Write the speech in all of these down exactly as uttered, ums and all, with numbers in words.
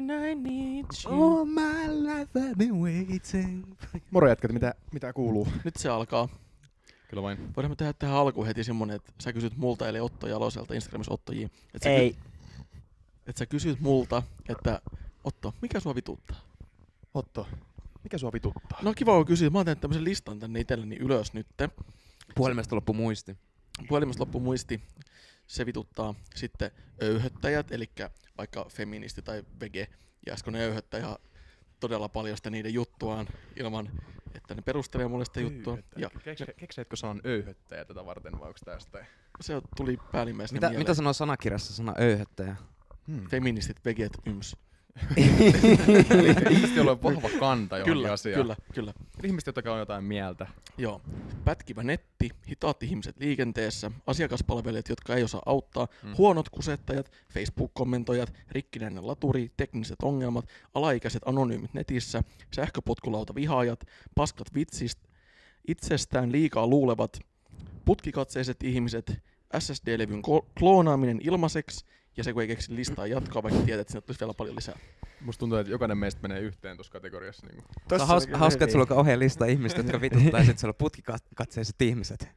when I need you. All my life I've been waiting. Moro jätkät, mitä, mitä kuuluu? Nyt se alkaa. Kyllä vain. Voidaan me tehdä tähän alkuun heti semmonen, että sä kysyt multa, eli Otto Jaloselta Instagramissa Otto J. Et sä Ei. Ky- että sä kysyt multa, että Otto, mikä sua vituttaa? Otto, mikä sua vituttaa? No kiva on kysyä. Mä oon tehnyt tämmösen listan tänne itselleni ylös nytte. Puhelimesta loppu muisti. Puhelimesta loppu muisti. Se vituttaa. Sitten öyhöttäjät, eli vaikka feministi tai vege. Ja äsken ne öyhöttää ihan todella paljon sitä niiden juttuaan ilman, että ne perustelee mulle sitä juttua. Ja Keksitkö sanan öyhöttäjä tätä varten vai onko tästä? se tuli päällimmäisenä Mitä, mieleen. mitä sanoo sanakirjassa sana öyhöttäjä? Hmm. Feministit, veget, yms. Eli ihmiset, joilla on vahva kanta johonkin Kyllä, asiaan. kyllä, kyllä. Ihmiset, jotka on jotain mieltä. Joo. Pätkivä netti, hitaat ihmiset liikenteessä, asiakaspalvelijat, jotka ei osaa auttaa, Mm. huonot kusettajat, Facebook-kommentoijat, rikkinäinen laturi, tekniset ongelmat, alaikäiset anonyymit netissä, sähköpotkulauta vihaajat, paskat vitsistä, itsestään liikaa luulevat, putkikatseiset ihmiset, S S D-levyn ko- kloonaaminen ilmaiseksi, ja se kun ei keksi listaa jatkaa, vaikka tiedät, että sinne tulisi vielä paljon lisää. Musta tuntuu, että jokainen meistä menee yhteen tuossa kategoriassa. Niin Se on hauska, hauska että sulla on kauhean lista ihmistä, jotka vituttaa, ja sit sulla on putkikatseiset ihmiset.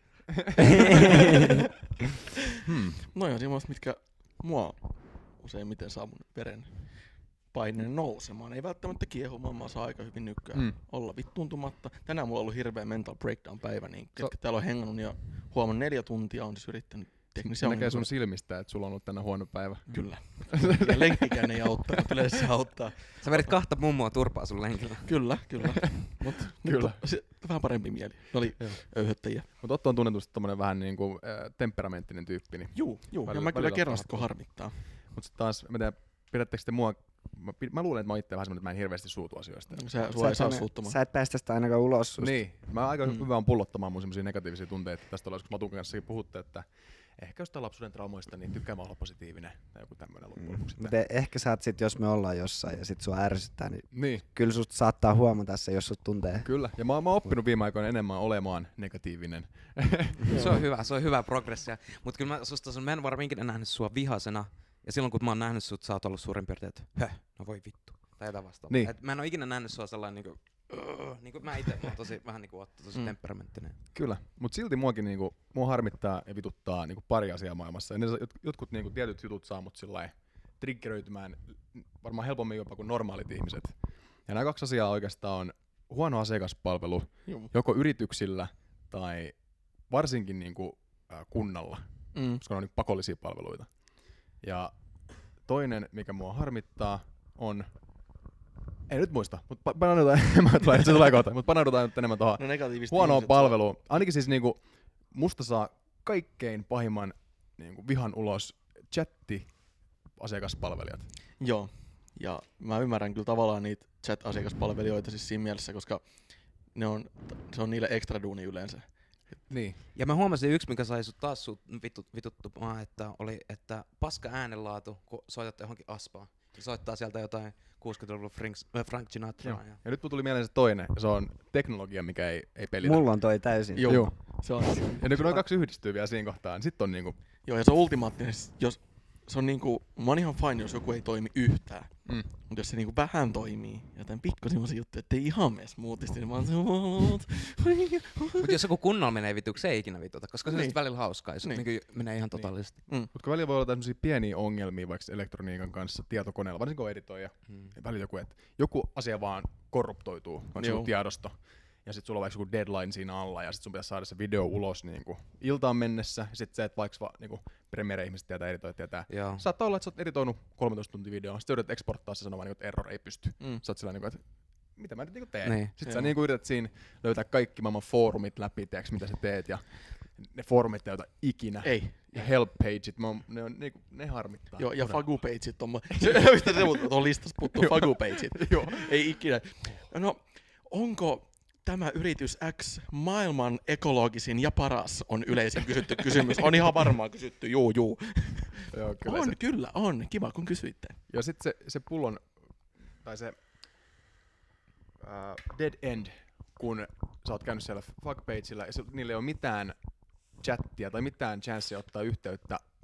hmm. No joo, semmoista, mitkä mua useimmiten saa mun veren paineen nousemaan. Ei välttämättä kiehumaan, mä saan aika hyvin nykyään Hmm. olla vittuuntumatta. Tänään mulla on ollut hirveä mental breakdown päivä, niin ketkä So- täällä on hengannut ja huomannut neljä tuntia on siis yrittänyt teknisiä Se näkee ongelmia. sun silmistä, että sulla on ollut tänään huono päivä. Kyllä. Ja lenkkikään ei auttaa, mutta yleensä se auttaa. Sä vedit kahta mummoa turpaa sun lenkillä. Kyllä, kyllä. Mut nyt Kyllä. on se, vähän parempi mieli. Ne oli Joo. öyhöttäjiä. Mutta Otto on tunnetusti tommonen vähän niinku äh, temperamenttinen tyyppi. Niin. Juu, juu. Välillä- Ja mä kyllä välillä kerron on sit, kun pahat harmittaa. Mut sit taas, mä tiedän, pidättekö te mua, mä, pid- mä luulen, että mä oon itse vähän semmonen, että mä en hirveästi suutu asioista. Sä, sua ei saa et suuttumaan. Sä et päästä sitä ainakaan ulos susta. Niin, mä aika Mm. mm. hyvä on pullottamaan mun semmosia negatiivisia tunteita. Tästä ollaan, kun Matun kanssakin puhutte, että ehkä jostain lapsuuden traumoista, niin tykkää mä olla positiivinen tai joku tämmönen loppujen lopuksi. Mutta ehkä sä oot sit, jos me ollaan jossain ja sit sua ärsyttää, niin Niin, kyllä susta saattaa huomata se, jos sut tuntee. kyllä. Ja mä, oon- mä oon oppinut viime aikoina enemmän olemaan negatiivinen. Se on hyvä, se on hyvä progressia. Mut kyllä mä susta sanon, mä en varmaan ikinä nähnyt sua vihasena. Ja silloin kun mä oon nähnyt sut, sä oot ollut suurin piirtein, että höh, no voi vittu. Tai jotain vastaavaa. Niin. Et mä en oo ikinä nähnyt sua sellainen niinku, uh, niinku mä ite, mä oon tosi vähän niinku Otto, tosi Mm. mm. temperamenttinen. Kyllä, mutta silti muakin niinku, mua harmittaa ja vituttaa niinku pari asiaa maailmassa. Ja ne, jot- jotkut niinku, tietyt jutut saa mut sillai triggeröitymään varmaan helpommin jopa kuin normaalit ihmiset. Ja nämä kaksi asiaa oikeastaan on huono asiakaspalvelu Juu. joko yrityksillä tai varsinkin niinku, äh, kunnalla, Mm. koska ne on niinku pakollisia palveluita. Ja toinen, mikä mua harmittaa, on... Ei nyt muista, mutta pa- paneudutaan enemmän, se tulee kohta, mutta paneudutaan nyt enemmän tuohon No negatiiviset huonoa ihmiset palvelua. Ainakin siis niinku, musta saa kaikkein pahimman niinku, vihan ulos chatti asiakaspalvelijat. Saa. Joo. Ja mä ymmärrän kyllä tavallaan niitä chat-asiakaspalvelijoita siis siinä mielessä, koska ne on, se on niille ekstra duuni yleensä. Niin. Ja mä huomasin yksi, mikä sai sut taas sut vitut, vituttumaan, että oli, että paska äänenlaatu, kun soitat johonkin aspaan. Ja soittaa sieltä jotain kuusikymmentäluvun Frank, äh, Frank Sinatraa. Ja... Ja nyt tuli mieleen se toinen, ja se on teknologia, mikä ei, ei pelitä. Mulla on toi täysin. Joo. Joo. Se on, Ja nyt kun noin kaksi yhdistyy vielä siinä kohtaa, niin sit on niinku... joo, ja se on ultimaattinen, siis jos se on niinku, mä oon ihan fine, jos joku ei toimi yhtään. Mm. Mutta jos se niinku vähän toimii, jotain pikku semmosia juttuja, ettei ihan mene smoothisti, niin mä oon se, Mut jos joku kunnolla menee vituksi, se ei ikinä vituta, koska se on Niin. sit välillä hauskaa, jos Niin. niin. menee ihan totaalisesti. mm. Mutta kun välillä voi olla tämmöisiä pieniä ongelmia vaikka elektroniikan kanssa tietokoneella, varsinkin kun editoija, Mm. välillä joku, että joku asia vaan korruptoituu, vaikka Joo. joku tiedosto, ja sit sulla on vaikka joku deadline siinä alla, ja sit sun pitäisi saada se video ulos niinku iltaan mennessä, ja sit se, että vaikka va, niinku Premiere-ihmiset tietää, editoijat tietää, Joo. saattaa olla, että sä oot editoinut kolmetoista tuntia videoa, sit yrität exporttaa se sanomaan, että error ei pysty. Mm. Sä oot sillä niinku, että mitä mä nyt niinku teen? Niin. Sit Joo. sä niinku yrität siinä löytää kaikki maailman foorumit läpi, tiiäks, mitä sä teet, ja ne foorumit ei ota ikinä. Ei. Ja help pageit, mä oon, ne, on, niinku, ne harmittaa. Joo, ja todella. fagu-pageit on, se, yhtä se mutta tuon listassa puuttuu fagu-pageit. Joo. Ei ikinä. No, onko tämä yritys X maailman ekologisin ja paras, on yleisin kysytty kysymys. On ihan varmaan kysytty, juu, juu. Joo, kyllä On, se. kyllä, on. Kiva, kun kysyitte. Ja sit se, se pullon, tai se uh, dead end, kun sä oot käynyt siellä fuckpageillä ja se, niillä ei ole mitään chattia tai mitään chanssia ottaa yhteyttä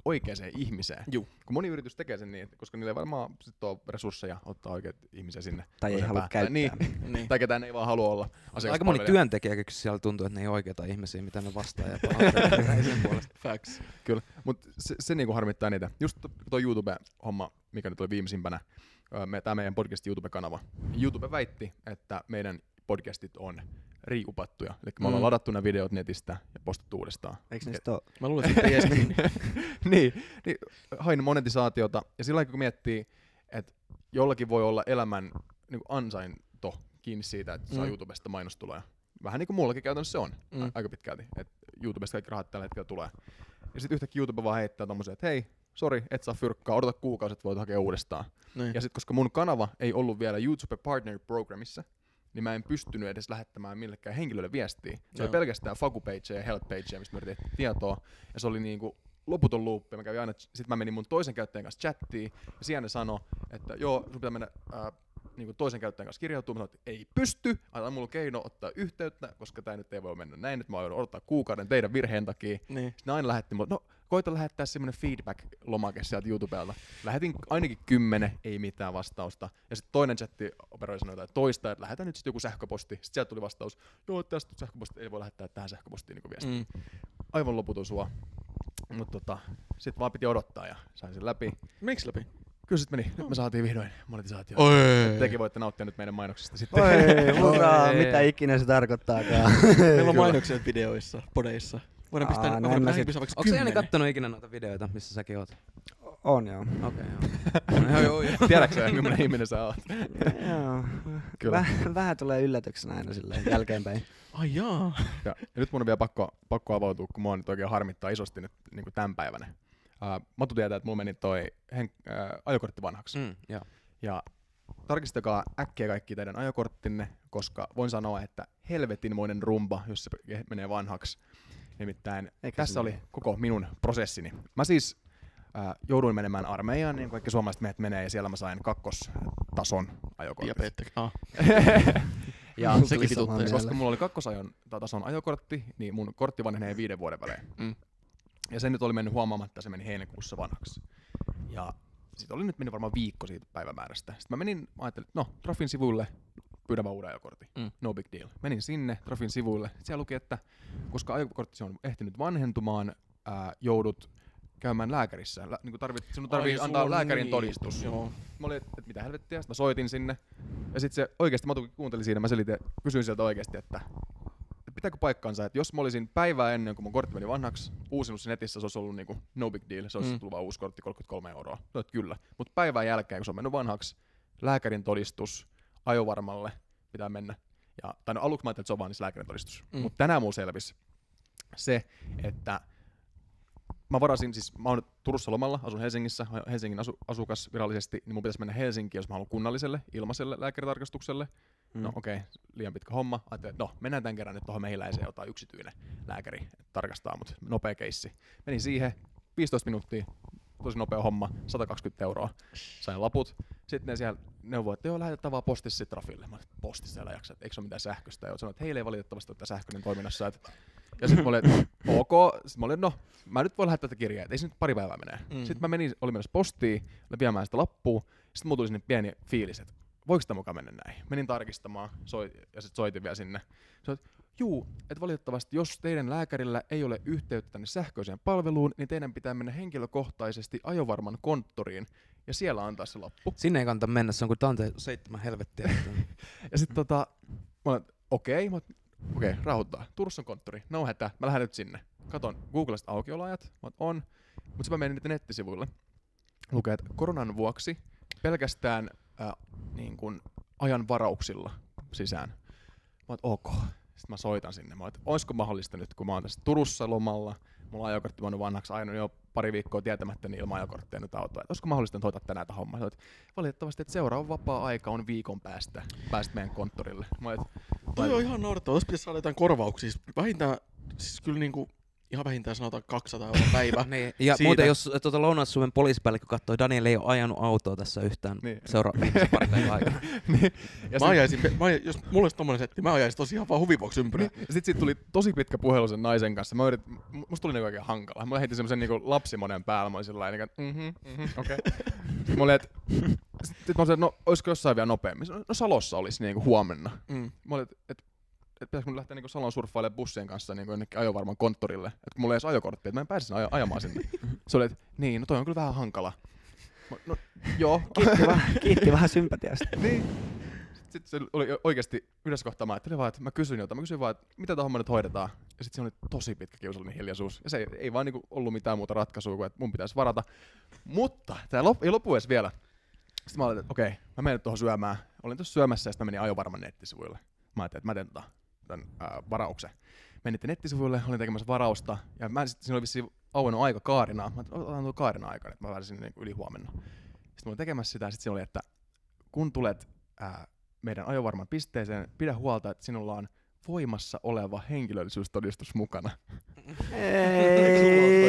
oikeaan ihmiseen. Juu. Kun moni yritys tekee sen niin, koska niillä ei varmaan sit ole resursseja ottaa oikeat ihmisiä sinne. Tai ei toiseen halua päähän. käyttää. Niin. Niin. Tai ketään ei vaan halua olla Aika moni asiakaspalvelija. työntekijä, kun siellä tuntuu, että ne ei ole oikeita ihmisiä, mitä ne vastaa ja pahoittelee sen puolesta. Facts. Kyllä, mutta se, se niinku harmittaa niitä. Just tuo YouTube-homma, mikä nyt oli viimeisimpänä, me, tämä meidän podcast YouTube-kanava. YouTube väitti, että meidän podcastit on riiupattuja. Eli me ollaan Mm. ladattu nämä videot netistä ja postattu uudestaan. Eikö niistä ole? Mä luulen, että ei edes niin. niin, niin, hain monetisaatiota. Ja sillä lailla, kun miettii, että jollakin voi olla elämän niin kuin ansainto kiinni siitä, että saa Mm. YouTubesta mainostuloja. Vähän niin kuin mullakin käytännössä se on Mm. mm. aika pitkälti. Että YouTubesta kaikki rahat tällä hetkellä tulee. Ja sitten yhtäkkiä YouTube vaan heittää tommosen, että hei, sori, et saa fyrkkaa, odota kuukausi, että voit hakea uudestaan. Niin. Ja sitten koska mun kanava ei ollut vielä YouTube Partner Programmissa, niin mä en pystynyt edes lähettämään millekään henkilölle viestiä. Se Joo. oli pelkästään Faku-pageja ja help-pageja, mistä me yritettiin tietoa. Ja se oli niinku loputon loop. Mä kävin aina, sit mä menin mun toisen käyttäjän kanssa chattiin, ja siellä ne sanoi, että joo, sun pitää mennä ää, niinku toisen käyttäjän kanssa kirjautumaan. Mä sanoin, että ei pysty, antaa mulle keino ottaa yhteyttä, koska tää nyt ei voi mennä näin, että mä joudun odottaa kuukauden teidän virheen takia. Niin. Sitten ne aina lähetti mulle, no koita lähettää semmonen feedback-lomake sieltä YouTubelta. Lähetin ainakin kymmenen, ei mitään vastausta. Ja sitten toinen chatti-operoi sanoi jotain toista, että lähetä nyt sitten joku sähköposti. Sitten sieltä tuli vastaus, joo, tästä sähköposti ei voi lähettää tähän sähköpostiin niin viestiä. Mm. Aivan loputon sua. Mutta tota, sitten vaan piti odottaa ja sain sen läpi. Miksi läpi? Kyllä sit meni, nyt me saatiin vihdoin monetisaatio. Oi. Tekin voitte nauttia nyt meidän mainoksista sitten. Oi, hurraa, Oi. mitä ikinä se tarkoittaakaan. Meillä on Kyllä. mainoksia videoissa, podeissa. Voidaan pistää Aa, ne näin mä näin sit- pistää vaikka Onko se Jani kymmenen. kattonut ikinä noita videoita, missä säkin oot? On joo. Okei, okay, joo. joo, joo, joo. Tiedätkö sä, millainen ihminen sä oot? joo. Kyllä. Väh, vähän tulee yllätyksenä aina silleen jälkeenpäin. Ai jaa. Ja, ja nyt mun on vielä pakko, pakko avautua, kun mua nyt oikein harmittaa isosti nyt niin kuin tämän päivänä. Uh, Matu tietää, että mulla meni toi hen, uh, ajokortti vanhaksi. Mm, joo. Ja tarkistakaa äkkiä kaikki teidän ajokorttinne, koska voin sanoa, että helvetinmoinen rumba, jos se menee vanhaksi. Nimittäin Eikä tässä se oli mene. koko minun prosessini. Mä siis uh, jouduin menemään armeijaan, niin kuin kaikki suomalaiset miehet menee, ja siellä mä sain kakkostason ajokortin. Diabetek. Ah. Ja Sekin Tuli vituttaa. samaa koska mieltä. mulla oli kakkosajon tason ajokortti, niin mun kortti vanhenee viiden vuoden välein. Mm. Ja se nyt oli mennyt huomaamatta, se meni heinäkuussa vanhaksi. Ja sit oli nyt mennyt varmaan viikko siitä päivämäärästä. Sitten mä menin, mä ajattelin, että no, Trafin sivuille, pyydän vaan uuden ajokortin. Mm. No big deal. Menin sinne Trafin sivuille. Siellä luki, että koska ajokortti on ehtinyt vanhentumaan, ää, joudut käymään lääkärissä. Lä, niin tarvit, sinun tarvii Ai, antaa sulla- lääkärin niin. todistus. Joo. Mä olin, että et mitä helvettiä, sitten mä soitin sinne. Ja sit se oikeesti, mä kuuntelin siinä, mä selitin, kysyin sieltä oikeesti, että että pitääkö paikkansa, että jos mä olisin päivää ennen kuin mun kortti meni vanhaksi, uusinut sen netissä, se olisi ollut niinku no big deal, se olisi Mm. tullut vaan uusi kortti kolmekymmentäkolme euroa. No, että kyllä. Mutta päivän jälkeen, kun se on mennyt vanhaksi, lääkärin todistus ajovarmalle pitää mennä. Ja, tai no aluksi mä ajattelin, että se on vaan niissä lääkärin todistus. Mm. Mutta tänään mulla selvisi se, että mä varasin, siis mä oon nyt Turussa lomalla, asun Helsingissä, Helsingin asu, asukas virallisesti, niin mun pitäisi mennä Helsinkiin, jos mä haluan kunnalliselle, ilmaiselle lääkäritarkastukselle. Mm. No okei, okay, liian pitkä homma. Ajattelin, että no mennään tämän kerran nyt tuohon mehiläiseen, ottaa yksityinen lääkäri, että tarkastaa mut, nopea keissi. Menin siihen, viisitoista minuuttia, tosi nopea homma, sata kaksikymmentä euroa. Sain laput. Sitten ne siellä neuvoi, että joo, lähetetään vaan postissa sit Trafille. Mä olin, että postissa siellä jaksaa, että eikö se ole mitään sähköistä. Ja sanoin, että heillä ei valitettavasti ole sähköinen toiminnassa. Että ja sitten mä olin, että ok. Sitten mä olin, no, mä nyt voin lähettää tätä kirjaa, että ei se nyt pari päivää menee. Mm. Sitten mä menin, olin menossa postiin, olin viemään sitä lappua. Sitten mulla tuli sinne pieni fiilis, että voiko tämä mukaan mennä näin. Menin tarkistamaan soit, ja sitten soitin vielä sinne. Sanoin, että juu, että valitettavasti jos teidän lääkärillä ei ole yhteyttä tänne sähköiseen palveluun, niin teidän pitää mennä henkilökohtaisesti ajovarman konttoriin ja siellä antaa se lappu. Sinne ei kannata mennä, se on kuin Dante seitsemän helvettiä. Ja sitten tota, mä olin, okei, okay, okei, okay, rauhoittaa. Turussa on konttori, no hätä, mä lähden nyt sinne. Katon Googlesta aukioloajat, mä oon, on, mutta sitten mä menin niiden nettisivuille. Lukee, että koronan vuoksi pelkästään äh, niin kun ajan varauksilla sisään. Mä oon, ok. Sitten mä soitan sinne. Mä oon, että olisiko mahdollista nyt, kun mä oon tässä Turussa lomalla, mulla on ajokortti mennyt vanhaksi, ajanut jo pari viikkoa tietämättä niin ilman ajokorttia nyt autoa. Että olisiko mahdollista nyt hoitaa tänään tämä homma? Sanoin, että valitettavasti, että seuraava vapaa-aika on viikon päästä. Päästä meidän konttorille. Mä oon, että, Toi on ihan naurettavaa. Tuossa pitäisi saada jotain korvauksia. Siis vähintään, siis kyllä niinku, ihan vähintään sanotaan kaksisataa euroa päivä. Niin. Ja Siitä. muuten jos tuota Lounais-Suomen poliisipäällikkö katsoi, Daniel ei ole ajanut autoa tässä yhtään Niin. seuraavien pari päivän aikana. niin. Ja Mä ajaisin, mä ajaisin, jos mulla olisi tommonen setti, mä ajaisin tosiaan vaan huvivuoksi ympyrää. Niin. Sitten siitä tuli tosi pitkä puhelu sen naisen kanssa. Mä yrit, musta tuli niinku oikein hankala. Mä heitin semmosen niinku lapsimonen päällä. Mä olin sellainen, että mhm, mhm, okei. Okay. Mä olin, että sit mä olin, että no olisiko jossain vielä nopeammin? No Salossa olisi niinku huomenna. Mm. Mä olin, että et, et pitäisikö mun lähteä niinku Salon surffailemaan bussien kanssa niinku jonnekin ajovarman konttorille. Että kun mulla ei edes ajokorttia, että mä en pääse sinne aj- ajamaan sinne. Se oli, että niin, no toi on kyllä vähän hankala. Mä, no joo. Kiitti vaan, kiitti vaan sympatiasta. niin. Sitten se oli oikeesti yhdessä kohtaa, mä ajattelin vaan, että mä kysyin jotain. Mä kysyin vaan, että mitä tähän homma nyt hoidetaan. Ja sitten se oli tosi pitkä kiusallinen hiljaisuus. Ja se ei, ei vaan niinku ollut mitään muuta ratkaisua kuin, että mun pitäisi varata. Mutta tää lop, ei lopu edes vielä. Sitten mä olin, että okei, mä menen tuohon syömään. Olin tuossa syömässä ja sitten mä menin ajovarman nettisivuille. Mä ajattelin, että mä teen tota, tämän ää, varauksen. Menin nettisivuille, olin tekemässä varausta. Ja mä sitten siinä oli vissiin auennut aika kaarina. Mä ajattelin, otan tuo kaarina aikaa, että mä pääsin niin yli huomenna. Sitten mä olin tekemässä sitä ja sitten siinä oli, että kun tulet ää, meidän ajovarman pisteeseen, pidä huolta, että sinulla on voimassa oleva henkilöllisyystodistus mukana. Ei.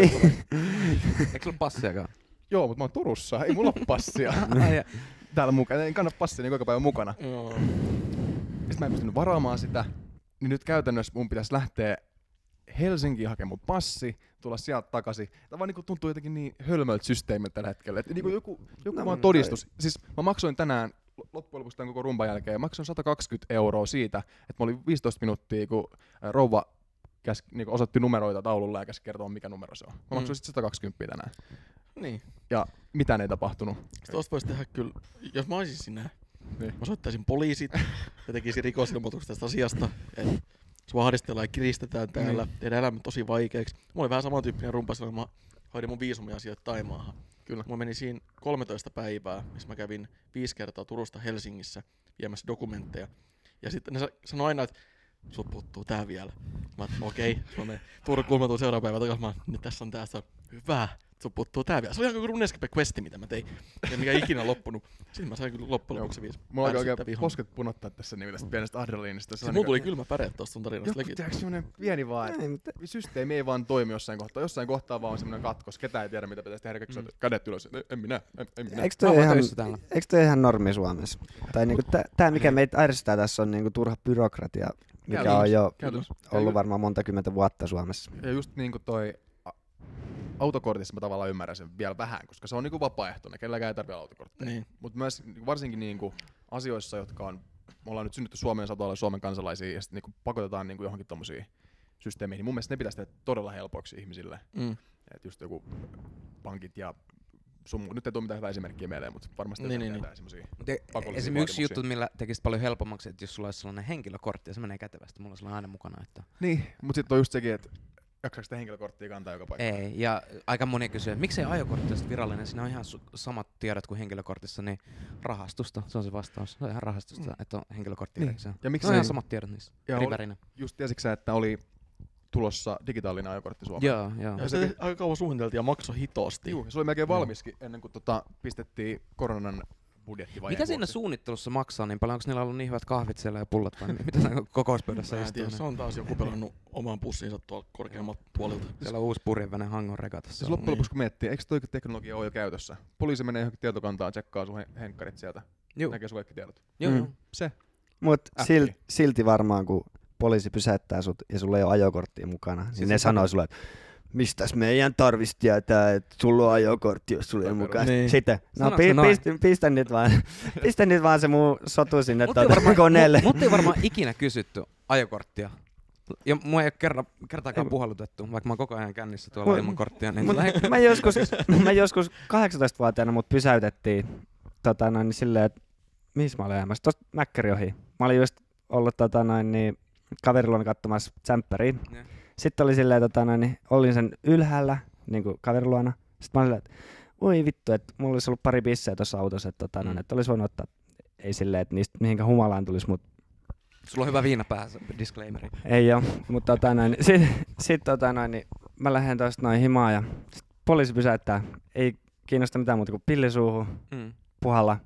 Eikö sulla passiakaan? Joo, mutta mä oon Turussa, ei mulla ole passia. Täällä mukana, ei kannata passia niin koko päivän mukana. Joo. Sitten mä en pystynyt varaamaan sitä, niin nyt käytännössä mun pitäisi lähteä Helsinkiin hakemaan mun passi, tulla sieltä takaisin. Tämä vaan niin tuntuu jotenkin niin hölmöltä systeemiltä tällä hetkellä. Että niin joku, joku No, vaan todistus. Siis mä maksoin tänään loppujen lopuksi tämän koko rumban jälkeen ja maksoin sata kaksikymmentä euroa siitä, että mä olin viisitoista minuuttia, kun rouva käs, niin osoitti numeroita taululla ja käski kertoa, mikä numero se on. Mä maksoin mm. sitten sata kaksikymmentä tänään. Niin. Ja mitään ei tapahtunut. Sitten tosta voisi tehdä kyllä, jos mä olisin sinä, Niin. mä soittaisin poliisit ja tekisin rikosilmoituksen tästä asiasta, että sua ahdistellaan ja kiristetään täällä, Niin. tehdään elämä tosi vaikeaksi. Mulla oli vähän samantyyppinen rumpa silloin, kun mä hoidin mun viisumiasioita Taimaahan. Kyllä. Mulla meni siinä kolmetoista päivää, missä mä kävin viisi kertaa Turusta Helsingissä viemässä dokumentteja. Ja sitten ne sa- sanoi aina, että sulta puuttuu tää vielä. Mä ajattelin, okei, okay, Turkuun mä tuun seuraavan päivän takaisin. Mä nyt tässä on tää, se on hyvä. Sulta puuttuu tää vielä. Se oli ihan kuin Runescape Questi, mitä mä tein. Ja mikä ikinä loppunut. Sitten mä sain kyllä loppujen lopuksi viisi. Mulla alkoi oikein posket punottaa tässä niin tästä pienestä adrenaliinista. Siis mulla tuli kylmä päre tosta sun tarinasta. Joku, tiedätkö, semmonen pieni vaan, että Ei, mutta systeemi ei vaan toimi jossain kohtaa. Jossain kohtaa vaan on semmonen katkos. Ketään ei tiedä, mitä pitäisi tehdä. Mm. Kädet ylös. En minä, en, en minä. eikö Mä toi oon ihan, töissä täällä. eikö toi ihan normi Suomessa? Tai niinku tää, tää mikä meitä ärsyttää tässä on niinku turha byrokratia, mikä Käytännössä. on jo Käytännössä. ollut varmaan monta kymmentä vuotta Suomessa. Ja just niinku toi a- autokortissa mä tavallaan ymmärrän sen vielä vähän, koska se on niinku vapaaehtoinen, kelläkään ei tarvitse autokorttia. Niin. Mutta myös niinku varsinkin niinku asioissa, jotka on, me ollaan nyt synnytty Suomeen ja saatu olla Suomen kansalaisia ja sitten niinku pakotetaan niinku johonkin tommosiin systeemeihin. Mun mielestä ne pitäisi tehdä todella helpoiksi ihmisille. Mm. Et just joku pankit ja sun, nyt ei tule mitään hyvää esimerkkiä mieleen, mutta varmasti Niin, niin, niin, tehdään semmosia Te, pakollisia esimerkiksi yksi vaatimuksia. juttu, millä tekisit paljon helpommaksi, että jos sulla olisi sellainen henkilökortti ja se menee kätevästi, mulla on sellainen aina mukana. Että Niin, mutta sitten on just sekin, että jaksaako sitä henkilökorttia kantaa joka paikkaan. ei, ja aika moni kysyy, että miksei ajokortti ole virallinen, siinä on ihan su- samat tiedot kuin henkilökortissa, niin rahastusta, se on se vastaus. Se on ihan rahastusta, Mm. että on henkilökortti Niin. erikseen. Ja Se on miksei, ihan samat tiedot niissä, Ja eri oli- värinä. just tiesitkö sä, että oli tulossa digitaalinen ajokortti Suomeen? Joo, joo. Ja se aika kauan suunniteltiin ja maksoi hitosti. Juu, se oli melkein Joo. valmiskin ennen kuin tota, pistettiin koronan budjettivajeen Mitä siinä vuoksi. suunnittelussa maksaa niin paljon? Onko niillä ollut niin hyvät kahvit siellä ja pullat vai mitä siinä kokouspöydässä Mä en istuu? tiedä, niin? se on taas joku pelannut oman pussinsa tuolla korkeammalta tuolilta. Siellä on uusi purjeväinen hangon rekatassa. Siis loppujen lopuksi kun miettii, eikö toi teknologia ole jo käytössä? Poliisi menee johonkin tietokantaan, tsekkaa sun hen- henkkarit sieltä, Joo, näkee sun kaikki tiedot. joo, Mm. joo. Se. Mut Äppi. sil, silti varmaan kun poliisi pysäyttää sut ja sulla ei ole ajokorttia mukana, niin Siis ne se- sanoo sulle, että mistäs meidän tarvis tietää, että sulla on ajokortti, jos sulla ei ole mukana. Niin. Sitten, no Sanoiko pi, se noin? pistä, pistä nyt vaan, pistä nyt vaan se muu sotu sinne Mut ei tuota varmaan- koneelle. Mut ei varmaan ikinä kysytty ajokorttia. Ja mua ei ole kerran, kertaakaan Ei- puhallutettu, vaikka mä oon koko ajan kännissä tuolla Mut- ilman korttia. Niin Mut lähe- mä joskus, mä joskus kahdeksantoistavuotiaana mut pysäytettiin tota noin, niin silleen, että mihin mä olin ajamassa? Tosta Mäkkäri ohi. Mä olin just ollut tota noin, niin, kaverilla katsomassa tsemppäriin. Ja. Sitten oli silleen, tota noin, niin, olin sen ylhäällä niin kuin kaveriluona. Sitten mä olin, että oi vittu, että mulla olisi ollut pari bissejä tuossa autossa, että, tota, Mm. noin, että olisi voinut ottaa, ei silleen, että niistä mihinkä humalaan tulisi, mutta Sulla on hyvä viina päässä, disclaimeri. ei oo. Mutta tota noin, sit, sit tota noin, niin mä lähden tosta noin himaan ja sit poliisi pysäyttää. Ei kiinnosta mitään muuta kuin pillisuuhun, Mm. puhalla.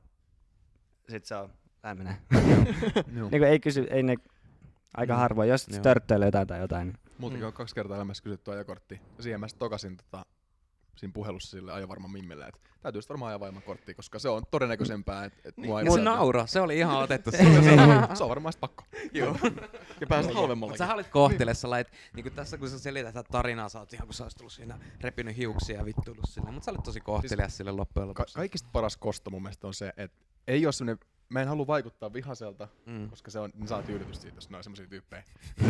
Sitten se on lämmenee. Joo. Niinku ei kysy, ei ne aika Mm. harvoin, jos Joo. törttöilee jotain tai jotain. Niin. Multakin Mm. on kaksi kertaa elämässä kysytty ajokortti. Ja siihen mä sit tokasin tota, siinä puhelussa sille ajovarman mimmille, että täytyy sit varmaan ajaa ilman korttia, koska se on todennäköisempää, että et mua ei Ja se voida- naura, se oli ihan otettu. se, on, se on varmaan sit pakko. Joo. Ja pääset Mut halvemmallakin. sä olit kohtele sellainen, että niinku tässä kun sä selität tätä tarinaa, sä oot ihan kun sä olis tullut siinä repinyt hiuksia ja vittuillut silleen, mut sä olit tosi kohtelias sille loppujen Ka- lopuksi. kaikista paras kosto mun mielestä on se, että ei oo semmonen, mä en halua vaikuttaa vihaselta, Mm. koska se on, ne saa tyydytystä siitä, jos ne on semmosia tyyppejä.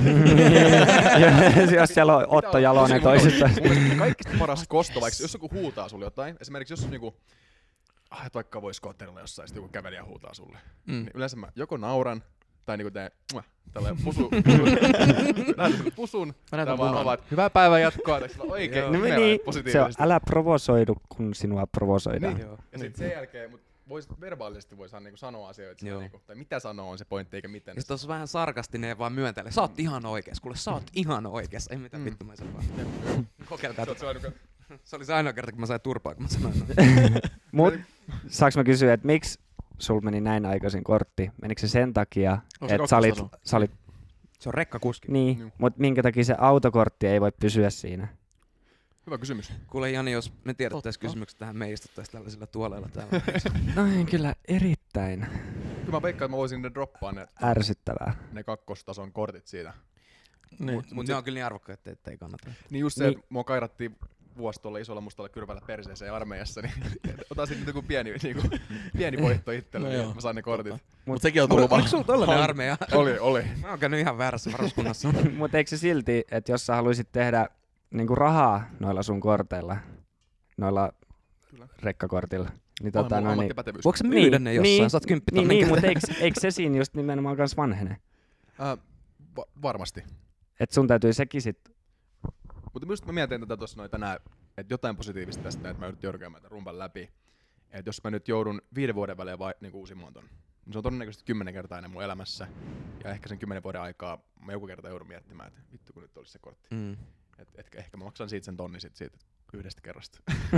Jos siellä on Otto Jalonen toisessa. Mun mielestä kaikista paras kosto, vaikka jos joku huutaa sulle jotain, esimerkiksi jos on niinku, ah, et vaikka vois skootterilla jossain, sit joku kävelijä huutaa sulle, Mm. niin yleensä mä joko nauran, tai niinku teen, muah, tälleen pusu, pusu, lähetän sulle pusun, Mä tai näytän vaan punan. avaat, hyvää päivää jatkoa, tai sillä oikein Joo. No imevä, niin, se on, positiivisesti. älä provosoidu, kun sinua provosoidaan. Niin. Joo. Ja sit sen jälkeen, mut vois, verbaalisesti vois niinku sanoa asioita, sillä Joo. niinku, tai mitä sanoo on se pointti, eikä miten. Ja sit olisi vähän sarkastinen ja vaan myöntelee. Sä oot ihan oikees, kuule sä oot ihan oikees. Ei mitään Mm. vittu mä sen vaan. Kokeilkaa. Sä oot se niinku- Se oli se ainoa kerta, kun mä sain turpaa, kun mä sanoin noin. Mut saaks mä kysyä, että miksi sul meni näin aikaisin kortti? Menikö se sen takia, On se että sä olit, kakkostaso. sä olit Se on rekkakuski. niin, Joo. mut minkä takia se autokortti ei voi pysyä siinä? Hyvä kysymys. Kuule Jani, jos me tiedottais Totta. kysymykset tähän, me istuttais tällaisilla tuoleilla täällä. No niin, kyllä erittäin Kyllä mä veikkaan, että mä voisin ne droppaa ne, ärsyttävää. ne kakkostason kortit siitä. Niin. Mut, mut ne on kyllä niin arvokkaita, että ei kannata. Niin just se, Niin. että mua kairattiin vuosi tuolla isolla mustalla kyrvällä perseeseen armeijassa, niin otan sitten joku pieni, niinku, pieni voitto itselle, No niin joo, että mä saan ne kortit. Mut sekin on tullut Oliko vaan. sulla tollanen armeija? Oli, oli. Mä oon käynyt ihan väärässä varuskunnassa. Mut eikö se silti, että jos sä haluaisit tehdä niinku rahaa noilla sun korteilla, noilla Kyllä. rekkakortilla, niin Onhan tota, mulla no, niin, ammattipätevyys. Voiko sä myydä ne jossain? niin, Saat niin, kymppitonnin niin, käteen. mutta eikö, eikö se siinä just nimenomaan kans vanhene? Äh, va- varmasti. Et sun täytyy sekin sit, Mutta just mä mietin tätä tuossa noin tänään, että jotain positiivista tästä, että mä nyt joudun käymään tämän rumpan läpi. Että jos mä nyt joudun viiden vuoden välein vai, niin uusimaan ton, niin se on todennäköisesti kymmenen kertaa ennen mun elämässä. Ja ehkä sen kymmenen vuoden aikaa mä joku kerta joudun miettimään, että vittu kun nyt olisi se kortti. Mm. Et, et, ehkä mä maksan siitä sen tonni sit siitä yhdestä kerrasta.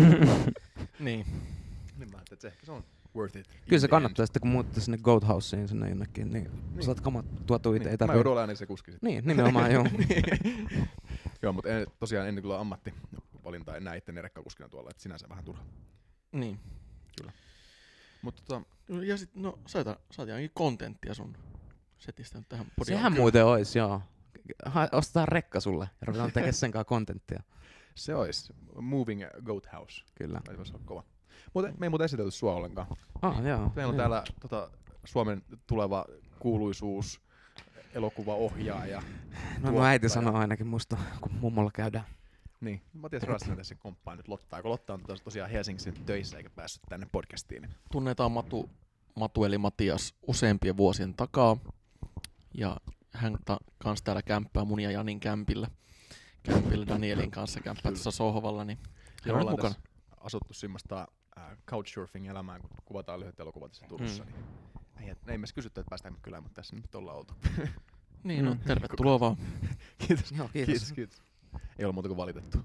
Niin. niin mä ajattelin, että se ehkä se on worth it. Kyllä se in the kannattaa sitten, kun muutte sinne Goat Houseen sinne jonnekin, niin, niin. saat kamat tuotu itse, ei Niin. Mä tarvitse. joudun olemaan niin se kuski sit. Niin, nimenomaan joo. Joo, mutta en, tosiaan ennen kyllä ammattivalintaa en näe itteni rekkakuskina tuolla, että sinänsä vähän turha. Niin. Mutta tota, Ja sit, no, saita, saat ainakin kontenttia sun setistä nyt tähän podiin. Sehän muuten ois, joo. Ha- Ostetaan rekka sulle ja ruvetaan tekemään sen kanssa kontenttia. se olisi Moving Goat House. Kyllä. Se voisi olla kova. Mutta me ei muuten esitelty sua ollenkaan. Ah, joo. Meillä on joo. täällä tota, Suomen tuleva kuuluisuus, elokuvaohjaaja. No, mun äiti sanoo ainakin musta, kun mummolla käydään. Niin, Matias Rassinen tässä komppaa nyt Lottaa, kun Lotta on tos- tosiaan Helsingissä nyt töissä eikä päässyt tänne podcastiin. Niin Tunnetaan Matu, Matu eli Matias useampien vuosien takaa. Ja hän ta- kans täällä kämppää mun ja Janin kämpillä. Kämpillä Danielin kanssa kämppää tuossa sohvalla, niin hän ja on ollaan mukana. tässä asuttu semmoista äh, couchsurfing-elämää, kun kuvataan lyhyet elokuvat tässä Turussa. Mm. Niin ei, ei me kysytty, että päästäänkö kylään, mutta tässä nyt ollaan oltu. Niin, no Mm. tervetuloa vaan. kiitos. Joo, kiitos, kiitos. Ei ole muuta kuin valitettu.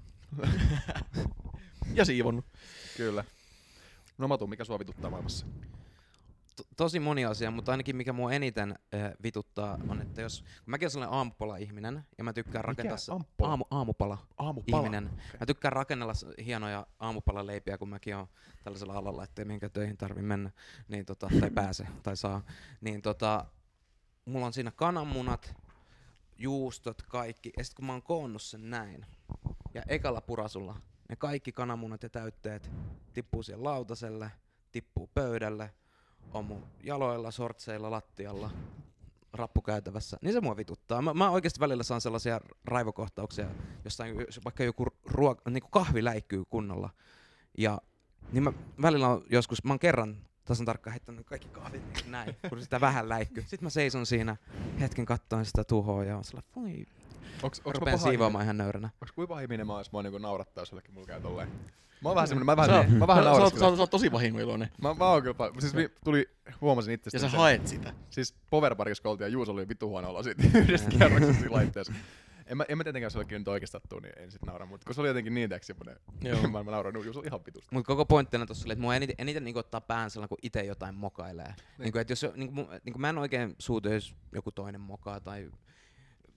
Ja siivonnut. Kyllä. No Matu, mikä sua vituttaa maailmassa? To- tosi moni asia, mutta ainakin mikä mua eniten äh, vituttaa on, että jos... Mäkin olen sellainen aamupala-ihminen ja mä tykkään rakentaa... se- Aamupala? Aamu, aamupala. Aamupala. Ihminen. Okay. Mä tykkään rakennella s- hienoja aamupalaleipiä, kun mäkin oon tällaisella alalla, ettei mihinkään töihin tarvi mennä, niin tota, tai pääse, tai saa. Niin tota, mulla on siinä kananmunat, juustot, kaikki, ja sit kun mä oon koonnut sen näin, ja ekalla purasulla ne kaikki kananmunat ja täytteet tippuu siihen lautaselle, tippuu pöydälle, on mun jaloilla, sortseilla, lattialla, rappukäytävässä, niin se mua vituttaa. Mä, mä oikeasti välillä saan sellaisia raivokohtauksia, jostain jos vaikka joku ruoka, niin kuin kahvi läikkyy kunnolla. Ja niin mä välillä on joskus, mä oon kerran tasan tarkkaan heittänyt kaikki kahvit niin näin, kun sitä vähän läikkyy. Sitten mä seison siinä hetken kattoen sitä tuhoa ja on sellainen, voi, Onks, onks mä rupean paha siivoamaan ihan nöyränä. Onks kuinka paha ihminen mä ois mua niinku naurattaa jos jollekin mulla käy tolleen? Mä oon vähän semmonen, mä Sä, vähän, mä vähän sä, sä, nauras oot- sä, oot- kyllä. sä oot tosi vahingoiloinen. Mä, mä oon kyllä, pa- siis mi, tuli, huomasin Ja itsestäni sä sen. haet sitä. Siis Powerparkissa kun oltiin ja Juuso oli vittu huono olo siitä yhdestä kierroksesta siinä laitteessa. En mä, en mä tietenkään, jos jollekin nyt oikeesti sattuu, niin en sit naura, mutta kun se oli jotenkin niin teeksi semmonen, Joo. mä, mä nauran, Juuso oli ihan vitusta. Mut koko pointtina tossa oli, että mua eniten, eniten niinku ottaa päähän sellainen, kun ite jotain mokailee. Niin. Niinku, et jos, jo- niinku, mu- niinku mä en oikein suutu, jos joku toinen mokaa tai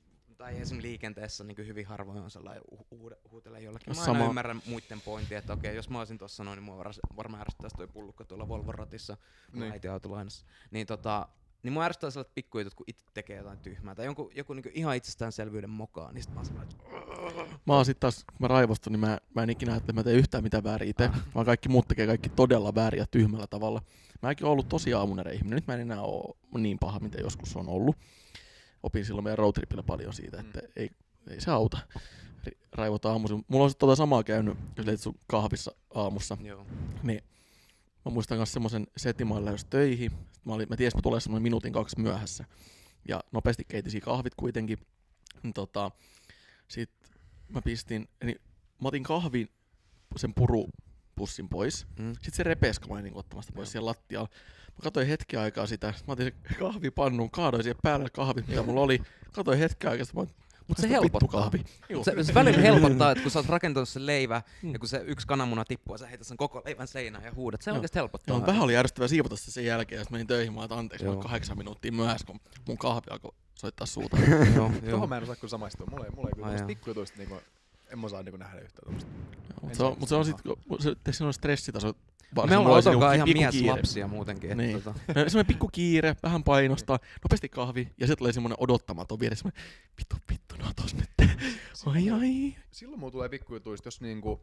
Tai esimerkiksi liikenteessä niin hyvin harvoin on sellainen hu- huutelee jollekin. Mä Sama. aina ymmärrän muiden pointin, että okei, jos mä olisin tossa noin, niin mua varas- varmaan ärsyttäisi toi pullukka tuolla Volvon ratissa, mun Niin. äiti autolainassa. Niin tota, niin mua ärsyttää sellaiset pikkujutut, kun itse tekee jotain tyhmää. Tai jonkun, joku niin ihan itsestäänselvyyden mokaa, niin sit mä oon sellainen, että Mä oon sit taas, kun mä raivostun, niin mä, mä en ikinä ajattele, että mä teen yhtään mitään väärin itse, vaan kaikki muut tekee kaikki todella väärin ja tyhmällä tavalla. Mäkin oon ollut tosi aamunere ihminen, nyt mä en enää oo niin paha, mitä joskus on ollut. Opin silloin meidän roadtripillä paljon siitä, että mm. ei, ei se auta. Ri- Raivota aamuisin. Mulla on sit tota samaa käynyt, jos leit sun kahvissa aamussa, joo. niin mä muistan myös semmosen setin, mä olin lähdössä töihin. Sit Mä, olin, mä tiesin, että mä tulen semmoinen minuutin kaksi myöhässä. Ja nopeasti keitisi kahvit kuitenkin. Niin tota, sit mä pistin, niin mä otin kahvin sen purupussin pois. Mm. Sitten se repesi, kun mä olin niin ottamasta pois siellä lattialla. Mä katsoin hetken aikaa sitä, sit mä otin se kahvipannun, kaadoin siihen päälle kahvit, mitä mulla oli. Katsoin hetken aikaa, sit mä otin, Mut se vittu helpottaa. kahvi. Se, se välillä helpottaa, että kun sä oot rakentanut sen leivä Mm. ja kun se yksi kananmuna tippuu ja sä heität sen koko leivän seinään ja huudat, se Joo. oikeesti helpottaa. Joo, vähän oli järjestävää siivota se sen jälkeen, ja sit menin töihin, mä oon, että anteeksi, mä Joo. oon kahdeksan minuuttia myöhässä, kun mun kahvi alkoi soittaa suuta. Joo, Tuohon joo. mä en osaa kyllä samaistua. Mulla ei, mulla ei kyllä Ai tommoista joo. pikkujutuista niinku, en mä osaa niinku nähdä yhtään tommoista. Mutta se on, mut se on sit, kun se, se on stressitaso. varsin Me mulla ollaan oli se Otonkaan ihan niinku pikku kiire. mieslapsia muutenkin. Että Niin. tota, No, semmoinen pikku kiire, vähän painostaa, nopeasti kahvi, ja sitten tulee semmoinen odottamaton vieressä, semmoinen vittu, vittu, no tos nyt. Ai ai. Silloin mulla tulee pikkujutuista, jos niinku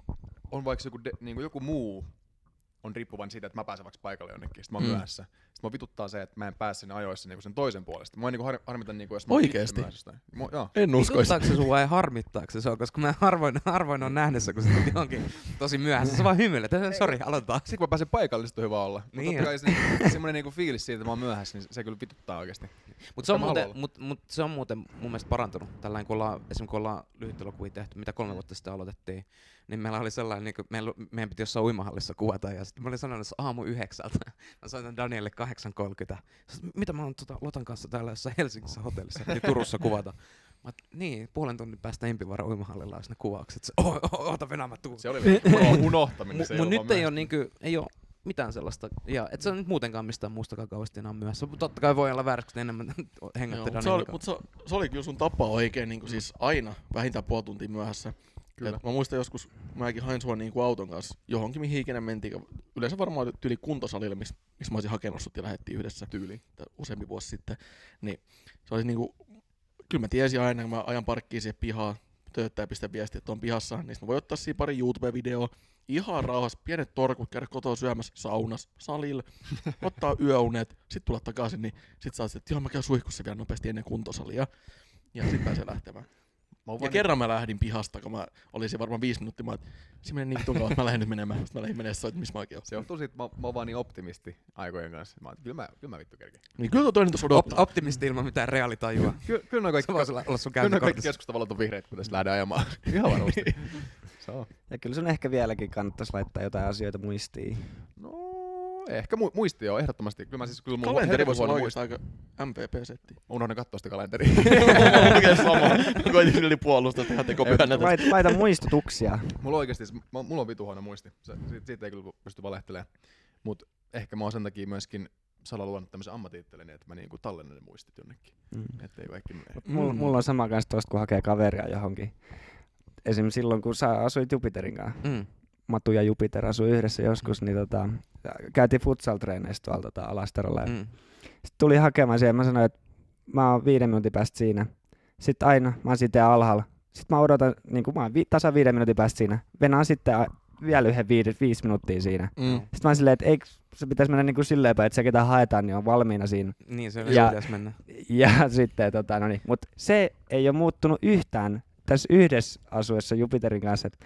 on vaikka joku, de, niinku joku muu on riippuvainen siitä, että mä pääsen vaikka paikalle jonnekin, sit mä oon Mm. myöhässä. Sit mä vituttaa se, että mä en pääse sinne ajoissa niinku sen toisen puolesta. Mua ei niinku har, harmita, niinku, jos mä oon itse Oikeesti? myöhässä tai- Mua, joo. En uskoisi. Vituttaako se sua vai harmittaako se sua? Koska mä harvoin, harvoin on nähnyt se, kun sä oot johonkin tosi myöhässä. Sä vaan hymyilet, että sori, aloitetaan. Sitten kun mä pääsen paikalle, sit on hyvä olla. Mutta Niin totta kai se, semmonen niinku fiilis siitä, että mä oon myöhässä, niin se kyllä vituttaa oikeesti. Mutta se, on Mä muuten- haluan. mut, mut se on muuten mun mielestä parantunut. Tällainen, kun ollaan, esimerkiksi kun ollaan lyhytelokuvia tehty, mitä kolme vuotta sitten aloitettiin, niin meillä oli sellainen, niin kuin, meillä, meidän piti jossain uimahallissa kuvata, ja sitten mä olin sanonut että aamu yhdeksältä. Mä soitan Danielle kahdeksan kolmekymmentä. Sitten, mitä mä oon tota, Lotan kanssa täällä jossain Helsingissä hotellissa, piti Turussa kuvata. Mä oot, niin, puolen tunnin päästä Impivaara uimahallilla olisi ne kuvaukset. Se, oh, oh, oota Venä, mä tuun. Se oli uno- unohtaminen. se Mut ollut nyt vaan ei, ole myöhässä. niinku, ei ole mitään sellaista, ja et se on nyt muutenkaan mistään muustakaan kauheasti enää myöhässä. Mut totta kai voi olla vääräksi, kun enemmän hengätte Joo, mut se, oli, Danielin mut se, se oli kyllä sun tapa oikein niin siis aina vähintään puoli tuntia myöhässä. Kyllä. Et mä muistan joskus, mäkin hain sua niin auton kanssa johonkin, mihin ikinä mentiin. Yleensä varmaan tyyli kuntosalille, missä mis mä olisin hakenut sut ja lähdettiin yhdessä Tyyli. useampi vuosi sitten. Niin se oli niinku, kyllä mä tiesin aina, kun mä ajan parkkiin siihen pihaan, tööttäjä pistää viestiä, että on pihassa, niin sit mä voin ottaa siinä pari YouTube-videoa, ihan rauhassa, pienet torkut, käydä kotoa syömässä saunas, salilla, ottaa yöunet, sit tulla takaisin, niin sit sä oot, että joo mä käyn suihkussa vielä nopeasti ennen kuntosalia. Ja sit pääsee lähtemään. Mä oon Ja vaan kerran mä lähdin pihasta, kun mä olin siinä varmaan viisi minuuttia, mä oon, se menee niin vitun kauan, että mä lähden nyt menemään. Sitten mä lähdin menemään, että missä mä oikein oon. Se johtuu siitä, että mä, mä oon vaan niin optimisti aikojen kanssa. Mä oon, kyllä mä, kyllä mä vittu kerkeen. Niin kyllä tuo toinen tuossa Op- odottaa. optimisti ilman mitään reaalitajua. Kyllä, kyllä noin kaikki, Se voisi olla, olla sun kyllä noi kaikki käyntikortissa. keskustavalot on vihreät, kun tässä lähdään ajamaan. Ihan varmasti. Se on. Ja kyllä sun ehkä vieläkin kannattaisi laittaa jotain asioita muistiin. No, ehkä mu- muisti joo, ehdottomasti. Kyllä mä siis kyllä mulla Kalenteri voisi olla huono oikeastaan aika M V P-setti. Mä unohdin katsoa sitä kalenteria. Mulla on oikein sama. Mä koitin silti puolustaa tehdä tekopyhänä tästä. Laita, laita muistutuksia. mulla oikeesti, mä, mulla on vitu huono muisti. Se, siitä, siitä ei kyllä pysty valehtelemaan. Mut ehkä mä oon sen takia myöskin salaluonut tämmösen ammattiittelin, että mä niinku tallennan ne muistit jonnekin. Mm. Ettei kaikki mene. Mulla, mulla on sama kanssa tosta, kun hakee kaveria johonkin. Esimerkiksi silloin, kun sä asuit Jupiterin kanssa. Mm. Matu ja Jupiter asui yhdessä joskus, niin tota, käytiin futsal-treeneissä tuolla tota, Alastarolla. Mm. Mm. Sitten tuli hakemaan siihen, mä sanoin, että mä oon viiden minuutin päästä siinä. Sitten aina, mä oon sitten alhaalla. Sitten mä odotan, niin kuin mä oon vi- tasan viiden minuutin päästä siinä. Venään sitten a- vielä yhden viide, viisi minuuttia siinä. Mm. Sitten mä oon silleen, että eikö se pitäisi mennä niin kuin silleen päin, että se ketä haetaan, niin on valmiina siinä. Niin, se Ja- pitäisi mennä. Ja sitten, tota, no niin. Mutta se ei ole muuttunut yhtään tässä yhdessä asuessa Jupiterin kanssa. Et,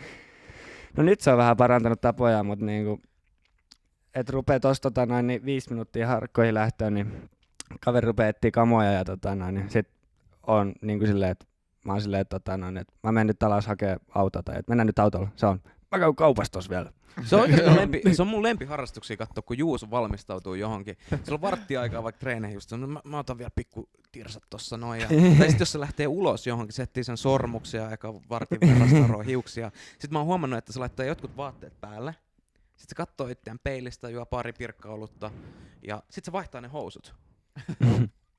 no nyt se on vähän parantanut tapoja, mutta niinku, että rupeaa tuossa tota, noin, niin viisi minuuttia harkkoihin lähtöön, niin kaveri rupeaa etsiä kamoja ja tota, noin, niin sit on niinku silleen, että mä oon silleen, että tota, noin, et mä menen nyt alas hakemaan autoa tai että mennään nyt autolla. Se on, mä käyn kaupassa tossa vielä. Se on, oikeasti mun lempi, se on mun lempiharrastuksia katsoa, kun Juuso valmistautuu johonkin. Sillä on varttia aikaa vaikka treeneihin just, no, mä, mä otan vielä pikku tirsat tossa noin. Ja, tai sit jos se lähtee ulos johonkin, se etsii sen sormuksia, eikä vartin verran staroa hiuksia. Sitten mä oon huomannut, että se laittaa jotkut vaatteet päälle. Sitten se katsoo itseään peilistä, juo pari pirkkaolutta ja sitten se vaihtaa ne housut.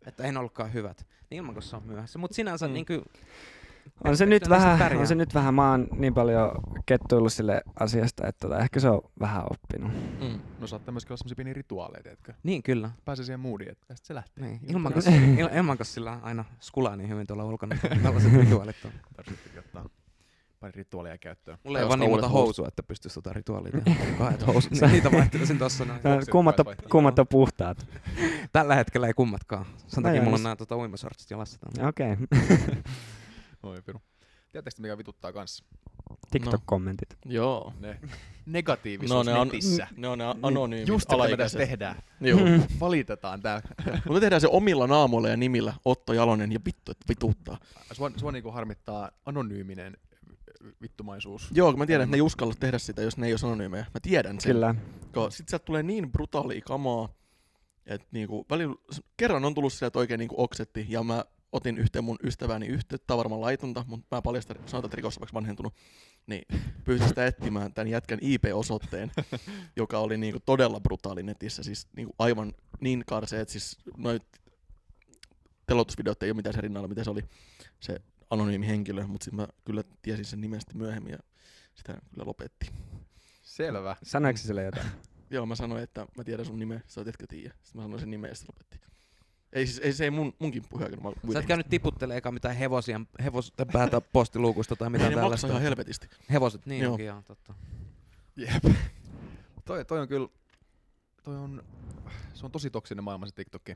että en ollutkaan hyvät. Niin ilman, kun se on myöhässä. Mut sinänsä Mm. niinku... On se, Kyllä nyt niistä vähän, pärjää. on se nyt vähän, mä oon niin paljon kettuillut sille asiasta, että tota, ehkä se on vähän oppinut. Mm. No saattaa myöskin olla semmosia pieniä rituaaleja, tiedätkö? Niin, kyllä. Pääsee siihen moodiin, että tästä se lähtee. Niin. Ilman, kun, il, ilman, kun sillä aina skulaa niin hyvin tuolla ulkona. Tällaiset rituaalit on. Tarvitsee ottaa pari rituaalia käyttöön. Mulla ei Tai vaan niin ostaa monta uudet housua, että pystyisi tota rituaalia tehdä. Kahdet housut. Niin niitä vaihtelisin tossa noin. Boksit Kummat on, pääs vaihtamaan. kummat on puhtaat. Tällä hetkellä ei kummatkaan. Sen No takia joo, mulla on niin- nää tota, uimasortsit jalassa. täällä. Okei. Okay. Oi piru. Tiedättekö mikä vituttaa kans? TikTok-kommentit. Joo. Ne negatiivisuus No, ne on- netissä. Ne on ne anonyymit, Just mitä me tässä alaikäiset. tehdään. Joo. Valitetaan tää. Mutta me tehdään se omilla naamoilla ja nimillä, Otto Jalonen, ja vittu, että vituttaa. Sua, sua niinku harmittaa anonyyminen vittumaisuus. Joo, kun mä tiedän, että ne ei uskalla tehdä sitä, jos ne ei ole anonyymejä. Mä tiedän sen. Kyllä. Ko, sit sieltä tulee niin brutaalia kamaa, että niinku, välillä, kerran on tullut sieltä oikein niinku oksetti, ja mä otin yhteen mun ystävääni yhteyttä, varmaan laitonta, mutta mä paljastan, sanotaan, että rikos on vaikka vanhentunut, niin pyysin sitä etsimään tämän jätkän I P-osoitteen, joka oli niinku todella brutaali netissä, siis niinku aivan niin karsea, että siis noit telotusvideot ei ole mitään sen rinnalla, mitä se oli se anonyymi henkilö, mutta sitten mä kyllä tiesin sen nimen sitten myöhemmin, ja sitä kyllä lopetti. Selvä. Sanoiko se sille jotain? Joo, mä sanoin, että mä tiedän sun nimeä, sä oot etkö tiedä. Sitten mä sanoin sen nimeä ja sitten lopetti. Ei siis, ei, se ei mun, munkin puheenjohtajana. Mä Sä et kuitenkin- käynyt tiputtelemaan mitään hevosia, hevosten päätä postiluukusta tai Ei mitään ne tällaista. maksaa ihan helvetisti. Hevoset, niin Joo. onkin joo, totta. Jep. Toi, toi on kyllä, toi on, se on tosi toksinen maailma se TikTokki.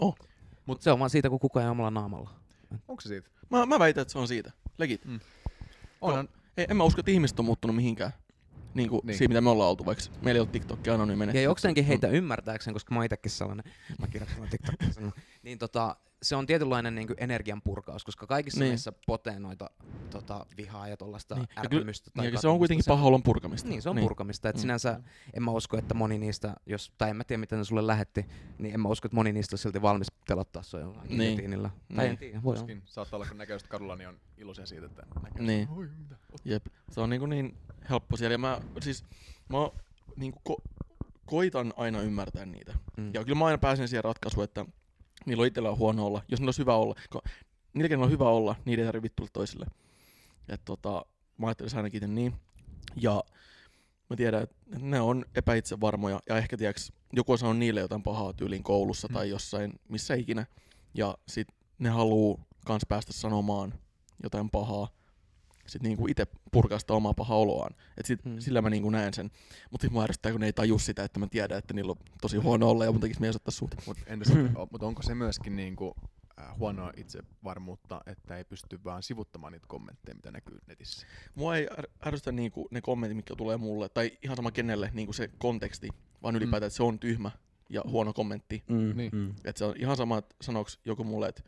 Mut se on vaan siitä, kun kukaan ei omalla naamalla. Onko se siitä? Mä, mä väitän, että se on siitä. Legit. Onhan, Ei, en mä usko, että ihmiset on muuttunut mihinkään. Niin kuin Niin. niin. siinä, mitä me ollaan oltu, vaikka meillä ei ole TikTokia anonyyminen. Ja jokseenkin heitä ymmärtääkseen, koska mä oon itekin sellainen, mä kirjoitan TikTokia sanon, niin tota, se on tietynlainen niin energian purkaus, koska kaikissa Niin. niissä potee noita tota, vihaa ja tollaista Niin. niin. Ja kyllä- ärtymystä. tai Niin, se on katumusta. kuitenkin Se on- paha olon purkamista. Niin, se on niin. purkamista. Et Mm. sinänsä en mä usko, että moni niistä, jos, tai en mä tiedä, miten ne sulle lähetti, niin en mä usko, että moni niistä on silti valmis pelottaa sua jollain Niin. giljotiinilla. Tai Niin. en tiedä, voi olla. joskin saattaa olla, kun näkee just kadulla, niin on iloisia siitä, että näkee. Niin. Oi, mitä? Jep. Se on niin, niin helppo siellä. Ja mä, siis, mä niin kuin ko- koitan aina ymmärtää niitä. Mm. Ja kyllä mä aina pääsen siihen ratkaisuun, että niillä on itsellä on huono olla. Jos niillä olisi hyvä olla, kun niillä kenellä on hyvä olla, niiden ei tarvitse vittuilla toisille. Et tota, mä ajattelisin ainakin itse niin. Ja mä tiedän, että ne on epäitsevarmoja. Ja ehkä tiiäks, joku on sanonut niille jotain pahaa tyyliin koulussa Mm. tai jossain, missä ikinä. Ja sit ne haluu kans päästä sanomaan jotain pahaa. Sitten niinku itse purkaa sitä omaa pahaa oloaan. Et sit, Mm. sillä mä niinku näen sen. Mutta sit mua ärsyttää, kun ne ei taju sitä, että mä tiedän, että niillä on tosi huono olla ja mun tekis mies ottaa suht. Mut entäs, o- mut onko se myöskin niinku, äh, huonoa itsevarmuutta, että ei pysty vaan sivuttamaan niitä kommentteja, mitä näkyy netissä? Mua ei är- ärsytä niinku ne kommentit, mitkä tulee mulle, tai ihan sama kenelle niinku se konteksti, vaan ylipäätään, että se on tyhmä ja huono kommentti. Mm, Niin. mm. Et se on ihan sama, että sanoks joku mulle, että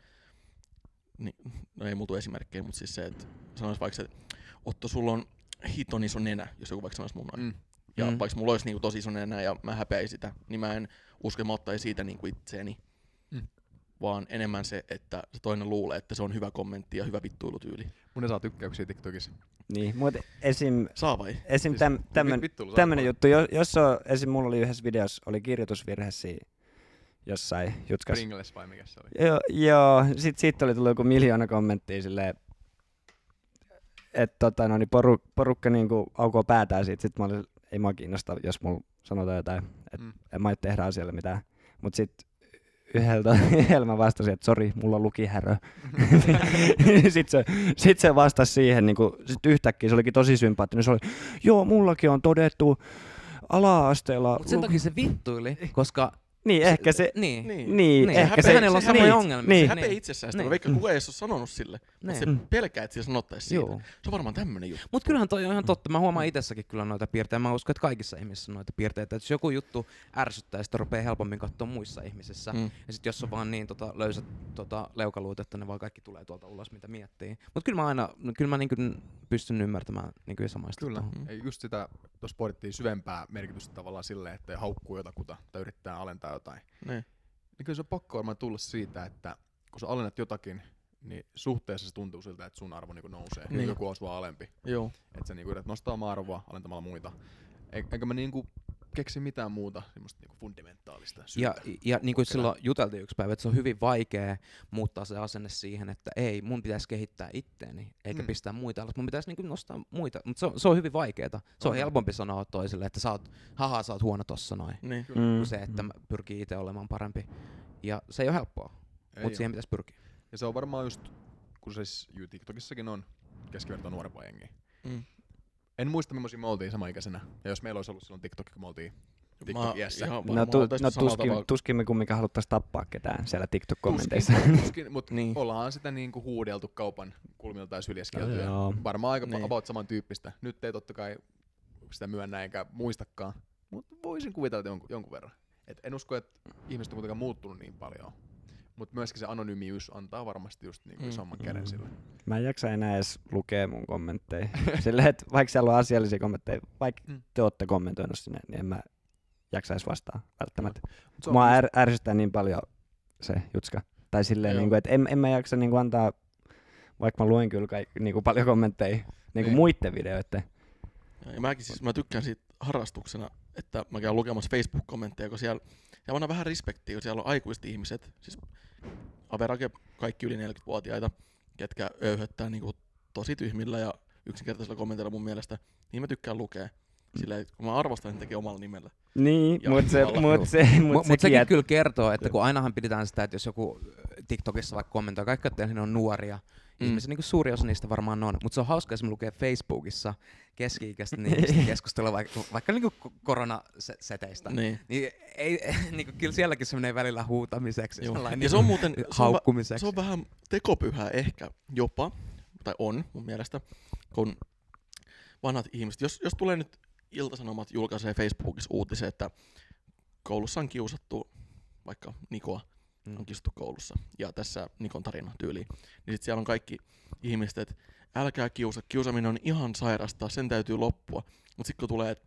niin, no ei muutu esimerkkejä, mutta siis se, että sanois vaikka, että Otto, sulla on hiton iso nenä, jos joku vaikka sanois mun noin. Mm. Ja Mm. vaikka mulla olisi niinku tosi iso nenä ja mä häpeäisin sitä, niin mä en usko, että mä ottaisin siitä niinku itseeni. Mm. Vaan enemmän se, että se toinen luulee, että se on hyvä kommentti ja hyvä vittuilutyyli. Mun ei saa tykkäyksiä TikTokissa. Niin, mutta esim, Saa vai? esim Siis täm, tämmön, vittuilu saa tämmönen paljon. juttu, jos, jos on, esim mulla oli yhdessä videossa, oli kirjoitusvirhe siinä jossain jutkas. Pringles vai mikä se oli? Joo, joo. Sit, siitä oli tullut joku miljoona kommenttia silleen, että tota, no, niin poru, porukka niinku aukoo päätään siitä. Sitten mä olin, ei mua kiinnosta, jos mulla sanotaan jotain, että Mm. en mä ei tehdä asialle mitään. Mut sit yhdeltä yhdellä mä vastasin, että sori, mulla on lukihärö. sit, se, sit se vastasi siihen, niinku, sit yhtäkkiä se olikin tosi sympaattinen. Se oli, joo, mullakin on todettu ala-asteella. Mut sen takia se vittuili, koska... Niin, ehkä se... Niin. Niin. Niin, Niin, ehkä häpeä- se... hänellä on se samoja niin, ongelmia. Niin. Häpeä Niin. itsessään sitä, Niin. niin. vaikka kukaan ei ole sanonut sille. Mutta Niin. se Mm. pelkää, että sillä sanottaisi siitä. Joo. Se on varmaan tämmönen juttu. Mut kyllähän toi on ihan totta. Mä huomaan itsessäkin kyllä noita piirteitä. Mä uskon, että kaikissa ihmisissä on noita piirteitä. Et jos joku juttu ärsyttää, ja sitä rupeaa helpommin katsoa muissa ihmisissä. Mm. Ja sit jos on vaan niin tota, löysät tota, leukaluut, että ne vaan kaikki tulee tuolta ulos, mitä miettii. Mut kyllä mä aina, no, kyllä mä niinku pystyn ymmärtämään niinku samaista. Kyllä. Mm. Ei, just sitä, tuossa pohdittiin syvempää merkitystä tavallaan silleen, että haukkuu jotakuta tai yrittää alentaa jotain. Niin. Niin kyllä se on pakko varmaan tulla siitä, että kun sä alennat jotakin, niin suhteessa se tuntuu siltä, että sun arvo niinku nousee. Niin. Niin. Joku on sua alempi. Joo. Että sä niinku yrität nostaa omaa arvoa alentamalla muita. E- Eikä mä niinku keksi mitään muuta semmoista niinku fundamentaalista Ja, syytä. ja niin kuin Kyllä. silloin juteltiin yksi päivä, että se on hyvin vaikea muuttaa se asenne siihen, että ei, mun pitäisi kehittää itteeni, eikä Mm. pistää muita alas. Mun pitäisi niin nostaa muita, mutta se on, se on hyvin vaikeeta. Se on On. helpompi sanoa toiselle, että sä oot, haha, sä oot huono tossa noin, Niin. Mm. kuin se, että mä pyrkii itse olemaan parempi. Ja se ei ole helppoa, Ei mutta oo. siihen pitäisi pyrkiä. Ja se on varmaan just, kun siis juu, TikTokissakin on keskivertoa nuorempaa jengiä. Mm. En muista, millaisia me oltiin samaikäisenä. Ja jos meillä olisi ollut silloin TikTok, kun me oltiin TikTok-iässä. ihan No, varmaan tu, oltais no samalla tuskin, tavalla. tuskin me kumminkaan haluttais tappaa ketään siellä TikTok-kommenteissa. Tuskin, tuskin mutta Niin. ollaan sitä niinku huudeltu kaupan kulmilta ja syljeskelty. ja Joo. Varmaan aika Niin. niin. about samantyyppistä. Nyt ei totta kai sitä myönnä enkä muistakaan. Mutta voisin kuvitella jonkun, jonkun verran. Et en usko, että ihmiset on kuitenkaan muuttunut niin paljon. Mutta myöskin se anonyymiys antaa varmasti just niinku Mm. isomman käden sille. Mä en jaksa enää edes lukea mun kommentteja. Silleen, että vaikka siellä on asiallisia kommentteja, vaikka Mm. te ootte kommentoinut sinne, niin en mä jaksa edes vastaa välttämättä. Mut se on Mua just- är, ärsyttää niin paljon se jutska. Tai silleen, Joo. niin kuin, että en, en mä jaksa niin kuin antaa, vaikka mä luen kyllä kaik, niin kuin paljon kommentteja niin kuin Niin. muiden videoiden. Ja mäkin siis, mä tykkään siitä harrastuksena, että mä käyn lukemassa Facebook-kommentteja, kun siellä, ja on vähän respektiä, kun siellä on aikuiset ihmiset, siis average kaikki yli neljäkymmentävuotiaita, ketkä öyhöttää niinku tosi tyhmillä ja yksinkertaisilla kommenteilla mun mielestä, niin mä tykkään lukea. Silleen, kun mä arvostan, että tekee omalla nimellä. Niin, Ja mutta se, tavallaan- mut se, mut Mutta mut sekin, sekin että kyllä kertoo, että kun ainahan pidetään sitä, että jos joku TikTokissa vaikka kommentoi, kaikki että ne on nuoria, Mm. ihmisiä, niin kuin suuri osa niistä varmaan on, mutta se on hauska, jos me lukee Facebookissa keski-ikäisten ihmisten keskustelua vaikka, vaikka niin kuin koronaseteistä. Niin. Niin, ei, niin kuin, kyllä sielläkin se menee välillä huutamiseksi, Joo. sellainen Ja se on muuten se on, vä- haukkumiseksi. se on vähän tekopyhää ehkä jopa, tai on mun mielestä, kun vanhat ihmiset, jos, jos tulee nyt Ilta-Sanomat julkaisee Facebookissa uutisen, että koulussa on kiusattu, vaikka Nikoa Mm. on kiusattu koulussa, ja tässä Nikon tarina tyyliin, niin sit siellä on kaikki ihmiset, että älkää kiusa, kiusaaminen on ihan sairasta, sen täytyy loppua. Mutta sitten kun tulee, että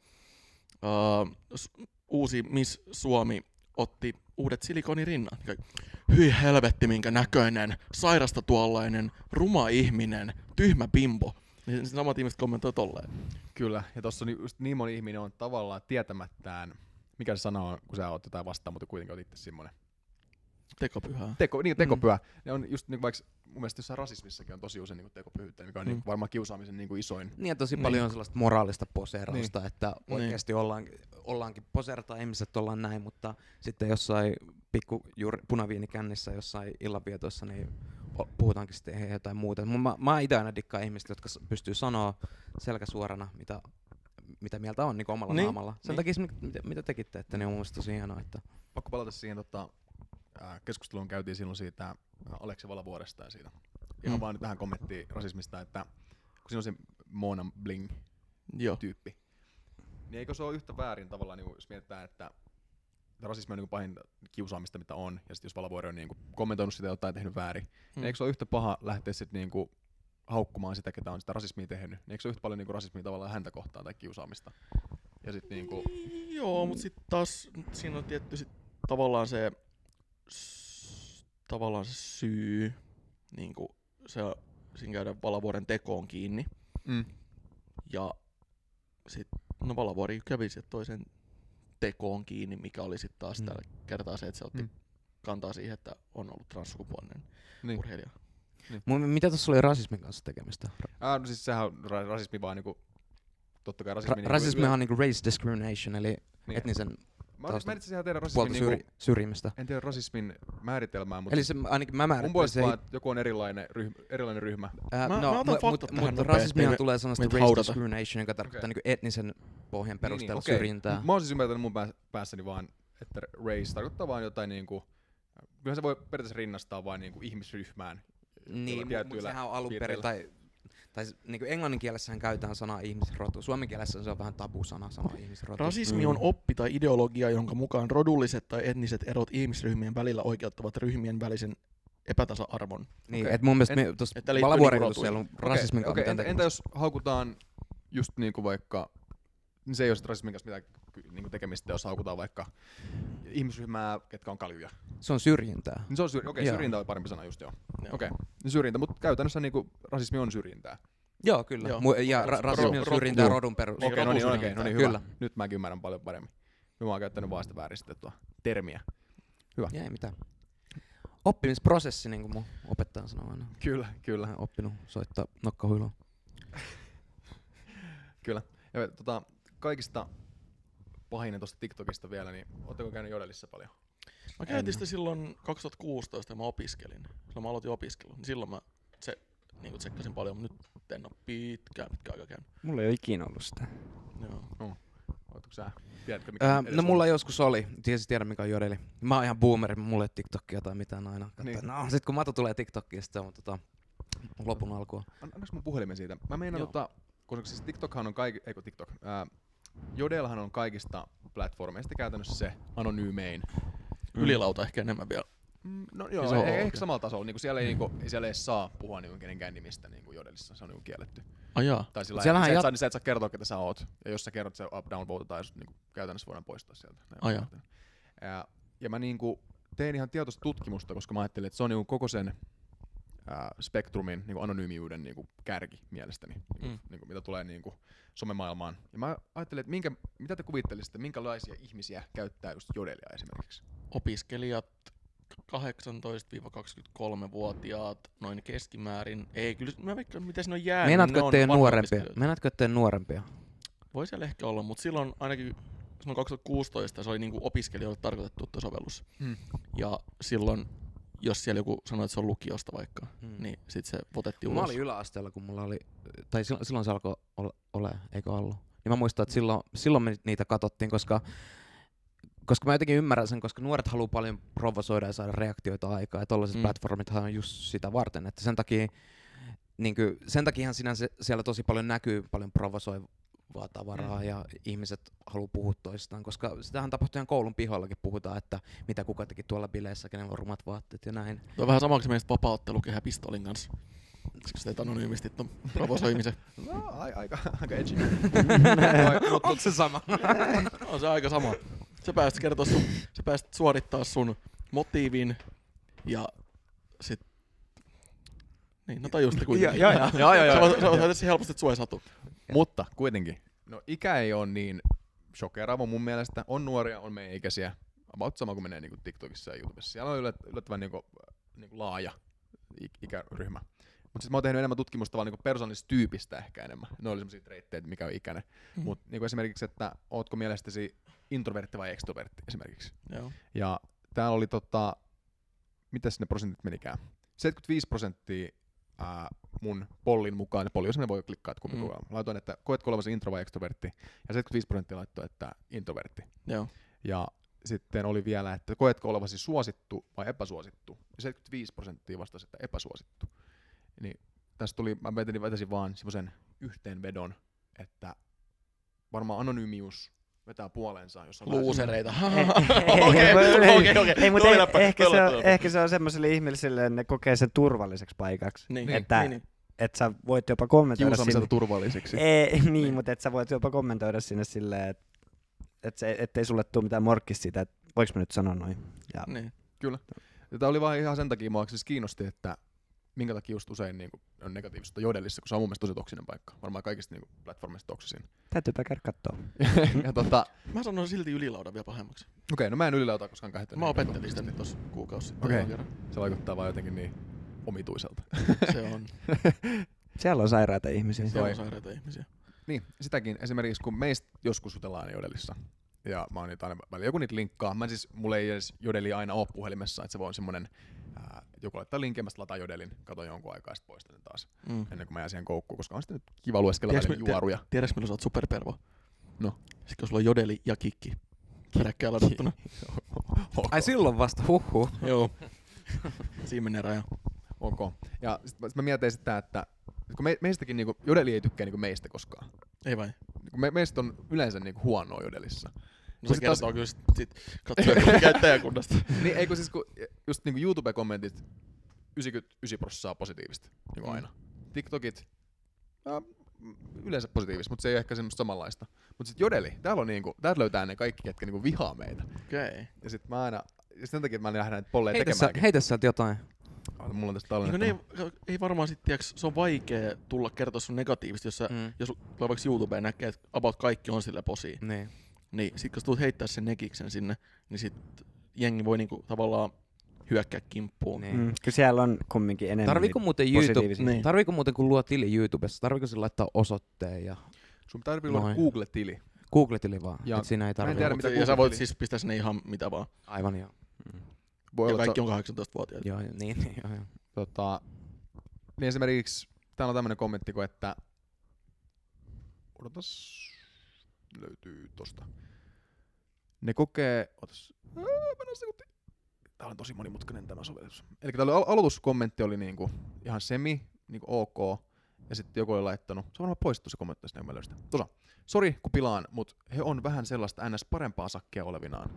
uh, uusi Miss Suomi otti uudet silikonirinnat, niin kaikki, hyi helvetti minkä näköinen, sairasta tuollainen, ruma ihminen, tyhmä bimbo. Niin samat ihmiset kommentoi tolleen. Kyllä, ja tossa on just niin moni ihminen on tavallaan tietämättään, mikä se sana on, kun sä oot jotain vastaan, mutta kuitenkin oot itse semmonen. Tekopyhää. Teko, niin, tekopyhä. Ne on just niin, vaikka mun mielestä jossain rasismissakin on tosi usein niin tekopyhyyttä, mikä on Mm. niin, varmaan kiusaamisen niin kuin isoin. Niin ja tosi Niin. paljon on sellaista moraalista poseerausta, Niin. että Niin. oikeasti ollaan, ollaankin poseerataan ihmiset, ollaan näin, mutta sitten jossain pikku juuri punaviinikännissä jossain illanvietoissa, niin o- puhutaankin sitten he jotain muuta. Mä, mä itse aina dikkaan ihmistä, jotka s- pystyy sanoa selkäsuorana, mitä, mitä mieltä on niin omalla Niin, naamalla. Sen niin. takia se, mitä, mitä tekitte, että niin on mun mielestä tosi hienoa, että Pakko palata siihen tota, ää, keskusteluun käytiin silloin siitä ää, Aleksi Valavuoresta ja siitä. Ihan Mm. vaan nyt tähän kommenttiin rasismista, että kun siinä on se Mona Bling Joo. tyyppi, niin eikö se ole yhtä väärin tavallaan, niin jos mietitään, että rasismi on niin pahinta kiusaamista, mitä on, ja sitten jos Valavuori on niin kommentoinut sitä jotain tehnyt väärin, mm. Mm. niin eikö se ole yhtä paha lähteä sitten niin haukkumaan sitä, ketä on sitä rasismia tehnyt, niin eikö se ole yhtä paljon niin rasismia tavallaan häntä kohtaan tai kiusaamista? Ja sit niin kuin, Joo, mutta sitten taas siinä on tietty sit tavallaan se, s- tavallaan se syy, niin kuin se, siinä käydään Valavuoren tekoon kiinni. mm, Ja sitten, no Valavuori kävi sieltä toisen tekoon kiinni, mikä oli sitten taas Mm. tällä kertaa se, että se otti Mm. kantaa siihen, että on ollut transsukupuolinen niin. urheilija. Mun, mitä tuossa oli rasismin kanssa tekemistä? Ah, no siis sehän on ra- rasismi vaan niinku, totta kai rasismi... Ra- niinku, rasismihan on niinku race discrimination, eli niin. etnisen Mä, taustan mä en itse asiassa tiedä rasismin, puolta niinku, syri, syrjimistä. en tiedä rasismin määritelmää, mutta Eli se, ainakin mä mun määrittelen puolesta se, vaan, että joku on erilainen ryhmä. Erilainen ryhmä. Ää, Mä- no, mä otan mu- faktat mut, tähän mutta nopeasti, rasismihan me- tulee sanasta meitä race haudata. discrimination, joka tarkoittaa Okei. niinku etnisen pohjan perusteella okei. syrjintää. Mä oon siis ymmärtänyt mun pää- päässäni vaan, että race tarkoittaa vaan jotain niinku, kyllähän se voi periaatteessa rinnastaa vain niinku ihmisryhmään. Niin, mutta tietyillä sehän on alun perin, piirteillä. tai, tai s- niinku englannin kielessähän käytetään sanaa ihmisrotu. Suomen kielessä se on vähän tabusana sanoa ihmisrotu. Rasismi Mm. on oppi tai ideologia, jonka mukaan rodulliset tai etniset erot ihmisryhmien välillä oikeuttavat ryhmien välisen epätasa-arvon. Niin, Okei. et mun mielestä En- me, tuossa että liittyy Valavuoren niinku jutussa siellä on rotuihin. rasismin kanssa Okei, mitään entä, entä tekemistä. jos haukutaan just niinku vaikka, niin se ei ole sit rasismin kanssa mitään ky- niinku tekemistä, jos haukutaan vaikka ihmisryhmää, ketkä on kaljuja. Se on syrjintää. Niin se on syr- okei, Joo. syrjintä on parempi sana just joo. Joo. Okei, niin syrjintä, mutta käytännössä niinku rasismi on syrjintää. Joo, kyllä. Joo. Mu- ja ra- Ro- rasismi on ro- syrjintää rotu- rodun perusteella. Okei, no niin, rotusyrjintää. okei, no niin, hyvä. Kyllä. Nyt mäkin ymmärrän paljon paremmin. Mä oon käyttänyt vaan sitä vääristettyä termiä. Hyvä. Ei mitään. Oppimisprosessi, niin kuin mun opettaja sanoo aina. Kyllä, kyllä. Mä oon oppinut soittaa nokkahuilua. Kyllä. Ja tota, kaikista pahinen tuosta TikTokista vielä, niin ootteko käynyt Jodelissa paljon? Mä käytin sitä silloin kaksituhattakuusitoista ja mä opiskelin. Silloin mä aloitin opiskelun. Niin silloin mä se, niin tsekkasin paljon, mutta nyt en oo pitkään pitkään aikaa käynyt. Mulla ei ole ikinä ollut sitä. Joo. No. Ootko sä? Tiedätkö mikä Öö, edes no on? mulla joskus oli. Tiesin tiedä mikä on Jodeli. Mä oon ihan boomeri, mulla ei TikTokia tai mitään aina. Niin. Niin. No sit kun Matu tulee TikTokiin, sit se on tota, lopun alkua. An- Annaks mun puhelimen siitä? Mä meinaan Joo. tota, koska siis TikTokhan on kaikki, eikö TikTok, ää, Jodelhan on kaikista platformeista käytännössä se anonyymein. Ylilauta ehkä enemmän vielä. Mm, no joo, Ja se on ei, ok. ehkä samalla tasolla. Niinku siellä, ei, niinku, siellä ei saa puhua niinku kenenkään nimistä niinku Jodelissa, se on niinku kielletty. Ajaa. Tai sillä Siellähän sä, et jat- saa, sä et saa kertoa, ketä sä oot. Ja jos sä kerrot, se up down votetaan, jos niinku käytännössä voidaan poistaa sieltä. Ajaa. Ja, ja mä niinku tein ihan tietoista tutkimusta, koska mä ajattelin, että se on niinku koko sen ää, spektrumin niinku anonyymiuden niinku kärki mielestäni, niinku, Mm. niinku, mitä tulee niinku somemaailmaan. Ja mä ajattelin, että minkä, mitä te kuvittelisitte, minkälaisia ihmisiä käyttää just Jodelia esimerkiksi? Opiskelijat kahdeksantoista–kaksikymmentäkolme-vuotiaat noin keskimäärin. Ei, kyllä mä veikkaan, miten ne on jäänyt. Meinaatko, ne on ettei vanhoja nuorempia? opiskelijoita. Meinaatko, ettei nuorempia? Voi siellä ehkä olla, mutta silloin ainakin silloin kaksituhattakuusitoista se oli niinku opiskelijoille tarkoitettu tuo sovellus. Hmm. Ja silloin, jos siellä joku sanoi, että se on lukiosta vaikka, Hmm. niin sit se votettiin Mä ulos. olin yläasteella, kun mulla oli, tai silloin, silloin se alkoi ole, ole, eikö ollut? Ja mä muistan, että silloin, silloin me niitä katsottiin, koska, koska mä jotenkin ymmärrän sen, koska nuoret haluaa paljon provosoida ja saada reaktioita aikaa, ja tollaiset Mm. mm. platformithan on just sitä varten, että sen takia, niin kuin, sen takiahan sinänsä siellä tosi paljon näkyy paljon provosoivaa tavaraa, Mm. ja ihmiset haluaa puhua toistaan, koska sitähän tapahtuu ihan koulun pihoillakin, puhutaan, että mitä kuka teki tuolla bileissä, kenellä on rumat vaatteet ja näin. Tuo on vähän sama kuin meistä vapaaottelukehä pistolin kanssa. Siksi teet anonyymisti ton provosoimisen. No, ai, aika, aika edgy. Onko se sama? On se aika sama. Sä pääst kertoa sun, sä pääst suorittaa sun motiivin ja sit... Niin, no tajusitte kuitenkin. Joo, joo, joo, joo, Sä voit- joo. sä voit tietysti helposti, että sua ei satu. Mutta kuitenkin, no ikä ei ole niin shokeraava mun mielestä. On nuoria, on meidän ikäisiä. About sama kuin menee niinku TikTokissa ja YouTubessa. Siellä on yllät- yllättävän niinku, niinku laaja ik- ikäryhmä. Mutta sitten mä oon tehnyt enemmän tutkimusta vaan niinku persoonallisesta tyypistä ehkä enemmän. Ne oli semmosia treitteitä, mikä on ikäinen. Mm. Mutta niinku esimerkiksi, että ootko mielestäsi introvertti vai extrovertti esimerkiksi. Joo. Ja täällä oli tota, mitäs ne prosentit menikään? seitsemänkymmentäviisi prosenttia ää, mun pollin mukaan, ja polli, jos ne voi klikkaa, että kumpi Mm. mm. Laitoin, että koetko olevasi intro vai extrovertti, ja seitsemänkymmentäviisi prosenttia laittoi, että introvertti. Joo. Ja sitten oli vielä, että koetko olevasi suosittu vai epäsuosittu, ja seitsemänkymmentäviisi prosenttia vastasi, että epäsuosittu. Niin tästä tuli, mä vetäsin, vetäsin vaan semmoisen yhteenvedon, että varmaan anonyymius vetää puoleensa, jos on vähän Luusereita. Okei, okei, okei. Ei, mutta Toi eh- läppä, ehkä, toi se läppä, on, toi läppä. ehkä se on semmoisille ihmisille, että ne kokee sen turvalliseksi paikaksi. Niin, että- niin, niin. Että sä voit jopa kommentoida kiusaamiselta sinne. turvallisiksi. Ei, niin, mutta että sä voit jopa kommentoida sinne silleen, että et se, ettei sulle tule mitään morkkista siitä, että voiko mä nyt sanoa noin. Ja Niin. Tämä oli vaan ihan sen takia, mua siis kiinnosti, että minkä takia just usein niin on negatiivista Jodelissa, kun se on mun mielestä tosi toksinen paikka. Varmaan kaikista niin platformista toksisin. täytyypä käydä kattoo. ja tota, Mä sanon silti ylilaudan vielä pahemmaksi. okei, no mä en ylilautaa koskaan käsittänyt. Mä opettelin sitä nyt tossa kuukausi sitten. Okei. ekan kerran. Se vaikuttaa vaan jotenkin niin omituiselta. Se on. Siellä on sairaita ihmisiä. Se on Toi. sairaita ihmisiä. Niin, sitäkin esimerkiksi kun meistä joskus jutellaan Jodelissa, ja mä oon niitä aina välillä joku niitä linkkaa. Mä siis, mulla ei edes Jodeli aina oo puhelimessa, että se voi semmonen, ää, joku laittaa linkin, mä sit lataan Jodelin, katon jonkun aikaa ja sit poistan sen taas, Mm. ennen kuin mä jään siihen koukkuun, koska on sitten nyt kiva lueskella Tiedätkö välillä mi- juoruja. Tiedätkö milloin sä oot superpervo? No. Sitten kun sulla on jodeli ja kikki. Peräkkäin ladattuna. Ai silloin vasta, huhhuh. Joo. Siinä menee raja. Ok. Ja sit, mä- sit mä mietin sitä, että kun me, meistäkin niinku, Jodeli ei tykkää niinku meistä koskaan. Ei vai? Niinku me, meistä on yleensä niinku huonoa Jodelissa. No se sit kertoo kyllä sit, sit katsojakunnan käyttäjäkunnasta. Niin eikö siis kun just niinku YouTube-kommentit yhdeksänkymmentäyhdeksän prosenttia positiivista niinku Mm. aina. TikTokit äh, yleensä positiivista, mutta se ei ole ehkä semmoista samanlaista. Mutta sitten Jodeli, täällä on niinku, täältä löytää ne kaikki, ketkä niinku vihaa meitä. Okei. Okay. Ja sitten mä aina, ja sen takia että mä lähden näitä polleja Heitä, sä, tekemäänkin. heitä sieltä jotain. Ah, mulla on tästä Niin tallennetta. ne ei, ei varmaan sit, tiiäks, se on vaikea tulla kertoa sun negatiivista, jos, sä, Mm. jos tulee vaikka YouTubeen näkee, että about kaikki on sille posi. Niin. Niin sit kun sä tulet heittää sen nekiksen sinne, niin sit jengi voi niinku tavallaan hyökkää kimppuun. Niin. Mm, kyllä siellä on kumminkin enemmän Tarviiko muuten YouTube, positiivisia. Niin. tarviiko muuten kun luo tili YouTubessa, tarviiko se laittaa osoitteen ja Sun tarvii olla Noin. Google-tili. Google-tili vaan, Ja että siinä ei en tarvitse. tiedä, Mut mitä se- ja sä voit Google-tili- siis pistää sinne ihan mitä vaan. Aivan joo. Voi Ja olla, kaikki että- on kahdeksantoistavuotiaita. Joo, joo, niin, niin, joo, joo. Tota, niin esimerkiksi täällä on tämmönen kommentti, kun että odotas, löytyy tosta. Ne kokee, otas, ää, mennään sekunti. Tää on tosi monimutkainen tämä sovellus. Eli täällä al- aloituskommentti oli niinku ihan semi, niinku ok, ja sitten joku oli laittanut, se on varmaan poistettu se kommentti tästä, kun mä löysin sitä. Tuossa, sori kun pilaan, mut he on vähän sellaista ns. Parempaa sakkia olevinaan.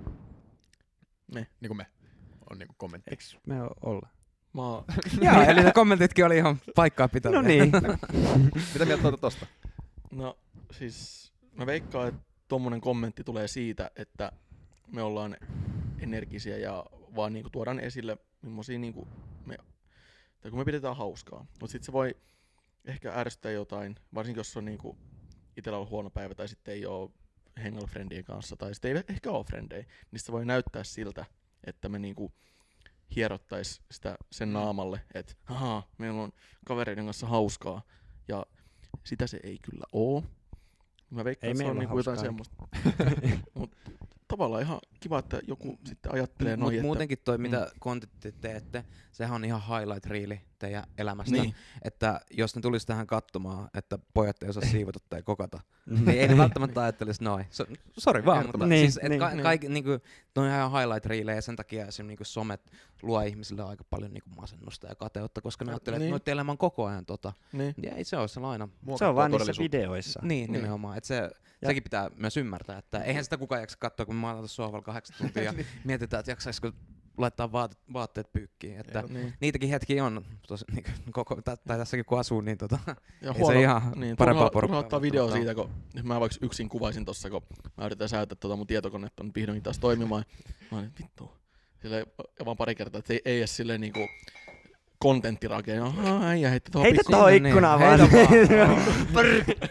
Ne. Niinku me, on niinku kommentti. Eiks me o- olla? Mä oon Joo, eli ne kommentitkin oli ihan paikkaa pitäviä. No niin. Mitä mieltä olet tosta? No siis mä veikkaan, että tommonen kommentti tulee siitä, että me ollaan energisiä ja vaan niinku tuodaan esille millaisia niinku me, tai kun me pidetään hauskaa. Mut sit se voi ehkä ärsyttää jotain, varsinkin jos on niinku itellä on huono päivä tai sitten ei oo hengailu friendien kanssa tai sitten ei ehkä oo frendejä, niin se voi näyttää siltä, että me niinku hierottais sitä sen naamalle, että ahaa, meillä on kavereiden kanssa hauskaa ja sitä se ei kyllä oo. Mä veikkaan, Ei että se on meillä niinku jotain hauskaa. semmoista. Mut tavallaan ihan kiva, että joku sitten ajattelee Mut noin, että muutenkin toi, mm. mitä kontentti teette, sehän on ihan highlight reeli teidän elämästä. niin, Että jos ne tulisi tähän katsomaan, että pojat ei osaa siivota tai kokata, niin ei ne välttämättä ajattelisi noin. So, sori vaan, mutta Niin, siis, et niin, ka- niin. kaikki, niinku, toi on ihan highlight reelejä ja sen takia esim. Niinku somet luo ihmisille aika paljon niinku masennusta ja kateutta, koska ne ajattelee, että Niin. noiden elämä on koko ajan tota. niin. Ja ei se ole sellainen. Se on vaan niissä todellisuutta. videoissa. Niin, Niin. nimenomaan. Että se, Ja- sekin pitää myös ymmärtää, että eihän sitä kukaan jaksa katsoa, kun me maalataan sohvalla kahdeksan tuntia ja mietitään, että jaksaisiko laittaa vaat, vaatteet pyykkiin. Että niin. niitäkin hetkiä on, tosi, niin koko, tai, tai tässäkin kun asuu, niin tota, Ja ei se ihan niin, parempaa turha- porukkaa turha ottaa video välttämättä siitä, kun nyt mä vaikka yksin kuvaisin tossa, kun mä yritän säätää tota mun tietokonetta nyt vihdoinkin taas toimimaan. Mä olin, vittu. Silleen, ja vaan pari kertaa, että ei, ei edes silleen niinku kontenttirakenne. Ahaa, äijä heitti tuohon Heitä pikku- tuohon Niin, ikkunaan heitä vaan.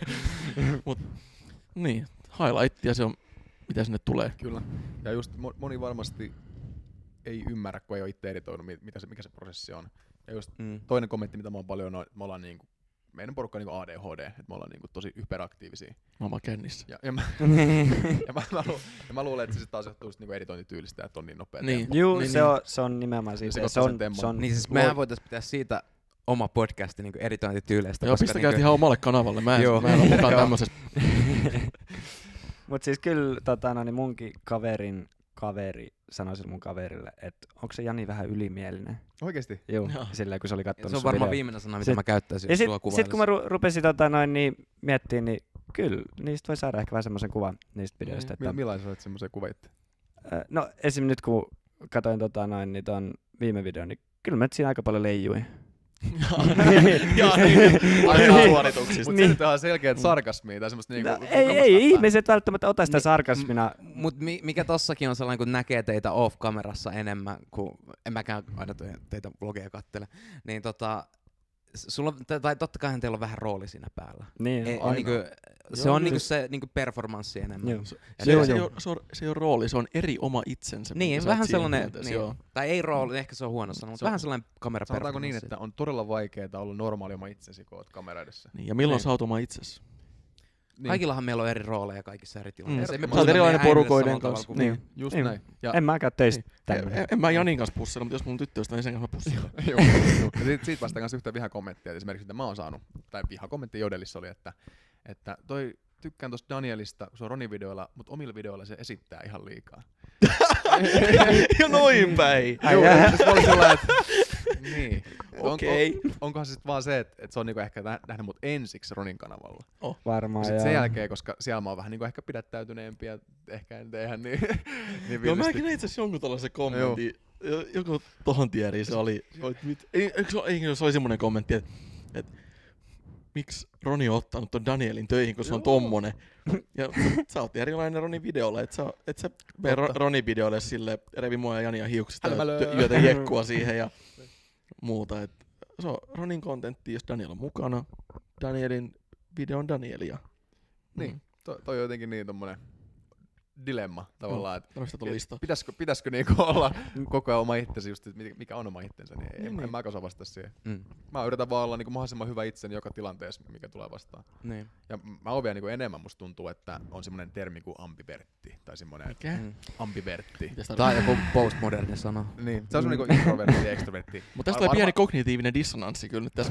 Mut, niin, highlightia se on, mitä sinne tulee. Kyllä. Ja just mo- moni varmasti ei ymmärrä, kun ei ole itse editoinut, mi- mitä se, mikä se prosessi on. Ja just mm. toinen kommentti, mitä mä oon paljon, on, että me ollaan niinku, meidän porukka on niinku A D H D, että me ollaan niinku tosi hyperaktiivisia. Mä oon vaan kännissä. Ja, ja, mä, ja, mä, mä, lu, ja mä luulen, että se sit taas johtuu just niinku editointityylistä, että on niin nopea Niin. tempo. Juu, Niin, se, niin. on, se on nimenomaan siitä. Se Se, ottaa on, sen tempon. se on, Niin siis mehän voitais pitää siitä oma podcasti niin editointityyleistä. Joo, pistäkää niinku, ihan omalle kanavalle. Mä en, Joo. mä en ole mukaan Joo. tämmöisessä. Mut siis kyllä tota, no, niin munkin kaverin kaveri sanoi sille mun kaverille, että onko se Jani vähän ylimielinen. Oikeesti? Joo, Joo. silleen kun se oli kattonut se on sun varmaan videon. viimeinen sana, mitä Sit- mä käyttäisin, Ja jos sit, sua sit kun mä kuvailisin. ru- rupesin tota, noin, niin, miettimään, niin kyllä, niistä voi saada ehkä vähän semmoisen kuvan niistä videoista. Mi- Että, millainen sä olet semmoisen kuva itse? äh, no esim. Nyt kun katsoin tota, noin, niin ton viime videon, niin kyllä mä nyt siinä aika paljon leijuin. Jaa, niin. Aina suorituksista. Mut Niin. se nyt on ihan selkeät sarkasmia tai semmoista niinku... No, ei, ei ihmiset välttämättä ota sitä Niin, sarkasmina. Mut mi- mikä tossakin on sellainen, kun näkee teitä off-kamerassa enemmän, kun en mäkään aina te- teitä vlogeja kattele, niin tota, s- sulla, on- tai totta kai teillä on vähän rooli siinä päällä. Niin, Ei, aina. niinku, se Joo, on niinku siis- se niinku performanssi enemmän. Joo. Se, Ja se, Joo, se, ei joo. ole, se, on, se ei ole rooli, se on eri oma itsensä. Niin, mitä sä vähän oot siinä sellainen, tilanteessa, niin. joo. Tai ei rooli, ehkä se on huono sana, mutta Se on- vähän sellainen kameraperformanssi. Sanotaanko niin, että on todella vaikeaa olla normaali oma itsesi, kun oot kamera edessä. Niin, ja milloin Niin. sä oot oma itsesi? Niin. Kaikillahan meillä on eri rooleja kaikissa eri tilanteissa. Mm. Ei me Sä puhuta oot erilainen meidän äidille porukoiden samalla kanssa. tavalla kuin- Niin. Just Niin. näin. Ja, En mäkään teistä En, tämmöinen. en, en mä Janin kanssa pussilla, mutta jos mun tyttöystä, niin sen kanssa mä pussilla. Joo, joo. Ja siitä, siitä vasta kanssa yhtä vihakommenttia, esimerkiksi mitä mä oon saanut, tai vihakommentti Jodelissa oli, että, että toi tykkään tosta Danielista, kun se on Roni-videoilla, mutta omilla videoilla se esittää ihan liikaa. Ja noin päin. Ai Joo, jää. ja sit mä olin sellainen, että niin. On- Okei. on, onkohan se sit vaan se, että, että se on niinku ehkä nä- nähnyt mut ensiksi Ronin kanavalla. Varmaan, Ja sit joo. sen jälkeen, koska siellä mä oon vähän niinku ehkä pidättäytyneempi ja ehkä en tee ihan niin, niin Joo, villisti. mäkin näin itse asiassa jonkun tällaisen kommentin. Jo- Joku tohon tieri se oli. Oot mit- Ei, eikö se, eikö se oli semmonen kommentti, että et, miksi Roni on ottanut ton Danielin töihin, kun se on Joo. tommonen. Ja sä oot erilainen Ronin videolla, et sä, et sä mene Ro- Totta. Ronin videolle sille revi mua ja Jania hiuksista ja Hälmälöö. ty- yötä jekkua siihen ja muuta. Et se on Ronin kontentti, jos Daniel on mukana. Danielin video on Danielia. Niin. To, toi on jotenkin niin tommonen dilemma tavallaan, että Tämmöistä tuli listaa. pitäisikö, pitäisikö niinku olla koko ajan oma itsesi just, että mikä on oma itsensä, niin en, Niin. en mä osaa vastata siihen. Mm. Mä yritän vaan olla niinku mahdollisimman hyvä itseni joka tilanteessa, mikä tulee vastaan. Niin. Ja mä oon vielä niinku enemmän, musta tuntuu, että on semmoinen termi kuin ambivertti, tai semmoinen Mikä? Mm. ambivertti. Mitäs Tai tarkoittaa? joku postmoderni sana. Niin, se on semmoinen niinku introvertti ja extrovertti. Mutta tästä tulee Varma- pieni kognitiivinen dissonanssi kyllä nyt tässä.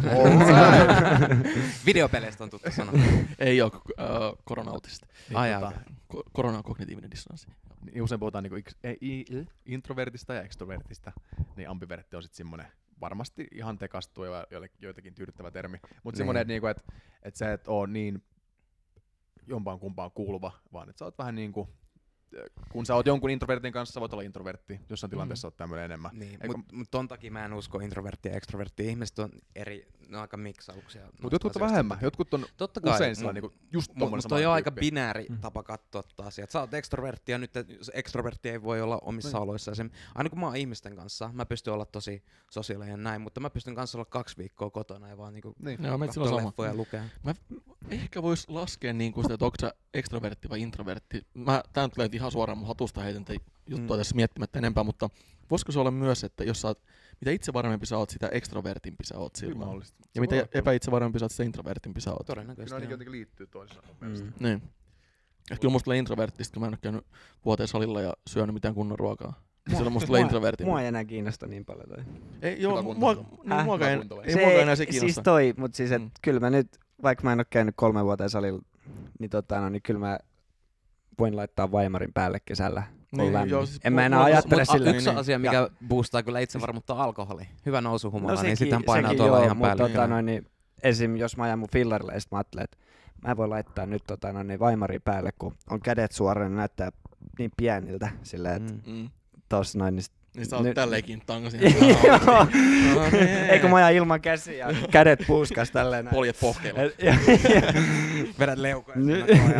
Videopeleistä on tuttu sana. Ei oo äh, koronautista. Ai tota, jaa, okei. Ko- korona on kognitiivinen dissonanssi. niin usein puhutaan niinku ik- ei, i- introvertista ja extrovertista, niin ambivertti on sitten semmoinen varmasti ihan tekastuu ja joille- joitakin tyydyttävä termi. Mutta Niin. semmoinen, että niinku, et, et sä et oo niin jompaan kumpaan kuuluva, vaan että sä oot vähän niinku, kun sä oot jonkun introvertin kanssa, sä voit olla introvertti, jossain tilanteessa mm. oot tämmöinen enemmän. Niin, Eikö- mutta mut ton takia mä en usko introverttia ja extroverttia. Ihmiset on eri, ne on aika miksauksia. Mutta jotkut on vähemmän, jotkut on Totta kai. usein sellainen niinku just Mutta tommonen mut toi on sama aika tyyppi. binääri tapa katsoa tota asiaa. Sä oot extrovertti ja nyt se extrovertti ei voi olla omissa Niin. oloissa. Se, aina kun mä oon ihmisten kanssa, mä pystyn olla tosi sosiaalinen ja näin, mutta mä pystyn kanssa olla kaksi viikkoa kotona ja vaan niinku Niin. Joo, meitä silloin katsoa sama. leffoja ja lukea. Ehkä vois laskea niin kuin sitä, että onko sä extrovertti vai introvertti. Mä, tää nyt tulee ihan suoraan mun hatusta heitän tätä juttua Mm. tässä miettimättä enempää, mutta voisiko se olla myös, että jos sä oot, mitä itse varmempi sä oot, sitä extrovertimpi sä oot Hyvin silloin. mahdollista. Ja Se mitä voi olla kyllä. epäitse varmempi sä oot, sitä introvertimpi sä oot. Kyllä Todennäköisesti. ne ainakin joo. jotenkin liittyy toisiinsa mun mielestä. Mm. Niin. Ja kyllä musta tulee introverttista, kun mä en oo käynyt vuoteen salilla ja syönyt mitään kunnon ruokaa. Niin silloin musta tulee introvertti. Mua ei enää kiinnosta niin paljon toi. Ei, joo, Hyvä mua, kunto. niin, Häh? muakaan ei, Hyvä kunto vai? ei muakaan enää se kiinnosta. siis toi, mut siis et Mm. kyllä mä nyt, vaikka mä en oo käynyt kolme vuoteen salilla, niin tota no, niin kyllä mä voin laittaa vaimarin päälle kesällä. On Niin, lämmin. joo, siis en mu- mä enää mua- ajattele mut- a- sille. Yksi niin, asia, mikä boostaa kyllä itsevarmuutta, on alkoholi. Hyvä nousuhumala, No niin sekin- sitä painaa sekin tuolla joo, ihan mut päälle. Tota, noin, niin, esim. Jos mä ajan mun fillarille, ja sit mä ajattelen, että mä voin laittaa nyt tota, noin, niin vaimari päälle, kun on kädet suoraan, niin näyttää niin pieniltä. Silleen, että Mm. Mm. tossa noin, niin sit- Niin sä oot Nyt- tälleenkin tankasin. Joo. No niin. Ei kun mä ajan ilman käsiä, kädet puuskas tälleen näin. Poljet pohkeilla. Et- ja- ja- Vedät leukoja. Nyt- siinä koko ajan.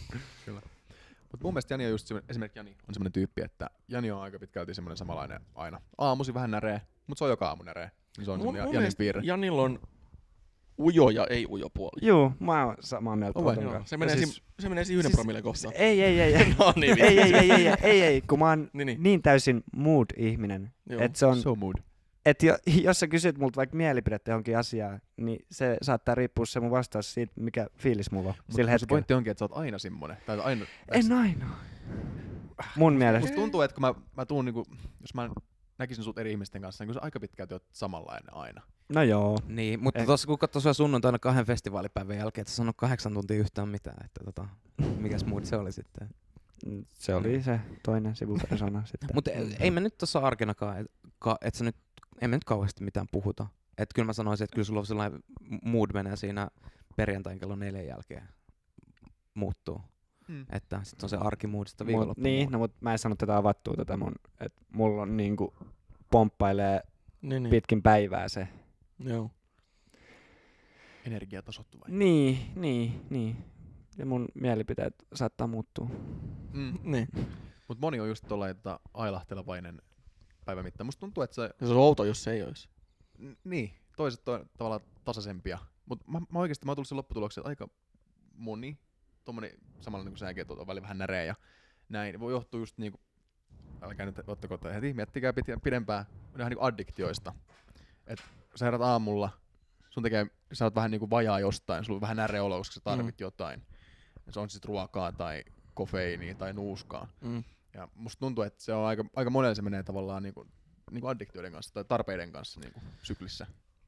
Mutta mun mielestä Jani on just semmoinen, esimerkiksi Jani on semmoinen tyyppi, että Jani on aika pitkälti semmoinen samanlainen aina. Aamusi vähän näreä, mutta se on joka aamu näreä. Niin se on Mun, semmoinen mun Janin mielestä piirre. Janilla on ujo ja ei ujo puoli. Juu, mä oon samaa mieltä. On vai? Oton Joo, kanssa. se menee, siis- siis, se menee siinä yhden siis- promille kohtaan. Ei, ei, ei, ei. No niin, ei, ei, ei, ei, ei, ei, ei, kun mä oon Niin, niin. niin täysin mood-ihminen. Joo. Että se on, So mood. et jo, jos sä kysyt multa vaikka mielipidettä johonkin asiaan, niin se saattaa riippua se mun vastaus siitä, mikä fiilis mulla on Mutta sillä se hetkellä. pointti onkin, että sä oot aina semmoinen. Tai aina, En aina. Mun mielestä. Musta tuntuu, että kun mä, mä tuun, niinku, jos mä näkisin sut eri ihmisten kanssa, niin kun sä aika pitkälti oot samanlainen aina. No joo. Niin, mutta Eh. tuossa kun katsoi sua sunnuntaina kahden festivaalipäivän jälkeen, et sä sanonut kahdeksan tuntia yhtään mitään, että tota, mikäs mood se oli sitten. Se oli se toinen sivupersona sitten. Mutta ei me nyt tuossa arkenakaan, että ka, et sä nyt, ei me nyt kauheasti mitään puhuta. Että kyllä mä sanoisin, että kyllä sulla on sellainen mood menee siinä perjantain kello neljän jälkeen muuttuu. Mm. Että sit on se arkimood, sitten Mut, viikonloppu. niin, no mut mä en sano tätä avattua tätä mun, että mulla on niinku pomppailee Niin, niin. pitkin päivää se. Joo. Energiatasottu vai? Niin, niin, niin. Ja mun mielipiteet saattaa muuttua. Mm. Niin. Mut moni on just tollainen, että ailahtelevainen päivän mittaan. Musta tuntuu, että se, Se on outo, jos se ei olisi. n- niin, toiset on tavallaan tasaisempia. Mut mä, mä oikeesti mä oon tullut sen lopputulokseen, että aika moni, tommonen samanlainen kuin säkin, että on väli vähän näreä ja näin, voi johtua just niinku, älkää nyt ottako tätä heti, miettikää pit- pidempään, vähän niinku addiktioista. Et sä herät aamulla, sun tekee, sä oot vähän niinku vajaa jostain, sulla on vähän näreä olo, koska sä tarvit mm. jotain. Ja se on sit ruokaa tai kofeiiniä tai nuuskaa. Mm. Ja musta tuntuu, että se on aika, aika monella se menee tavallaan niinku, niinku addiktioiden kanssa tai tarpeiden kanssa niinku syklissä.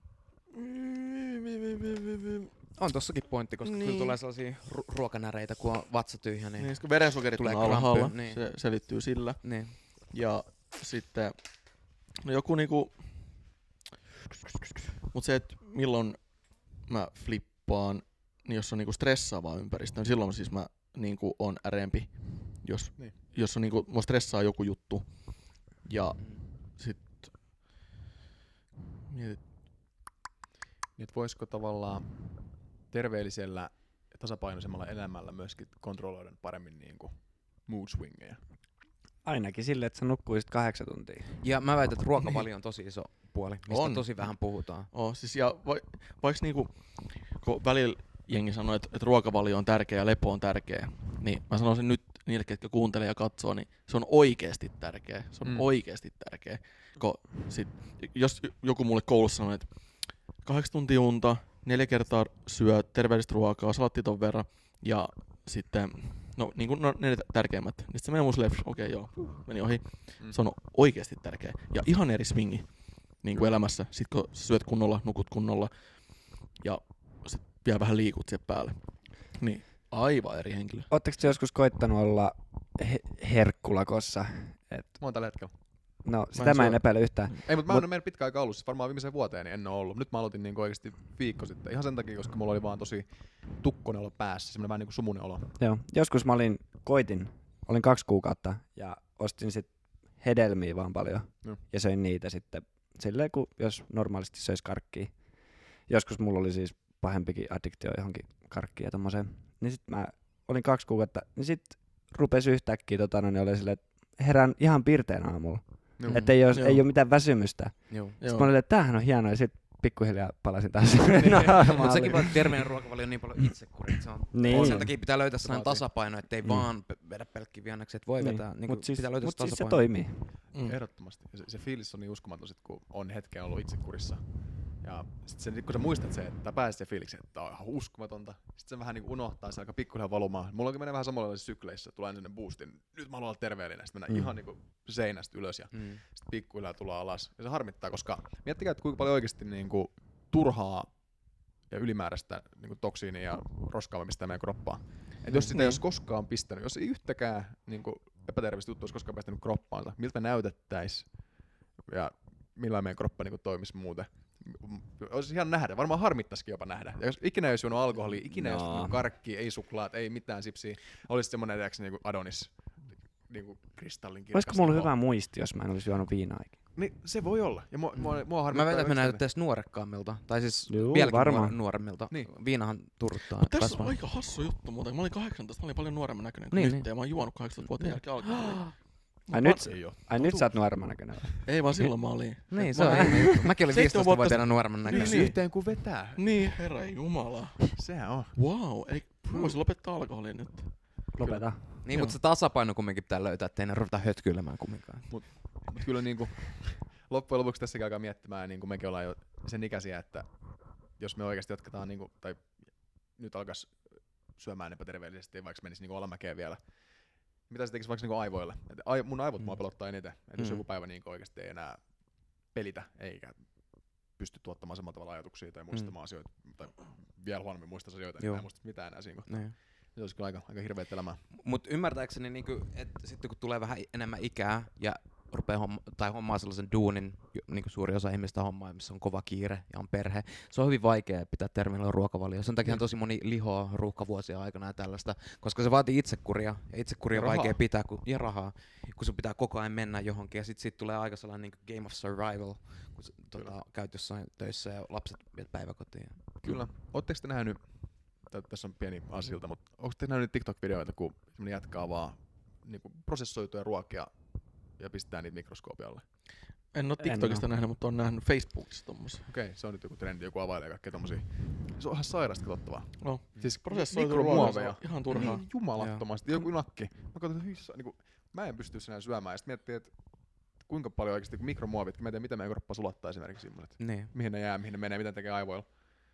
On tossakin pointti, koska Niin. kyllä tulee sellaisia ru- ruokanäreitä, kun on vatsa tyhjä, niin, Niin, kun verensokerit Tulee on alhaalla, kramppi, niin. se selittyy sillä. niin. Ja sitten no joku niinku, mut se, että milloin mä flippaan, niin jos on niinku stressaavaa ympäristö, niin silloin siis mä niinku on äreempi, jos, Niin. jos on niinku, mua stressaa joku juttu. Ja sit mietit, Niin et voisiko tavallaan terveellisellä ja tasapainoisemmalla elämällä myöskin kontrolloida paremmin niinku mood swingeja. Ainakin sille, että sä nukkuisit kahdeksan tuntia. Ja mä väitän, että ruokavalio on tosi iso puoli, mistä On. tosi vähän puhutaan. oh, siis ja vai, vaikka niinku, kun välillä jengi sanoo, että, että ruokavalio on tärkeä ja lepo on tärkeä, niin mä sanoisin nyt, niille, ketkä kuuntelee ja katsoo, niin se on oikeasti tärkeä. Se on Mm. mm. oikeasti tärkeä. Ko, sit, jos joku mulle koulussa sanoo, että kahdeksan tuntia unta, neljä kertaa syö terveellistä ruokaa, salattia ton verran, ja sitten, no niin kuin no, ne tärkeimmät. Niin sitten se menee mun silleen, okei okay, joo, meni ohi. Mm. Se on oikeasti tärkeä. Ja ihan eri swingi niin kuin elämässä. Sitten kun syöt kunnolla, nukut kunnolla, ja sit vielä vähän liikut siihen päälle. Niin, aivan eri henkilö. Ootteko te joskus koittanut olla he- herkkulakossa? Et, Mä oon tällä hetkellä. no, sitä en mä en syö. epäile yhtään. Ei, mutta mä Mut- oon meillä pitkä aika ollut, siis varmaan viimeiseen vuoteen niin en oo ollut. Nyt mä aloitin niinku oikeesti viikko sitten. Ihan sen takia, koska mulla oli vaan tosi tukkonen olo päässä, semmonen vähän niinku sumunen olo. Joo. Joskus mä olin, koitin, olin kaksi kuukautta ja ostin sit hedelmiä vaan paljon Joo. ja söin niitä sitten silleen, kun jos normaalisti söis karkkia. Joskus mulla oli siis pahempikin addiktio johonkin karkkiin ja tommoseen. Niin sit mä olin kaksi kuukautta, niin sit rupesi yhtäkkiä tota, no, niin oli silleen, että herään ihan pirteen aamulla. Joo. Mm. Että ei, oo- Joo. ei ole mitään väsymystä. Joo. Sitten mä olin, että tämähän on hienoa ja sit pikkuhiljaa palasin taas Mutta normaaliin. sekin vaan, että terveinen ruokavalio on niin paljon itsekuria, että se on, Niin. sen takia pitää löytää sellainen Vaatii. tasapaino, ettei Mm. vaan pe- vedä pelkkiä vianneksia, että voi Niin. vetää, niin Mut siis, pitää löytää mut se siis se tasapaino. toimii. Mm. Ehdottomasti. Ja se, se fiilis on niin uskomaton, sit, kun on hetken ollut itsekurissa. Ja sit sen, kun sä muistat se, että pääset se fiiliksi, että tää on ihan uskomatonta, sit sen vähän niin unohtaa, se alkaa pikkuhiljaa valumaan. Mulla onkin menee vähän samanlaisissa sykleissä, tulee aina sellainen boostin, nyt mä haluan olla terveellinen, sit mennään Mm. ihan niinku seinästä ylös ja Mm. sit pikkuhiljaa tullaan alas. Ja se harmittaa, koska miettikää, että kuinka paljon oikeesti niinku turhaa ja ylimääräistä niinku toksiinia ja roskaa mistä meidän kroppaan. Et jos sitä ei Niin. olisi koskaan pistänyt, jos ei yhtäkään niinku epäterveistä juttua olisi koskaan pistänyt kroppaansa, miltä me näytettäis ja millä meidän kroppa niinku toimisi muuten. Olisi ihan nähdä, varmaan harmittaisikin jopa nähdä. Ja jos ikinä ei olisi juonut alkoholia, ikinä ei No. olisi juonut karkkia, ei suklaat, ei mitään sipsiä, olisi semmoinen tiiäks, niinku Adonis, niinku kristallin kirkas. Olisiko mulla iho. hyvä muisti, jos mä en olisi juonut viinaa ikinä? Niin, se voi olla. Ja mua, mua, mua Mä harmittaa väitän, että me yhtään- näytettäisiin nuorekkaammilta, tai siis Juu, vieläkin varmaan. nuor- nuoremmilta. Niin. Viinahan turruttaa Mutta tässä kasvaa. on aika hassu juttu muuten. Mä olin kahdeksantoista, mä olin paljon nuoremman näköinen kuin Niin, nyt, niin. ja mä oon juonut kahdeksantoista vuoden jälkeen alkoholia. Ai nyt, Ei oo. ai nyt sä oot nuoremman näköinen. Ei vaan silloin mä olin. Niin, Et se mä- on ihme juttu. Mäkin olin Seitsemän viisitoistavuotiaana vuotta- nuoremman Niin, näköinen. Niin, niin. yhteen kuin vetää. Niin, herra jumala. Sehän on. Wow, ei, mä voisin lopettaa alkoholia nyt. Lopeta. Niin, Joo. mutta se tasapaino kumminkin pitää löytää, ettei ne ruveta hötkyilemään kumminkaan. Mut kyllä niinku, loppujen lopuksi tässäkin alkaa miettimään, niin kuin mekin ollaan jo sen ikäisiä, että jos me oikeasti jatketaan, niinku, tai nyt alkaisi syömään epäterveellisesti, vaikka menisi niinku alamäkeen vielä, mitä se tekisi vaikka niinku aivoille? Et ai, mun aivot Mm. mua pelottaa eniten, että jos Mm. joku päivä niinku oikeasti ei enää pelitä, eikä pysty tuottamaan samalla tavalla ajatuksia tai muistamaan mm. asioita, tai vielä huonommin muistaa asioita, niin Joo. mä en muista mitään enää siinä kohtaa. Niin. Se olisi kyllä aika, aika hirveet elämää. Mut ymmärtääkseni, niinku, että sitten kun tulee vähän enemmän ikää ja rupeaa homma, tai hommaa sellaisen duunin, jo- niinku suuri osa ihmistä hommaa, missä on kova kiire ja on perhe, se on hyvin vaikea pitää terveellä ruokavalio. Sen takia tosi moni lihoa ruuhkavuosia aikana ja tällaista, koska se vaatii itsekuria, ja itsekuria on Ja rahaa. vaikea pitää, kun, ja rahaa, kun sun pitää koko ajan mennä johonkin, ja sit siitä tulee aika sellainen niinku Game of Survival, kun sä, tota, käyt jossain töissä ja lapset viet päiväkotiin. Kyllä. Ootteko te nähnyt, tä- tässä on pieni asilta, mutta onko te nähnyt TikTok-videoita, kun semmonen jatkaa vaan niinku prosessoituja ruokia ja pistää niitä mikroskoopin alle? En oo En TikTokista oo. nähnyt, mutta on nähnyt Facebookissa tommosia. Okei, se on nyt joku trendi, joku availee kaikkea tommosia. Se on ihan sairasta katsottavaa. No, Siis prosessoitu mikromuoveja. ruoka, se on ihan turhaa. Niin jumalattomasti. Joku nakki. Mä katsoin, että hyssä, niinku, mä en pysty enää syömään. Ja sit miettii, että kuinka paljon oikeesti kun mikromuovit, mä en tiedä mitä meidän kroppa sulattaa esimerkiksi semmoset. Niin. Mihin ne jää, mihin ne menee, mitä ne tekee aivoilla.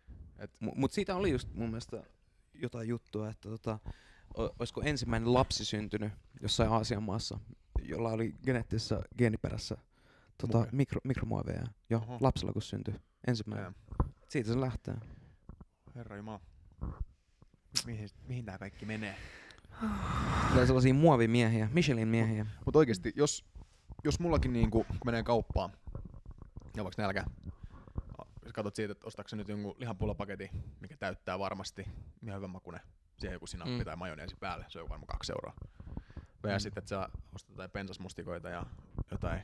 Mut, mut siitä oli just mun mielestä jotain juttua, että tota, o- olisiko ensimmäinen lapsi syntynyt jossain Aasian maassa, jolla oli geneettisessä geeniperässä tota, Muoveja. mikro, mikromuoveja. Jo, Oho. lapsella kun syntyi ensimmäinen. Siitä se lähtee. Herra Jumala. Mihin, mihin tää kaikki menee? Tulee sellaisia muovimiehiä, Michelin miehiä. Mutta oikeesti, jos, jos mullakin niinku menee kauppaan, ja vaikka nälkä, jos katsot siitä, että ostatko nyt jonkun lihanpullapaketin, mikä täyttää varmasti ihan hyvän makuinen, siihen joku sinappi Mm. tai majoneesi päälle, se on varmaan kaksi euroa. Ja Mm. sitten, että sä ostat jotain pensasmustikoita ja jotain,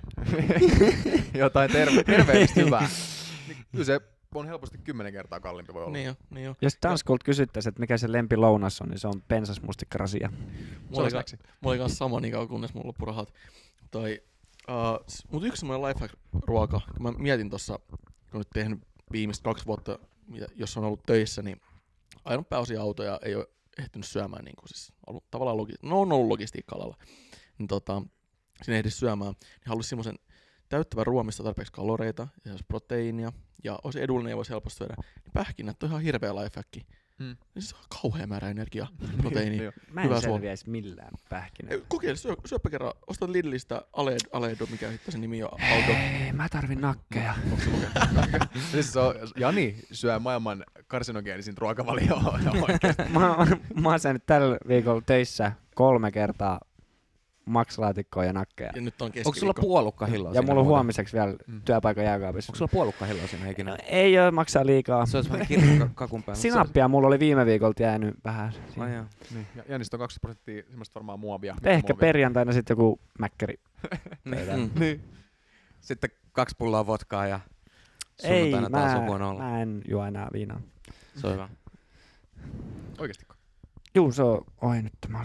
jotain terve, terveellistä hyvää, niin kyllä se on helposti kymmenen kertaa kalliimpi voi olla. Niin jo, niin jo. Jos Tanskulta kysyttäisiin, että mikä se lempilounas on, niin se on pensasmustikkarasia. Mulla oli, snacksi. mulla oli kans sama niin kauan, kunnes mulla loppui rahat. Toi, uh, s- mut yksi semmoinen lifehack-ruoka, kun mä mietin tossa, kun nyt tehnyt viimeiset kaksi vuotta, mitä- jos on ollut töissä, niin ajanut pääosin autoja, ei ole ehtinyt syömään, niin kuin siis ollut tavallaan logi- no on ollut logistiikka-alalla, niin tota, siinä ehdisi syömään, niin halusi semmoisen täyttävän ruoan, mistä tarpeeksi kaloreita ja proteiinia, ja olisi edullinen ja voisi helposti syödä, niin pähkinät on ihan hirveä lifehacki. Mm. Siis on kauhea määrä energiaa, proteiinia. Mä en Hyvä selviäisi millään pähkinää. Kokeile, syö, syöpä kerran, ostat Lidlistä Aledo, Aledo, mikä hitto se nimi on, Aldo. Ei, mä tarvin nakkeja. Siis se on, Jani syö maailman karsinogeenisin ruokavalioa. mä, mä, mä oon syönyt tällä viikolla töissä kolme kertaa maksalaatikkoa ja nakkeja. Ja nyt on Onko keskiviikko. sulla puolukkahilloa Ja siinä mulla on muuten? huomiseksi vielä Mm. työpaikan jääkaapissa. Onko sulla puolukkahilloa siinä ikinä? Ei oo, maksaa liikaa. Se olisi vähän kirkka kakun päällä. Sinappia mulla oli viime viikolta jäänyt vähän. Ai jaa. Niin. Ja Janista on kaksikymmentä prosenttia semmoista varmaan muovia. Ehkä muovia. perjantaina sitten joku mäkkäri. Niin. Mm. Niin. Sitten kaksi pulloa vodkaa ja Ei, sunnuntaina taas mä, on huono olla. mä en juo enää viinaa. Se on hyvä. Oikeestiko? Juu, se on ohi nyt tämä.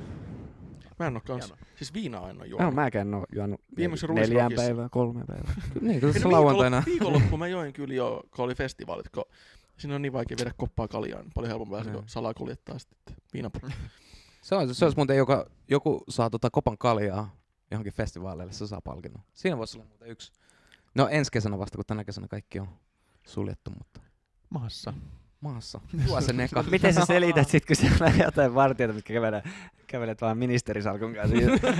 Mä en oo kans, Hienoa. siis viinaa en oo No, juonut. mäkään oo juonut Viimeksi nel- neljään Ruisrockissa. päivään, kolme päivää. Niin, kyllä Ei, se no lauantaina. viikonloppu- Viikonloppu mä join kyllä jo, kun oli festivaalit, kun siinä on niin vaikea viedä koppaa kaljaa, niin paljon helpompaa se, kun Mm. salaa kuljettaa sitten viinapullo. Se on, se olisi muuten, joka, joku saa tota kopan kaljaa johonkin festivaaleille, se saa palkinnon. Siinä voisi olla muuten yksi. No ensi kesänä vasta, kun tänä kesänä kaikki on suljettu, mutta Maassa. maassa. Juo sen eka. Miten sä selität sit, kun siellä on jotain vartijoita, mitkä kävelee, kävelet vaan ministerisalkun kanssa?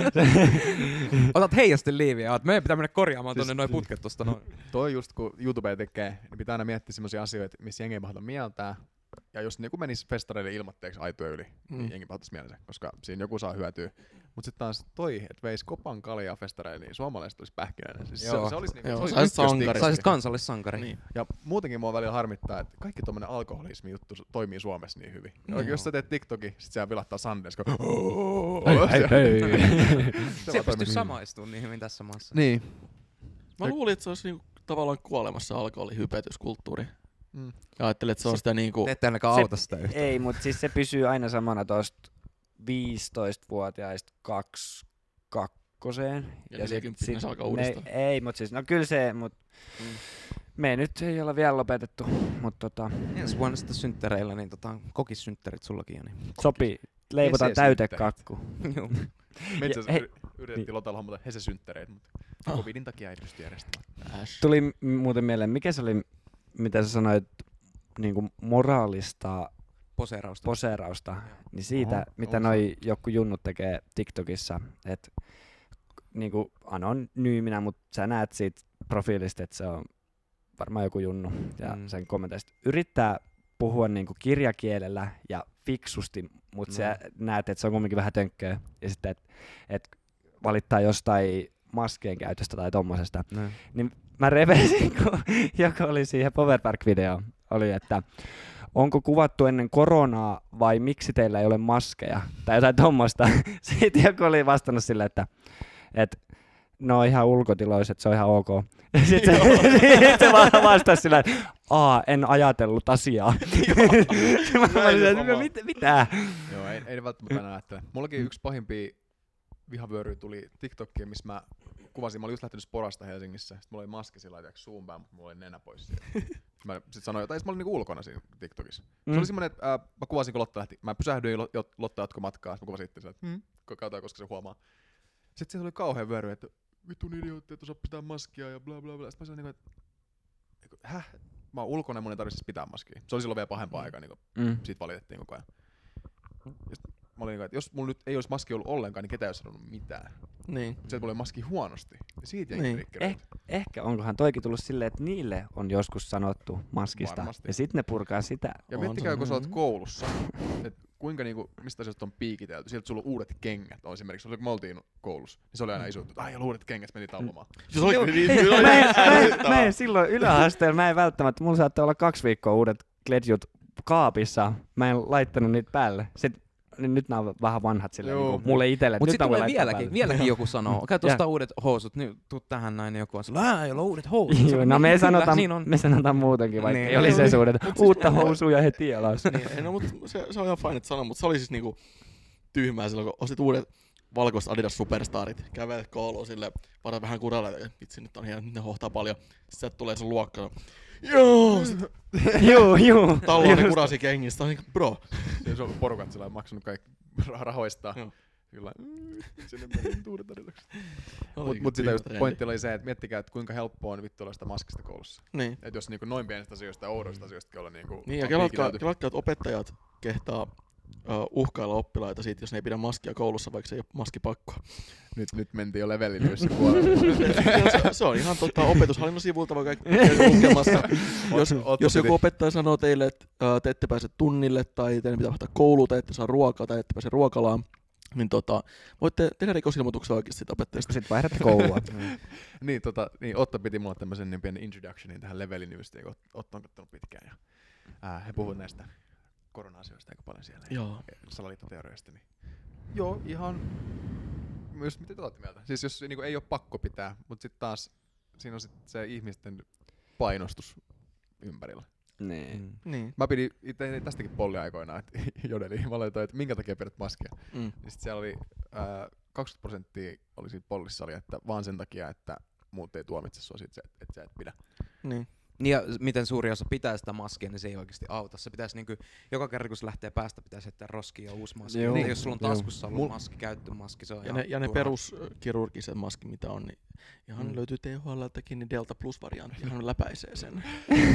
Otat heijasti liiviä ja oot, meidän pitää mennä korjaamaan Siis- tonne noin putket tosta noin. Toi just kun YouTube tekee, niin pitää aina miettiä semmoisia asioita, missä jengi ei mahda mieltää. Ja jos niinku menisi festareille ilmatteeksi aitoja yli, mm. niin Mm. jengi mahtaisi mielensä, koska siinä joku saa hyötyä. Mut sitten taas toi, että veisi kopan kaljaa festareille, niin suomalaiset olisi pähkinäinen. Siis se, Joo. se olisi niinku, Joo, se olisi saisit ykköstikki. sankari. Saisit kansallissankari. Niin. Ja muutenkin mua välillä harmittaa, että kaikki tommonen alkoholismi juttu toimii Suomessa niin hyvin. No Oikein, joo. jos sä teet TikTokin, sit siellä vilahtaa Sanders, kun Hei, hei. Se pystyy samaistumaan niin hyvin tässä maassa. Niin. Mä luulin, että se olisi niinku tavallaan kuolemassa alkoholihypetyskulttuuri. Mm. Ja ajattelin, että se on sitä niinku... Te ette ainakaan Se- auta sitä yhtään. Ei, mutta siis se pysyy aina samana tuosta viisitoistavuotiaista kaksi kakkoseen. Ja sit- neljäkymmentä sit se alkaa ne- uudestaan. Ei, mutta siis, no kyllä se, mutta Mm. me nyt ei olla vielä lopetettu, mutta tota, Ensi vuonna sitten synttäreillä, niin tota, kokissynttärit sullakin, Jani. sopii. Leivotaan Hese-synttärit. täytekakku. Joo. Me itse Ja- asiassa hei- yri- yritettiin Lotalla hommata Hese-synttäreitä, mutta Ah. covidin takia ei pysty järjestämään. Äsh. Tuli m- muuten mieleen, mikä se oli, mitä sä sanoit, niinku moraalista Poseerausta. poseerausta, niin siitä, Oho, mitä onko noi joku junnut tekee TikTokissa, että niinku anonyyminä, mutta sä näet siitä profiilista, että se on varmaan joku junnu ja Mm. mm. sen kommenteista yrittää puhua niinku kirjakielellä ja fiksusti, mutta No. sä näet, että se on kumminkin vähän tönkköä ja sitten, että et valittaa jostain maskien käytöstä tai tommosesta. No. Niin mä revesin, kun joku oli siihen Powerpark-videoon, oli, että onko kuvattu ennen koronaa vai miksi teillä ei ole maskeja? Tai jotain tommosta. Sitten joku oli vastannut silleen, että, että no ihan ulkotiloiset, se on ihan ok. Sitten se, sit se vaan vastasi sillä, että aa, en ajatellut asiaa. Mä olin, että sama. mit, mitä? Joo, ei, ei välttämättä aina ajattele. Mullakin yksi pahimpia vihavyöryjä tuli TikTokkiin, missä mä kuvasin, mä olin just lähtenyt Sporasta Helsingissä, sit mulla oli maski sillä lailla, suun pää, mutta mulla oli nenä pois siitä. Mä sit sanoin jotain, sit mä olin niinku ulkona siinä TikTokissa. Mm. Se oli semmonen, että äh, mä kuvasin, kun Lotta lähti, mä pysähdyin Lo- jo- Lotta jatko matkaa, sit mä kuvasin itse sillä, että mm. katsotaan, koska se huomaa. Sitten siellä oli kauhean vyöry, että vitun idiootti, et osaa pitää maskia ja bla bla bla. Sitten mä sanoin, että niinku, häh? Mä oon ulkona ja mun ei tarvitse siis pitää maskia. Se oli silloin vielä pahempaa aikaa, niin Mm. siitä valitettiin koko ajan. Ja sit mä olin niinku, että jos mulla nyt ei olisi maski ollut ollenkaan, niin ketään ei olisi sanonut mitään. Niin. Se, että mulla oli maski huonosti. Ja siitä Niin. jengi triggeröi. Ehkä onkohan toikin tullut silleen, että niille on joskus sanottu maskista. Varmasti. Ja sitten ne purkaa sitä. Ja On miettikää, se. kun sä oot Mm. koulussa, että kuinka niinku, mistä asioista on piikitelty. Sieltä sulla on uudet kengät on esimerkiksi. Kun me oltiin koulussa, niin se oli aina iso juttu, että ai, uudet kengät, meni tallomaan. Siis oikein niin, Hei, niin, mä, en, mä, en, ärsyttävää. mä en silloin yläasteella, mä en välttämättä, mulla saattaa olla kaksi viikkoa uudet kledjut kaapissa, mä en laittanut niitä päälle. Sitten, niin nyt nämä on vähän vanhat silleen, Joo. niin kuin mulle itselle. Mut Nyt sit mä voin tulee laittaa vieläkin, päälle. vieläkin joku sanoo, käy tuosta Ja. uudet housut, niin tuu tähän näin, niin joku on sillä, ää, ei ole uudet housut. Joo, no me Kyllä, sanotaan, siinä on. me sanotaan muutenkin, vaikka Niin. ei olisi se suhde, Mut siis uutta mulla- housuja heti alas. Niin, ei, no, mutta se, se on ihan fine, että sanoa, mutta se oli siis niinku tyhmää silloin, kun ostit uudet valkoiset Adidas Superstarit, kävelet kouluun sille, varat vähän kuralla, että vitsi nyt on hieno, nyt ne hohtaa paljon. Sitten sieltä tulee se luokka, Joo! Juu, juu. Talloni kurasi kengistä. Niin, bro. Se on ollut porukat sillä maksanut kaikki rahoistaan. Joo. Kyllä. Mm, sinne meni tuudetarjoukset. Oli Mut, mut sitä just trendi. pointti oli se, että miettikää, että kuinka helppoa on vittu olla sitä maskista koulussa. Niin. Et jos niinku noin pienistä asioista ja oudoista asioista olla niinku... Niin, ja on kelatkaa, piikitelty. kelatkaa, että opettajat kehtaa uh, uhkailla oppilaita siitä, jos ne ei pidä maskia koulussa, vaikka se ei ole maskipakkoa. Nyt, nyt mentiin jo levelin puolella. se, se on ihan totta. Opetushallinnon sivulta voi kaikki lukemassa. Jos, Otto jos piti- joku opettaja sanoo teille, että uh, te ette pääse tunnille, tai teidän pitää lähteä kouluun, tai ette saa ruokaa, tai ette pääse ruokalaan, niin tota, voitte tehdä rikosilmoituksia oikeasti siitä opettajasta. Sitten vaihdatte koulua. niin, tota, niin Otto piti mulle tämmösen niin pienen introductionin tähän levelin newstiin, kun Otto on kattonut pitkään. Ja, ää, he puhuvat näistä korona-asioista aika paljon siellä. Joo. Salaliittoteorioista. Niin. Joo, ihan... Myös mitä te olette mieltä? Siis jos niin ei ole pakko pitää, mutta sitten taas siinä on sit se ihmisten painostus ympärillä. Niin. Mm. Niin. Mä pidin itse tästäkin polli aikoinaan, että jodeli. Mä laitoin, että minkä takia pidät maskia. Mm. Niin sit siellä oli ää, kaksikymmentä prosenttia oli siitä pollissa oli, että vaan sen takia, että muut ei tuomitse sua siitä, että et sä et pidä. Niin. Niin ja miten suuri osa pitää sitä maskia, niin se ei oikeasti auta. Se pitäisi niinku, joka kerran kun se lähtee päästä, pitäisi heittää roskiin ja uusi maski. Joo. Niin, jos sulla on Joo. taskussa ollut Mul- maski, käyttömaski, se on Ja ihan ne, ja ne turhaa. peruskirurgiset maskit, mitä on, niin ihan Mm. löytyy T H L:ltäkin, niin Delta Plus-variantti ihan läpäisee sen.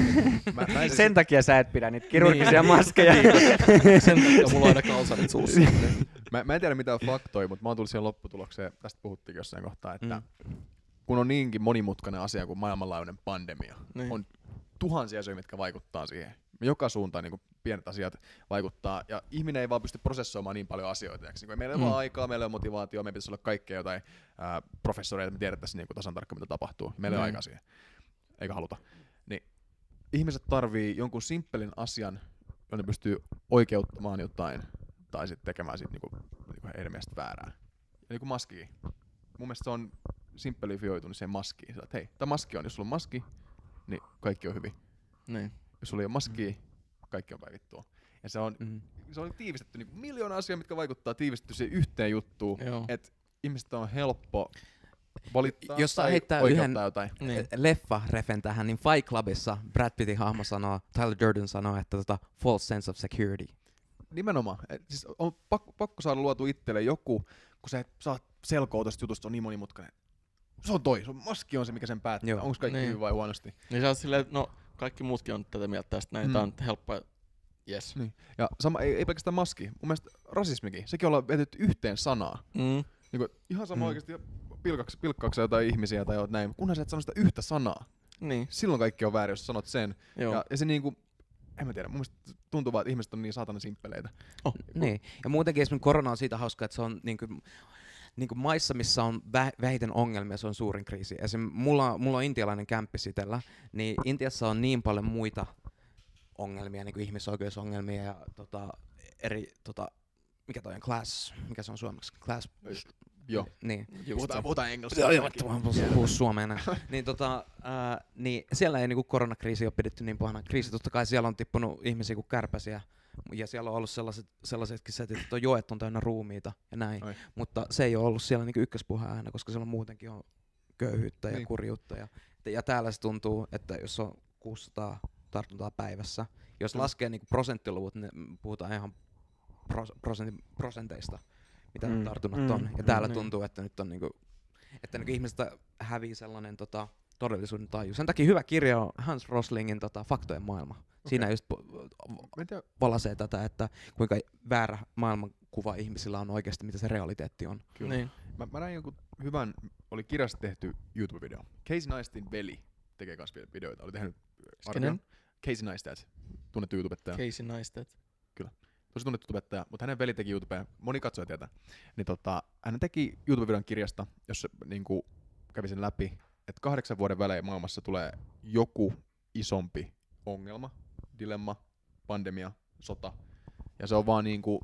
Mä, mä en Sen takia sä et pidä niitä kirurgisia Niin. maskeja. Sen takia mulla on aina kalsarit suussa. Mä, mä en tiedä mitä on faktoi, mutta mä oon tullut siihen lopputulokseen, tästä puhuttiin jossain kohtaa, että Mm. kun on niinkin monimutkainen asia kuin maailmanlaajuinen pandemia, Niin. on tuhansia asioita, mitkä vaikuttaa siihen. Joka suuntaan niin pienet asiat vaikuttaa, ja ihminen ei vaan pysty prosessoimaan niin paljon asioita. Niin meillä ei ole Mm. vaan aikaa, meillä ei ole motivaatiota, meillä pitäisi olla kaikkea jotain ää, professoreita, me tiedettäisiin niin tasan tarkkaan, mitä tapahtuu. Meillä ei ole Niin. aikaa siihen, eikä haluta. Niin ihmiset tarvii jonkun simppelin asian, jolla ne pystyy oikeuttamaan jotain, tai sitten tekemään siitä niinku, niinku heidän mielestä väärää. Ja niinku maskiin. Mun mielestä se on simppelifioitunut siihen maskiin. Sä, että hei, tää maski on, jos sulla on maski, niin kaikki on hyvin. Niin. Jos sulla ei ole maskia, kaikki on päivittua. Ja se on, Mm. se on tiivistetty niinku miljoona asiaa, mitkä vaikuttaa tiivistetty siihen yhteen juttuun, Joo. että ihmiset on helppo valittaa Jos saa tai heittää oikeuttaa yhden- jotain. Niin. Leffa-refen tähän, niin Fight Clubissa Brad Pittin hahmo sanoo, Tyler Durden sanoo, että tota, false sense of security. Nimenomaan. Et siis on pakko, pakko saada luotu itselle joku, kun sä et saa selkoa tosta jutusta, se on niin monimutkainen. Se on toi, se on maski on se, mikä sen päättää. Joo. Onko kaikki Niin. hyvin vai huonosti? Niin sä oot silleen, että no kaikki muutkin on tätä mieltä tästä näin, Mm. tää on helppoa. Yes. Niin. Ja sama, ei, ei pelkästään maski. Mun mielestä rasismikin, sekin ollaan vetetty yhteen sanaa. Mm. Niin kuin, ihan sama Mm. oikeasti pilkaks, pilkkauksia jotain ihmisiä tai jotain näin, kunhan sä et sano sitä yhtä sanaa. Niin. Silloin kaikki on väärin, jos sä sanot sen. Joo. Ja, ja se niinku, en mä tiedä, mun mielestä tuntuu vaan, että ihmiset on niin saatana simppeleitä. Oh. Niin. Ja muutenkin esimerkiksi korona on siitä hauska, että se on niinku, niinku maissa, missä on vä- vähiten ongelmia, se on suurin kriisi. Esim. Mulla, mulla on intialainen kämppis itellä, niin Intiassa on niin paljon muita ongelmia, niinku ihmisoikeusongelmia ja tota, eri, tota, mikä toi on, class, mikä se on suomeksi, class, Joo. niin. Puhutaan, puhutaan englanniksi. Joo, joo, puhuu suomea näin. niin, tota, ää, niin siellä ei niinku koronakriisi ole pidetty niin pahana. Kriisi totta kai siellä on tippunut ihmisiä kuin kärpäsiä. Ja siellä on ollut sellaiset, sellaisetkin setit, että on joet on täynnä ruumiita ja näin. Ai. Mutta se ei ole ollut siellä niinku ykköspuheenaiheena, koska siellä muutenkin on köyhyyttä ja Niin. kurjuutta. Ja, ja täällä se tuntuu, että jos on kuusisataa tartuntaa päivässä, jos Mm. laskee niinku prosenttiluvut, niin puhutaan ihan pros, prosentin, prosenteista, mitä Mm. mm. tartunnat Mm. on. Ja täällä Mm. tuntuu, että nyt on niinku, että niinku ihmisestä hävii sellainen tota, todellisuuden taju. Sen takia hyvä kirja on Hans Roslingin tota, Faktojen maailma. Siinä just po- Mä en tiedä, valaisee tätä, että kuinka väärä maailmankuva ihmisillä on oikeasti, mitä se realiteetti on. kyllä. Niin. Mä, mä näin jonkun hyvän, oli kirjasta tehty YouTube-video. Casey Neistatin veli tekee kans videoita. Oli tehnyt arvion. Casey Neistat, tunnettu YouTubettaja. Casey Neistat. Tosi tunnettu tubettaja, mutta hänen veli teki YouTubea, moni katsoja tietää. Niin tota, hän teki YouTube-videon kirjasta, jossa niinku kävi sen läpi, että kahdeksan vuoden välein maailmassa tulee joku isompi ongelma, dilemma, pandemia, sota. Ja se on vaan niinku,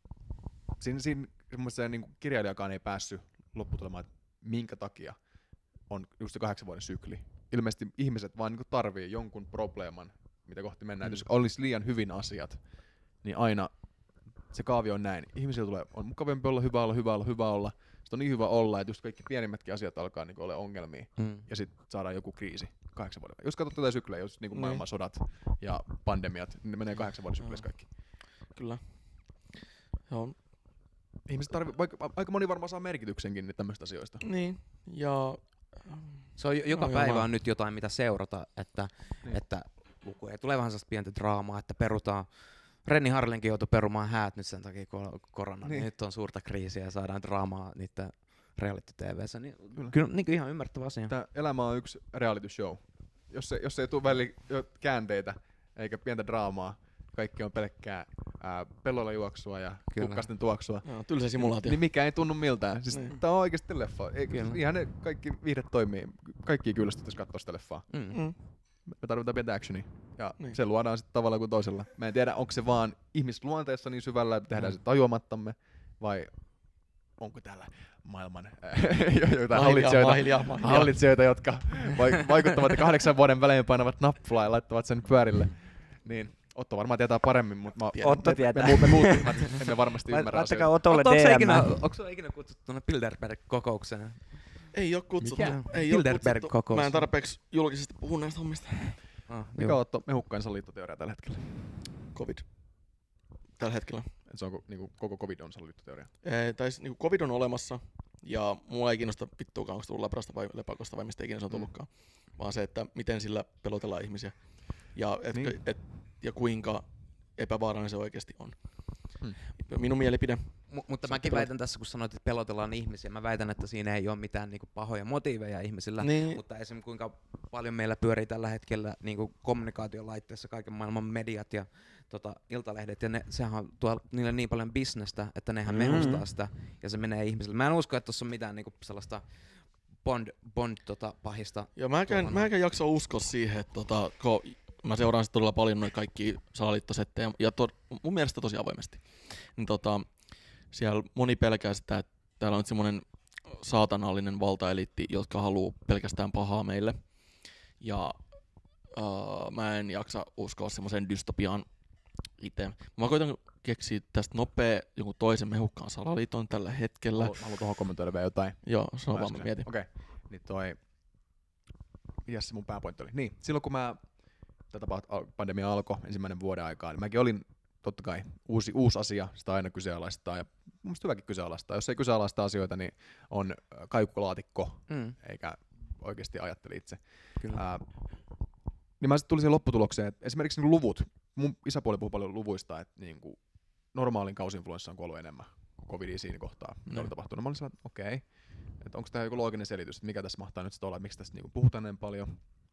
siinä, siinä semmoisen niinku kirjailijakaan ei päässyt lopputulemaan, että minkä takia on just se kahdeksan vuoden sykli. Ilmeisesti ihmiset vaan niinku tarvii jonkun probleeman, mitä kohti mennään. Mm. Jos olisi liian hyvin asiat, niin aina se kaavio on näin. Ihmisillä tulee, on mukavampi olla, hyvä olla, hyvä olla, hyvä olla. Sitten on niin hyvä olla, että just kaikki pienimmätkin asiat alkaa niinku olla ongelmia Mm. ja sitten saadaan joku kriisi kahdeksan vuoden. Jos katsot tätä syklejä, jos niinku Niin. maailmansodat ja pandemiat, niin ne menee kahdeksan vuoden sykleissä kaikki. Kyllä. Joo. Ihmiset tarvii, vaikka aika moni varmaan saa merkityksenkin niin tämmöistä asioista. Niin. Ja Se on jo- joka No, päivä joo, on nyt jotain, mitä seurata, että, Niin. että luku ei tule vähän sellaista pientä draamaa, että perutaan. Renni Harlinkin joutui perumaan häät nyt sen takia, kun on korona, niin. Niin. niin nyt on suurta kriisiä ja saadaan draamaa niiden reality-T V:ssä. Niin, Kyllä. kyllä, kyllä niin ihan ymmärrettävä asia. Tää elämä on yksi reality show. Jos, se, jos ei tule väli jo käänteitä eikä pientä draamaa, kaikki on pelkkää ää, pellolla juoksua ja Kyllä. kukkasten tuoksua, joo, tylsä simulaatio. niin mikä ei tunnu miltään. Siis Niin. tää on oikeesti leffa. Ei, Kyllä. ihan ne kaikki viihdet toimii. Kaikki kyllästyttäisi katsoa sitä leffaa. Mm. Mm. Me tarvitaan pientä actionia. Ja Niin. se luodaan sitten tavalla kuin toisella. Mä en tiedä, onko se vaan ihmisluonteessa niin syvällä, että tehdään Mm. se tajuamattamme, vai onko täällä maailman jotain Mahiljaa, hallitsijoita, mahiljaa, mahiljaa. hallitsijoita, jotka vai- vaikuttavat ja kahdeksan vuoden välein painavat nappulaa ja laittavat sen pyörille. Niin Otto varmaan tietää paremmin, mutta mä, Otto me, tietää. me, me, me muut ihmät emme varmasti Lait- ymmärrä Laittakaa asioita. Otolle Onko ikinä, D M. onko sulla ikinä kutsuttu tuonne Bilderberg-kokoukseen? Ei oo kutsuttu. Mikä? Ei oo Bilderberg kutsuttu. kokous. Mä en tarpeeksi julkisesti puhu näistä hommista. Ah, Mikä juu. on Otto mehukkain salaliittoteoria tällä hetkellä? Covid. Tällä hetkellä. Et se on ko- niinku, koko covid on salaliittoteoria. Ei, tai siis, niinku Covid on olemassa, ja mua ei kiinnosta vittuakaan, onko se tullut Labrasta vai Lepakosta vai mistä ikinä se on Mm. tullutkaan. Vaan se, että miten sillä pelotellaan ihmisiä. Ja, et, Niin. et, ja kuinka epävaarallinen se oikeasti on. Mm. Minun mielipide. M- mutta Se on mäkin pelot- väitän tässä, kun sanoit, että pelotellaan ihmisiä, mä väitän, että siinä ei ole mitään niinku pahoja motiiveja ihmisillä. Niin, Mutta esimerkiksi kuinka paljon meillä pyörii tällä hetkellä niinku kommunikaatiolaitteissa kaiken maailman mediat ja tota, iltalehdet, ja ne, sehän on tuolla niille niin paljon bisnestä, että nehän Mm. mehustaa sitä, ja se menee ihmisille. Mä en usko, että tuossa on mitään niinku sellaista bond, bond tota, pahista. ja mä en, tuohon mä en jaksa uskoa siihen, että tota, kun mä seuraan sit todella paljon noita kaikki salaliittosettejä, ja to, mun mielestä tosi avoimesti. Niin tota, siellä moni pelkää sitä, että täällä on nyt semmoinen saatanallinen valtaeliitti, jotka haluaa pelkästään pahaa meille. Ja uh, mä en jaksa uskoa semmoisen dystopiaan itse. Mä koitan keksiä tästä nopea joku toisen mehukkaan salaliiton tällä hetkellä. Haluan haluan tuohon kommentoida vielä jotain. Joo, sano vaan, mä Äsken. mietin. Okei, niin toi, mitäs se mun pääpointti oli? Niin, silloin kun mä, tätä pandemia alkoi ensimmäinen vuoden aikaa, niin mäkin olin totta kai uusi, uusi asia, sitä aina kyseenalaistaa, ja mun mielestä hyväkin kyseenalaistaa. Jos ei kyseenalaista asioita, niin on äh, kaikulaatikko, Mm, eikä oikeasti ajatteli itse. kyllä. Ää, niin mä sitten tulin siihen lopputulokseen, että esimerkiksi niin luvut, mun isäpuoli puhuu paljon luvuista, että niin kuin normaalin kausinfluenssa on kuollut enemmän kuin covidia siinä kohtaa, mitä No. oli tapahtunut. Mä olin sellainen, että okei, että onko tämä joku looginen selitys, että mikä tässä mahtaa nyt sitten olla, että miksi tästä niin kuin puhutaan näin paljon.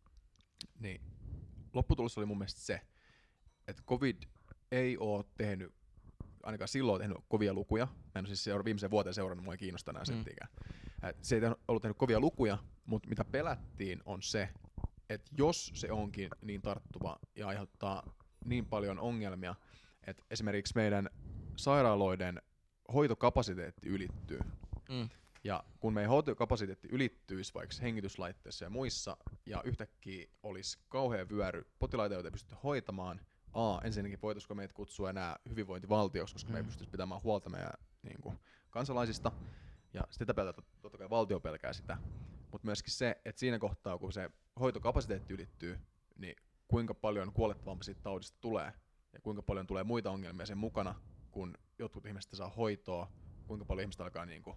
Niin lopputulos oli mun mielestä se, että covid ei ole tehnyt, ainakaan silloin tehnyt kovia lukuja. Mä en ole siis seura- viimeisen vuoteen seurannut, mua ei kiinnosta enää Mm. senttiikään. Et Se ei tehnyt- ollut tehnyt kovia lukuja, mutta mitä pelättiin on se, että jos se onkin niin tarttuva ja aiheuttaa niin paljon ongelmia, että esimerkiksi meidän sairaaloiden hoitokapasiteetti ylittyy. Mm. Ja kun meidän hoitokapasiteetti ylittyisi vaikka hengityslaitteissa ja muissa, ja yhtäkkiä olisi kauhea vyöry potilaita, joita ei pystytä hoitamaan, A, ensinnäkin voitaisiko meitä kutsua enää hyvinvointivaltioksi, koska me ei Mm. pystyisi pitämään huolta meidän niin kuin, kansalaisista, ja sitä pelkää, totta kai valtio pelkää sitä, mutta myöskin se, että siinä kohtaa, kun se hoitokapasiteetti ylittyy, niin kuinka paljon kuolettavampi siitä taudista tulee, ja kuinka paljon tulee muita ongelmia sen mukana, kun jotkut ihmiset saa hoitoa, kuinka paljon ihmiset alkaa niinku,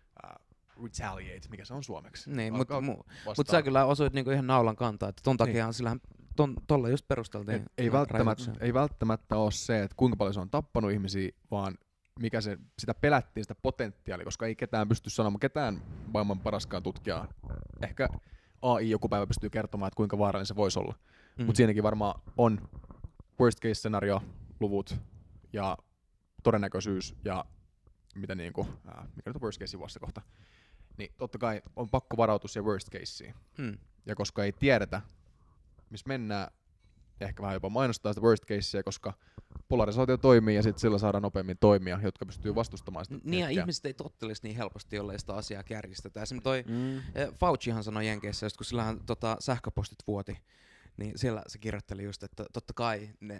uh, retaliate, mikä se on suomeksi. Niin, Alkaa mutta vastaan. mut sä kyllä osuit niinku ihan naulan kantaa, että ton takia Niin. sillähän ton, tolla just perusteltiin. Et ei, no, välttämättä, rajoituksia. ei välttämättä ole se, että kuinka paljon se on tappanut ihmisiä, vaan mikä se, sitä pelättiin, sitä potentiaalia, koska ei ketään pysty sanomaan, ketään maailman paraskaan tutkijaa. Ehkä A I joku päivä pystyy kertomaan, että kuinka vaarallinen se voisi olla. Mm. Mutta siinäkin varmaan on worst case scenario luvut ja todennäköisyys ja mitä niinku, ää, mikä nyt on worst case vuossa kohta, niin totta kai on pakko varautua siihen worst caseen. Mm. Ja koska ei tiedetä, missä mennään, ehkä vähän jopa mainostaa sitä worst casea, koska polarisaatio toimii ja sitten sillä saadaan nopeammin toimia, jotka pystyy vastustamaan sitä. Niin ja hetkeä. ihmiset ei tottelisi niin helposti, jollei sitä asiaa kärjistetä. Esimerkiksi toi Mm. eh, Faucihan sanoi Jenkeissä, just kun sillähän tota, sähköpostit vuoti, niin siellä se kirjoitteli just, että totta kai ne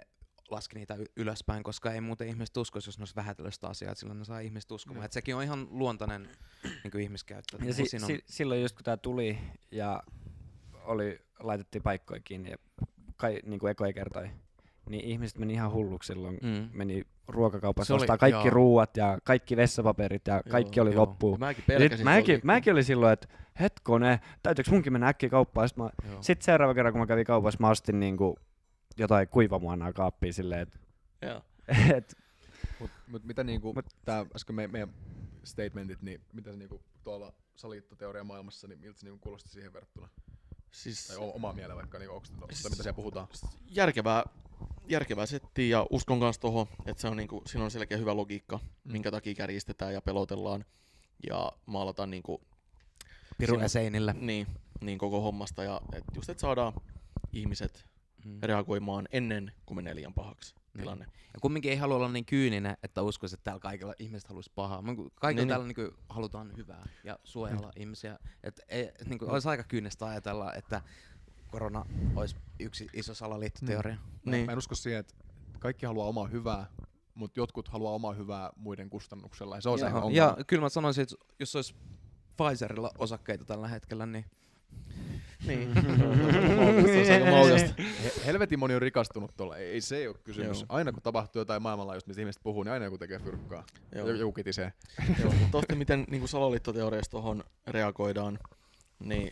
laski niitä y- ylöspäin, koska ei muuten ihmiset uskoisi, jos ne olisi vähätellyt sitä asiaa, että silloin ne saa ihmiset uskomaan. Mm. Et sekin on ihan luontainen niin kuin ihmiskäyttö. Ja si- Siinä on, si- silloin just kun tää tuli ja oli, laitettiin paikkoja kiinni ja kai, niin kuin ekoja kertoi, niin ihmiset meni ihan hulluksi silloin. mm. Meni ruokakaupassa Se oli- ostaa kaikki joo. ruuat ja kaikki vessapaperit ja kaikki Joo, oli joo. loppuun. Ja mäkin Ja pelkäsin. sit mäkin, mäkin oli silloin, että hetkone, täytyykö munkin mennä äkkiä kauppaan? Sitten, mä, Joo. sit seuraava kerran, kun mä kävin kaupassa, mä ostin niinku jotain kuivamuonaa kaappiin silleen, että Joo. et, Mut, mut mitä niinku, Mut- tää äsken me, meidän statementit, niin mitä se niinku tuolla salaliittoteorian maailmassa, niin miltä se niinku kuulosti siihen verrattuna? Siis Tai o- omaa mieleen vaikka, niinku, onko sitä, mitä siellä puhutaan? järkevää, järkevää settiä ja uskon kanssa tohon, että se on niinku, siinä on selkeä hyvä logiikka, Mm. minkä takia kärjistetään ja pelotellaan ja maalataan niinku, Pirulle siinä- seinillä. niin, niin koko hommasta ja et just et saadaan ihmiset Mm. reagoimaan ennen kuin menee liian pahaksi Niin. tilanne. Ja kumminkin ei halua olla niin kyyninen, että uskoisi, että täällä kaikilla ihmiset haluaisi pahaa. Kaikilla Niin, niin, täällä niin halutaan hyvää ja suojella mm. ihmisiä. Et ei, niin kuin, olisi aika kyynistä ajatella, että korona olisi yksi iso salaliittoteoria. Mä, Niin. mä en usko siihen, että kaikki haluaa omaa hyvää, mutta jotkut haluaa omaa hyvää muiden kustannuksella. Ja se on se Ja, ongelma. ja kyllä mä sanoisin, että jos olisi Pfizerilla osakkeita tällä hetkellä, niin Niin. Se on aika maukasta. He, helvetin moni on rikastunut tuolla. Ei, ei se ei ole kysymys. Joo. Aina kun tapahtuu jotain maailmanlaajuista, mistä ihmiset puhuu, niin aina joku tekee fyrkkaa. Joo. Joku, joku kitisee. Joo, mutta tosti miten niin salaliittoteoriasta tuohon reagoidaan, niin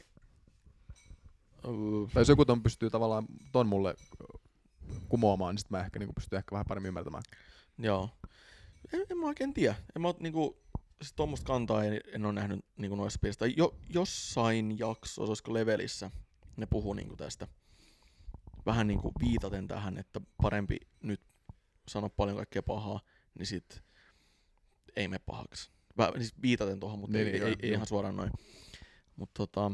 uh, Tai jos joku ton pystyy tavallaan ton mulle kumoamaan, niin sit mä ehkä niinku pystyn ehkä vähän paremmin ymmärtämään. joo. En, en mä oikein tiedä. En mä oot niinku, siis tuommoista kantaa en, en ole nähnyt niinku noissa piirissä. Tai jo, jossain jaksossa, olisiko Levelissä, ne puhuu niinku tästä. Vähän niinku viitaten tähän, että parempi nyt sanoa paljon kaikkea pahaa, niin sit ei mene pahaksi. Vähän siis viitaten tuohon, mutta Niin, ei, niin, ei, joo, ei joo. ihan suoraan noin. Mutta tota,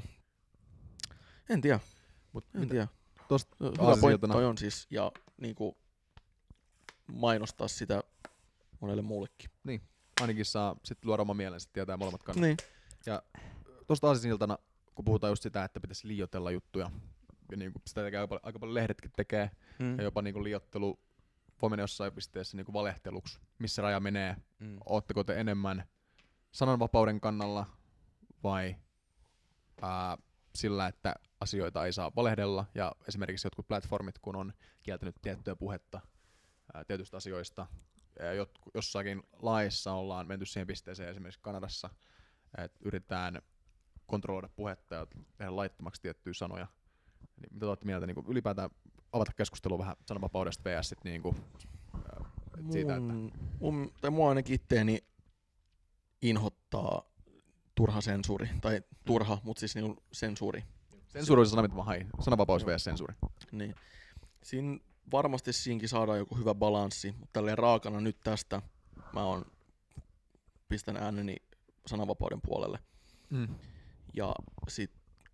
en tiedä. Mut En mitä- tiedä. Tosta Hyvä aasinsiltana- pointti toi on siis, ja niinku mainostaa sitä monelle muullekin. ainakin saa sit luoda oma mielensä, tietää molemmat kannat. Niin. Tuosta aasinsiltana, kun puhutaan just sitä, että pitäisi liioitella juttuja, ja niinku sitä tekee aika paljon, aika paljon lehdetkin tekee, mm. ja jopa niinku liioittelu voi mennä jossain pisteessä niinku valehteluksi. Missä raja menee? Mm. Ootteko te enemmän sananvapauden kannalla vai ää, sillä, että asioita ei saa valehdella, ja esimerkiksi jotkut platformit, kun on kieltänyt tiettyä puhetta ää, tietystä asioista, ja jotku, jossakin laissa ollaan menty siihen pisteeseen esimerkiksi Kanadassa, että yritetään kontrolloida puhetta ja tehdä laittomaksi tiettyjä sanoja. Niin mitä te olette mieltä niin ylipäätään avata keskustelua vähän sananvapaudesta vs. Sit, niin kuin, ää, et siitä, että Mun, mun, tai mua ainakin itteeni inhottaa turha sensuuri, tai turha, mutta siis niinku sensuuri. sensuuri on se sana, mitä mä hain. Sananvapaus vs. sensuuri. Niin. Siin varmasti siinkin saadaan joku hyvä balanssi, mutta tälleen raakana nyt tästä mä oon pistän ääneni sananvapauden puolelle. Mm. Ja sit,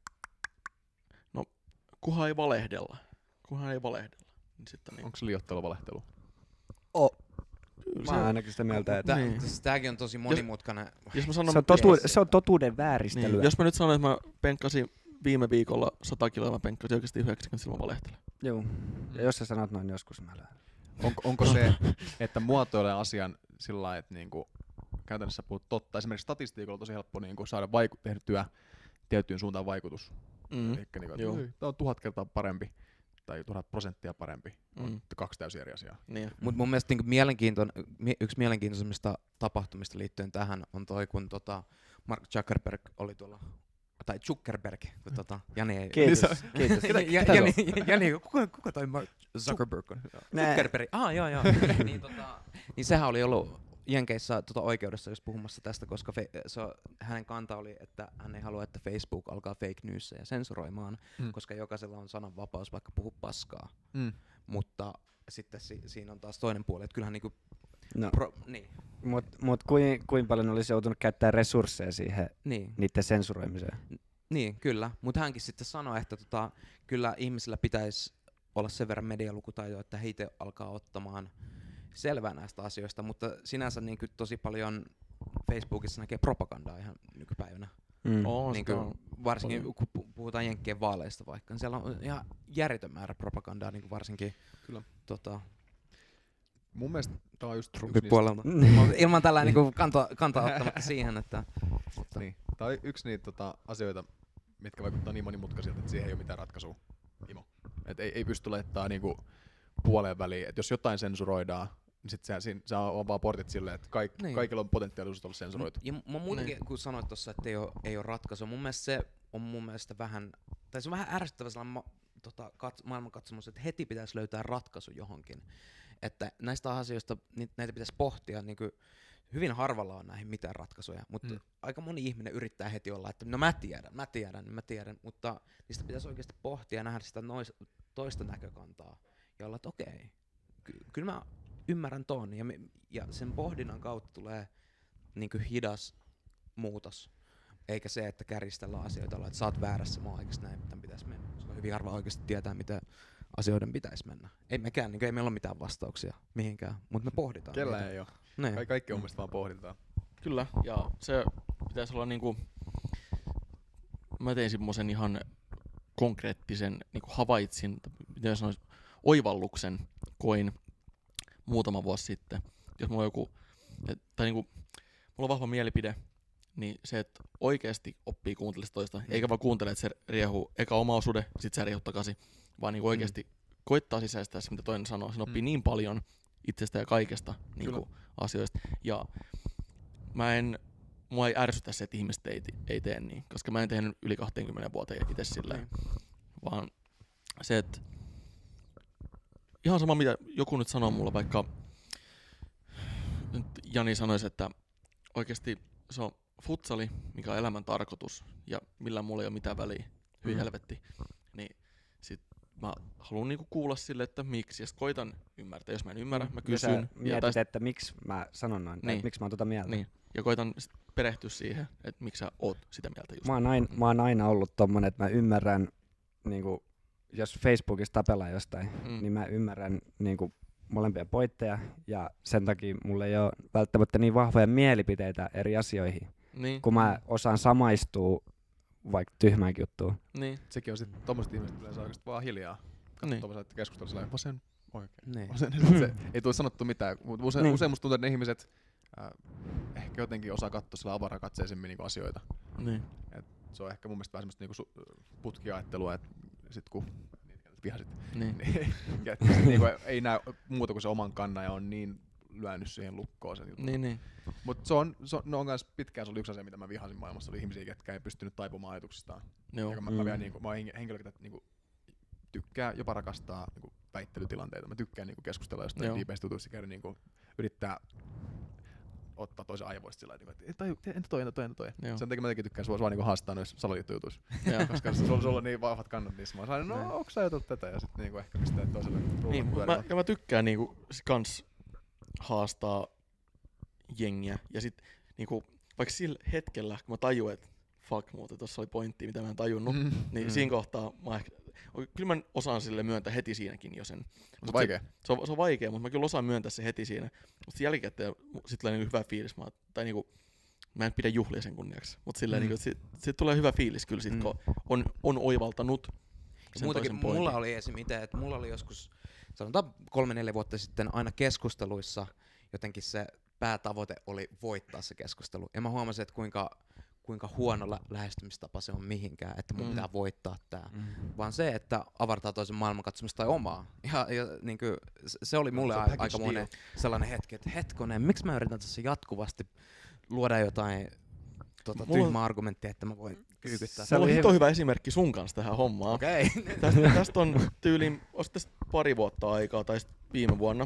no kunhan ei valehdella, kunhan ei valehdella, niin sitten niin. Onko se liioittelu valehtelu? Kyllä Mä oon ainakin sitä mieltä, että Tää, Niin. siis tääkin on tosi monimutkainen. jos mä sanon, se on, totu- se on totuuden vääristelyä. niin, jos mä nyt sanon, että mä penkkasin viime viikolla sata kiloa, mä penkkasin oikeasti yhdeksänkymmentä, silloin mä valehtelen. Joo. Ja jos sä sanot noin joskus, mä lyön. Onko, onko se, että muotoilee asian sillä lailla, että niinku, käytännössä puhut totta. Esimerkiksi statistiikolla on tosi helppo niinku, saada vaiku- tehtyä tiettyyn suuntaan vaikutus. Mm. Elikkä niinku, Joo. että tämä on tuhat kertaa parempi tai tuhat prosenttia parempi. Mm. On kaksi täysin eri asiaa. Niin. Mut mun mielestä niinku mielenkiintoinen, mie- yksi mielenkiintoisimmista tapahtumista liittyen tähän on toi, kun tota Mark Zuckerberg oli tuolla, tai Zuckerberg, kun tota, Jani ei... Kiitos. Niin Kiitos. Ketä, ja, ketä se Jani, Jani, kuka, kuka toi Mark Zuckerberg on? Nää. Zuckerberg, ah joo joo. niin, tota, niin sehän oli ollut Jenkeissä tota, oikeudessa just puhumassa tästä, koska fe, se, hänen kanta oli, että hän ei halua, että Facebook alkaa fake newsia sensuroimaan, Mm. koska jokaisella on sananvapaus vaikka puhu paskaa. Mm. Mutta sitten si, siinä on taas toinen puoli, että kyllähän niinku... No, Pro, niin, mut, mut kuin, kuin paljon olisi joutunut käyttää resursseja siihen niin, niiden sensuroimiseen? niin, kyllä. Mutta hänkin sitten sanoi, että tota, kyllä ihmisillä pitäisi olla sen verran medialukutaitoa, että heitä alkaa ottamaan selvää näistä asioista, mutta sinänsä niin kuin tosi paljon Facebookissa näkee propagandaa ihan nykypäivänä. Mm. Oo, Niin sitä kuin, on varsinkin paljon. kun pu- puhutaan Jenkkien vaaleista vaikka, niin siellä on ihan järjetön määrä propagandaa, niin kuin varsinkin Kyllä. tota, mun mielestä tää on just yksi Trumpin niistä, puolelta. ilman, ilman tällä niinku kantaa, kantaa ottamatta siihen, että... Mutta. niin, tää on yksi niitä tota, asioita, mitkä vaikuttaa niin monimutkaisilta, että siihen ei ole mitään ratkaisua. Imo. Et ei, ei pysty laittaa niinku puoleen väliin, että jos jotain sensuroidaan, niin sit se, se, se on vaan portit silleen, että kaik, Niin. kaikilla on potentiaalisuus olla sensuroitu. Ja mä muutenkin, kun sanoit tuossa, että ei ole, ei ole ratkaisu, mun mielestä se on mun mielestä vähän, tai se on vähän ärsyttävä sellainen ma, tota, kat, maailmankatsomus, että heti pitäisi löytää ratkaisu johonkin. Että näistä asioista ni, näitä pitäisi pohtia, niin kuin hyvin harvalla on näihin mitään ratkaisuja, mutta Mm. aika moni ihminen yrittää heti olla, että no mä tiedän, mä tiedän, mä tiedän, mutta niistä pitäisi oikeasti pohtia ja nähdä sitä nois, toista näkökantaa ja olla, että okei, ky- kyllä mä ymmärrän ton ja, me, ja sen pohdinnan kautta tulee niin kuin hidas muutos, eikä se, että kärjistellään asioita, että sä oot väärässä, mä oon oikeasti näin, tämän pitäisi mennä, koska hyvin harva oikeasti tietää, mitä asioiden pitäisi mennä. Ei mekään, niin kuin, ei meillä ole mitään vastauksia mihinkään, mutta me pohditaan. Kellä niitä. ei oo. Niin. Ka- kaikki on mielestä vaan pohditaan. Kyllä, ja se pitäisi olla niinku... Mä tein semmosen ihan konkreettisen niinku havaitsin, miten sanois, oivalluksen koin muutama vuosi sitten. Jos mulla on joku, et, tai niinku, mulla on vahva mielipide, niin se, että oikeasti oppii kuuntelemaan toista, eikä vaan kuuntele, että se riehuu eka oma osuuden, sit sä riehut takaisin, vaan niinku oikeasti mm. koittaa sisäistää se, mitä toinen sanoo. Sen oppii mm. niin paljon itsestä ja kaikesta niinku asioista. Ja mä en, mua ei ärsytä se, että ihmiset ei, ei tee niin, koska mä en tehnyt yli kaksikymmentä vuoteen itse silleen, mm. vaan se, että ihan sama mitä joku nyt sanoo mulle, vaikka nyt Jani sanoisi, että oikeasti se on futsali, mikä on elämän tarkoitus ja millä mulla ei ole mitään väliä, hyvin Mm. helvetti, niin sit mä haluan niinku kuulla sille, että miksi, ja sit koitan ymmärtää, jos mä en ymmärrä, mä Ja kysyn. sä Ja mietit, tästä, että miksi mä sanon noin, tai Niin. että miksi mä oon tota mieltä. niin, ja koitan sit perehtyä siihen, että miksi sä oot sitä mieltä just. Mä oon, aina, mä oon aina ollut tommonen, että mä ymmärrän, niinku, jos Facebookissa tapellaan jostain, Mm. niin mä ymmärrän niinku, molempia pointteja, ja sen takia mulla ei ole välttämättä niin vahvoja mielipiteitä eri asioihin, Niin, kun mä osaan samaistua vaikka tyhmäänkin juttuun. niin, Sekin on sitten tommoset ihmiset yleensä oikeesti vaan hiljaa. Katso Niin. tommoset keskustelut silleen vasen, oikein. Niin. Vasen. se ei tule sanottu mitään, mutta usein, Niin. usein musta tuntuu, että ne ihmiset äh, ehkä jotenkin osaa katsoa sillä avarakatseisemmin niinku asioita. niin, Se on ehkä mun mielestä vähän semmoista niinku su- putkiajattelua, että sit kun vihasit, niin, niin että sit niinku ei näe muuta kuin se oman kannan ja on niin lyönyt siihen lukkoon sen jutun. niin, niin, Mutta se on, se on, no on kans pitkään se oli yksi asia, mitä mä vihasin maailmassa, oli ihmisiä, jotka ei pystynyt taipumaan ajatuksistaan. joo, Ja mä, Mm. mä, vielä, niinku, mä oon henki- henkilö, joka niinku, tykkää jopa rakastaa niinku, väittelytilanteita. Mä tykkään niinku, keskustella jostain Joo. diipeistä jutuista, käydä niinku, yrittää ottaa toisen aivoista sillä tavalla, että toi, entä toi, entä toi, entä toi. Joo. Sen takia mä jotenkin tykkään sua vaan niinku, haastaa noissa salaliittojutuissa. joo. Koska sulla, sulla on niin vahvat kannat niissä. Mä oon sellainen, Näin. no onko sä ajatellut tätä? Ja sitten niinku, ehkä pistää toiselle Niin, rullan mut mä, pyörimään. ja mä tykkään niinku s- kans haastaa jengiä. Ja sit niinku, vaikka sillä hetkellä, kun mä tajuin, että fuck muuta, tossa oli pointti, mitä mä en tajunnut, Mm. niin Mm. siinä kohtaa mä ehkä, kyllä mä osaan sille myöntää heti siinäkin jo sen. Se on Mut vaikea. Se on, se on vaikea, mutta mä kyllä osaan myöntää se heti siinä. Mutta jälkikäteen sit tulee niinku hyvä fiilis. Mä, tai niinku, mä en pidä juhlia sen kunniaksi, mutta silleen Mm. niinku, sit, sit tulee hyvä fiilis kyllä sit, Mm. kun on, on oivaltanut Ja sen muutenkin toisen pointin. mulla oli esim. Itse, että mulla oli joskus, sanotaan kolme neljä vuotta sitten aina keskusteluissa jotenkin se päätavoite oli voittaa se keskustelu. Ja mä huomasin, että kuinka, kuinka huono lä- lähestymistapa se on mihinkään, että mun Mm. pitää voittaa tää. Mm. Vaan se, että avartaa toisen maailmankatsomista tai omaa. Ja, ja niin kuin, se oli mulle Se on a- package aika monen sellainen hetki, että hetkonen, miksi mä yritän tässä jatkuvasti luoda jotain tota, Mulla on- tyhmää argumenttia, että mä voin kyykyttää. Se Mulla on oli hito hyvä. hyvä esimerkki sun kanssa tähän hommaan. Okei. Okay. Tästä, tästä on tyyliin, olis tästä pari vuotta aikaa, tai sit viime vuonna.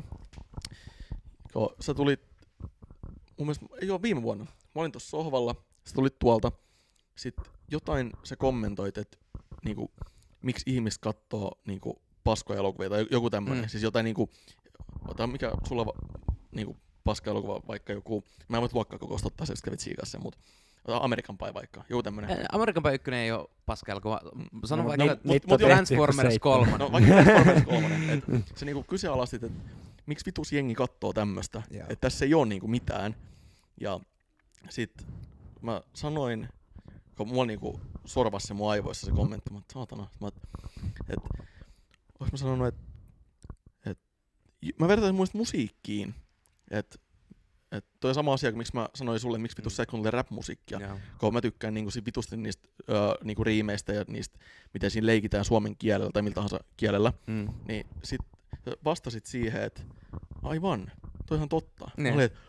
Kun sä tulit, mun mielestä, ei oo viime vuonna, mä olin tuossa sohvalla, sä tulit tuolta, sit jotain sä kommentoit, että niinku, miksi ihmiset kattoo niinku, paskoja elokuvia tai joku tämmönen, Mm. siis jotain niinku, ota mikä sulla va, niinku, paska elokuva, vaikka joku, mä en voi luokkakokousta ottaa se, jos kävit siikassa sen, mut ota American Pie vaikka, joku tämmönen. Amerikan Pie ykkönen ei oo paska-elokuva. Sano No, vaikka niit- mut- niitä mut on joo, tehty joku Transformers seitsemän. kolme. No vaikka Transformers kolmonen, et se niinku kyseenalaistit, että miksi vitus jengi kattoo tämmöstä, Joo. että tässä ei oo niinku mitään. Ja sit mä sanoin, kun mulla niinku sorvasi se mun aivoissa se kommentti, mä oon, saatana, mä oon, et, ois mä sanonut, että et mä vertaisin muista musiikkiin, että et toi on sama asia, kuin miksi mä sanoin sulle, miksi vitus sä kuuntelee rap-musiikkia. Joo. Kun mä tykkään niinku sit vitusti niistä ö, niinku riimeistä ja niistä, miten siinä leikitään suomen kielellä tai millä tahansa kielellä, Mm. niin sit vastasit siihen, että aivan, toi on totta. Mä Niin. olin, että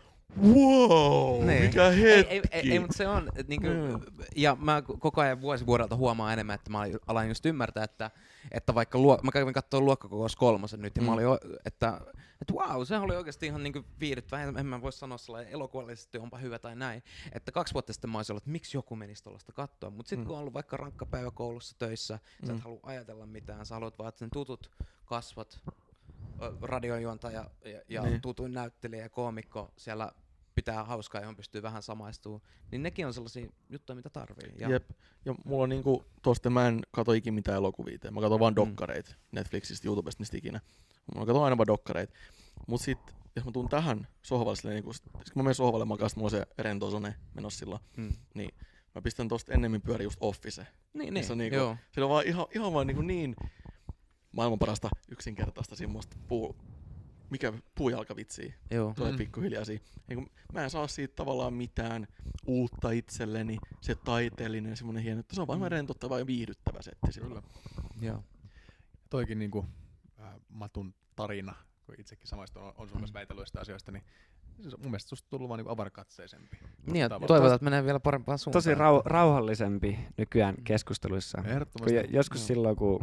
wow, Niin. mikä Ei, hetki. ei, ei, ei mutta se on, et niinku, Joo. ja mä koko ajan vuosi vuodelta huomaan enemmän, että mä alan just ymmärtää, että, että vaikka luo, mä kävin katsoa luokkakokous kolmosen nyt, ja Mm. mä olin, o- että, että wow, sehän oli oikeasti ihan niinku viihdyttävää, en, en mä voi sanoa sellainen elokuvallisesti onpa hyvä tai näin, että kaksi vuotta sitten mä olisin ollut, että miksi joku menisi tuollaista katsoa, mutta sitten Mm. kun on ollut vaikka rankka päivä koulussa töissä, sä Mm. et halua ajatella mitään, sä haluat vaan, että sen tutut kasvat, ö, radiojuontaja ja, ja Niin. tutuin näyttelijä ja koomikko siellä pitää hauskaa, johon pystyy vähän samaistumaan, niin nekin on sellaisia juttuja, mitä tarvii. Ja Jep. Ja mulla on niinku, tosta mä en kato ikin mitään elokuvia, mä katon vaan Mm. dokkareita Netflixistä, YouTubesta, mistä ikinä. Mä katon aina vaan dokkareita. Mut sit, jos mä tuun tähän sohvalle silleen, niinku, sit kun mä menen sohvalle makaan, sit mulla on se rento zone menossa silloin, Mm. niin mä pistän tosta ennemmin pyöri just Office. Niin, Missä on niin, niinku- joo. Se on vaan ihan, ihan vaan niinku niin maailman parasta yksinkertaista semmoista puu, mikä puujalkavitsiä. Joo. Tulee Mm. pikkuhiljaa siinä. Niin mä en saa siitä tavallaan mitään uutta itselleni, se taiteellinen, semmoinen hieno, että se on vaan Mm. rentouttava ja viihdyttävä setti silloin. Joo. Toikin niinku, äh, Matun tarina, kun itsekin samaista on, on sun kanssa Mm. väitellyt sitä asioista, niin se on mun mielestä susta tullut vaan niinku avarankatseisemppi. Niin, ja Tavallaan. toivotaan, että menee vielä parempaan suuntaan. Tosi rau- rauhallisempi nykyään keskusteluissa. Kun Ehdottomasti. jo- joskus Joo. silloin, kun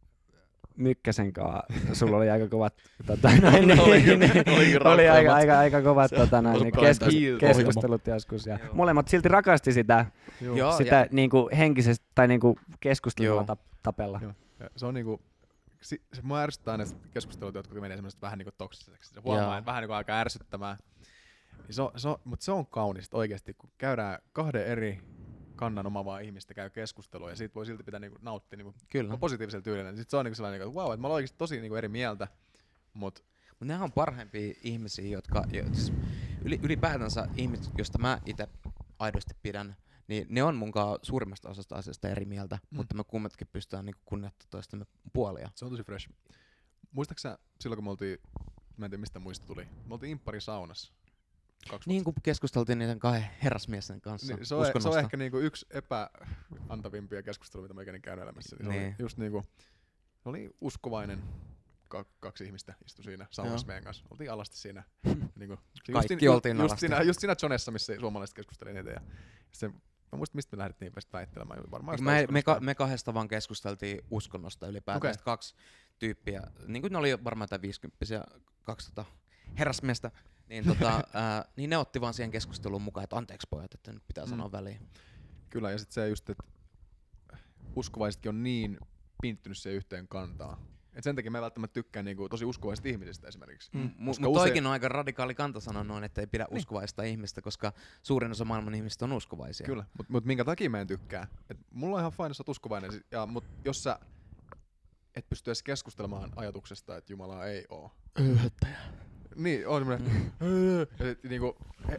Mykkäsen kanssa sulla oli aika kovat tota, noin, Oli- oli niin, kyllä- niin, oli kyllä oli aika, rankkoja aika, aika kovat Se tota, on noin, niin prime keskus, time keskustelut joskus. Ja Joo. molemmat silti rakasti sitä, Joo. Joo, sitä ja- niinku, henkisestä tai niinku, keskustelua Joo. tap, tapella. Joo. Ja se on niinku, si, se mua ärsyttää aina keskustelut, jotka menee semmoista vähän niinku toksiseksi. Se huomaa, Joo. että vähän niinku alkaa ärsyttämään. Niin se on, se on, mutta se on kaunista oikeesti, kun käydään kahden eri kannan omaavaa ihmistä käy keskustelua ja siitä voi silti pitää niinku nauttia niinku Kyllä. positiivisella tyylillä. Sitten se on niinku sellainen, että wow, että mä olen oikeesti tosi niinku eri mieltä, mut Mutta nehän on parhaimpia ihmisiä, jotka, jo, siis yli, ylipäätänsä ihmiset, joista mä itse aidosti pidän, niin ne on munkaan suurimmasta osasta asiasta eri mieltä, Mm. mutta me kummatkin pystytään niinku kunnioittamaan toistemme puolia. se on tosi fresh. Muistaaksä silloin, kun me oltiin, mä en tiedä mistä muista tuli, me oltiin Impparin saunassa. Kaksi Niin kuin keskusteltiin niiden kahden herrasmiesten kanssa Niin, se, on, se on uskonnosta. ehkä niinku yksi epäantavimpia keskusteluja, mitä mä ikinä käynyt elämässä. Niin. Se Niin. oli just niinku, se oli uskovainen ka- kaksi ihmistä istui siinä saunassa Joo. meidän kanssa. Oltiin alasti siinä. niinku, Kaikki siinä- oltiin just, alasti. siinä, just siinä Jonessa, missä suomalaiset keskusteli niitä. Ja se, mä muistan, mistä me lähdettiin päästä väittelemään. Varmaan Me, jostain me, ka, uskonnosta. me kahdesta vaan keskusteltiin uskonnosta ylipäätään. Okei. Okay. Kaksi tyyppiä, niin kuin ne oli varmaan jotain viisikymppisiä, kaksi tota, herrasmiestä, niin, tota, ää, niin ne otti vaan siihen keskusteluun mukaan, että anteeksi pojat, että nyt pitää Mm. sanoa väliin. Kyllä, ja sitten se just, että uskovaisetkin on niin pinttynyt siihen yhteen kantaan. Et sen takia mä en välttämättä tykkään niinku tosi uskovaisista ihmisistä esimerkiksi. Mm. Mutta Koska mut toikin usein- on aika radikaali kanta sanoa noin, että ei pidä Niin. uskovaista ihmistä, koska suurin osa maailman ihmistä on uskovaisia. Kyllä, mutta mut minkä takia mä en tykkää? Et mulla on ihan fine, jos sä oot uskovainen, si- ja, mut jos sä et pysty edes keskustelemaan ajatuksesta, että Jumalaa ei oo. Öyhöttäjä. Niin, on semmonen, Mm. ja sit niinku, he,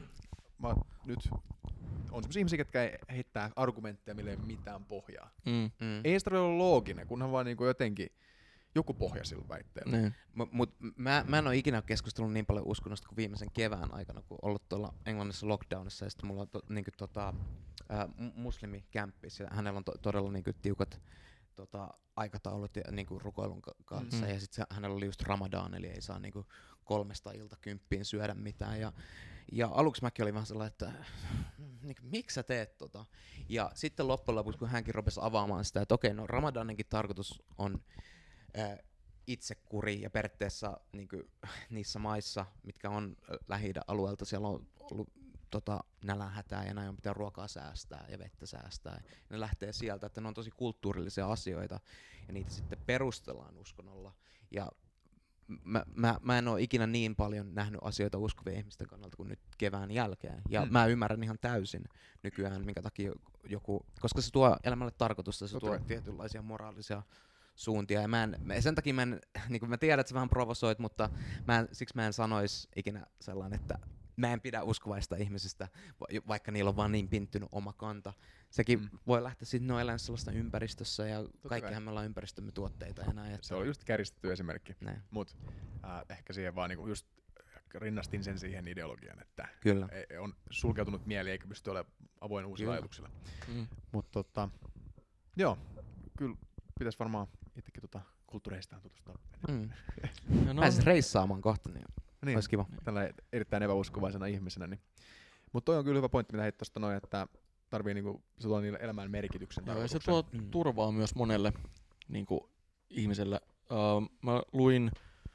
mä oon nyt, on semmosia ihmisiä, jotka ei heittää argumentteja, mille ei ole mitään pohjaa. Mm. Mm. Ei sitä ole looginen, kunhan vaan niinku jotenkin joku pohja sillä väitteellä. Niin. Mut, mut mä, mä en ole ikinä keskustellut niin paljon uskonnosta kuin viimeisen kevään aikana, kun ollut tuolla Englannissa lockdownissa, ja sitten mulla on to, niinku tota, ää, mu- muslimikämppis, ja hänellä on to, todella niinku tiukat tota, aikataulut ja niinku rukoilun ka- kanssa, Mm. ja sitten hänellä oli just Ramadan, eli ei saa niinku kolmesta ilta kymppiin syödä mitään, ja, ja aluksi mäkin olin vähän sellainen, että niinku, miksi sä teet tota? Ja sitten loppujen lopuksi, kun hänkin rupesi avaamaan sitä, että okei, no Ramadaninkin tarkoitus on ää, itsekuri, ja periaatteessa niin kuin, niissä maissa, mitkä on Lähi-idän alueelta, siellä on ollut tota, nälänhätää ja näin on pitää ruokaa säästää ja vettä säästää. Ja ne lähtee sieltä, että ne on tosi kulttuurillisia asioita ja niitä sitten perustellaan uskonnolla. Ja mä, mä, mä en ole ikinä niin paljon nähnyt asioita uskovien ihmisten kannalta kuin nyt kevään jälkeen. Ja Mm. mä ymmärrän ihan täysin nykyään, minkä takia joku, koska se tuo elämälle tarkoitusta, se Totta tuo kai. tietynlaisia moraalisia suuntia. Ja mä en, mä- sen takia mä en, niin kuin mä tiedän, että sä vähän provosoit, mutta mä en, siksi mä en sanois ikinä sellainen, että mä en pidä uskovaista ihmisistä, va- vaikka niillä on vaan niin pinttynyt oma kanta. Sekin Mm. mm. voi lähteä sitten no elämään sellaista ympäristössä ja kai. kaikkihan me ollaan ympäristömme tuotteita ja näin. Se oli just käristetty esimerkki. Näin. Mut äh, ehkä siihen vaan niinku just rinnastin sen siihen ideologian, että Kyllä. ei, on sulkeutunut mieli eikä pysty olemaan avoin uusilla Kyllä. ajatuksilla. Mm. Mutta tota, joo, kyllä pitäisi varmaan itsekin tota kulttuureistaan tutustua. Mm. Ja no, Pääsis reissaamaan kohta, niin Niin, olisi kiva. tällä erittäin epäuskovaisena ihmisenä. Niin. Mutta toi on kyllä hyvä pointti, mitä heit tuosta noin, että tarvii niinku, se tuo niille elämään merkityksen. joo, ja se tarkoituksen. tuo Mm. turvaa myös monelle niin kuin, ihmiselle. Uh, mä luin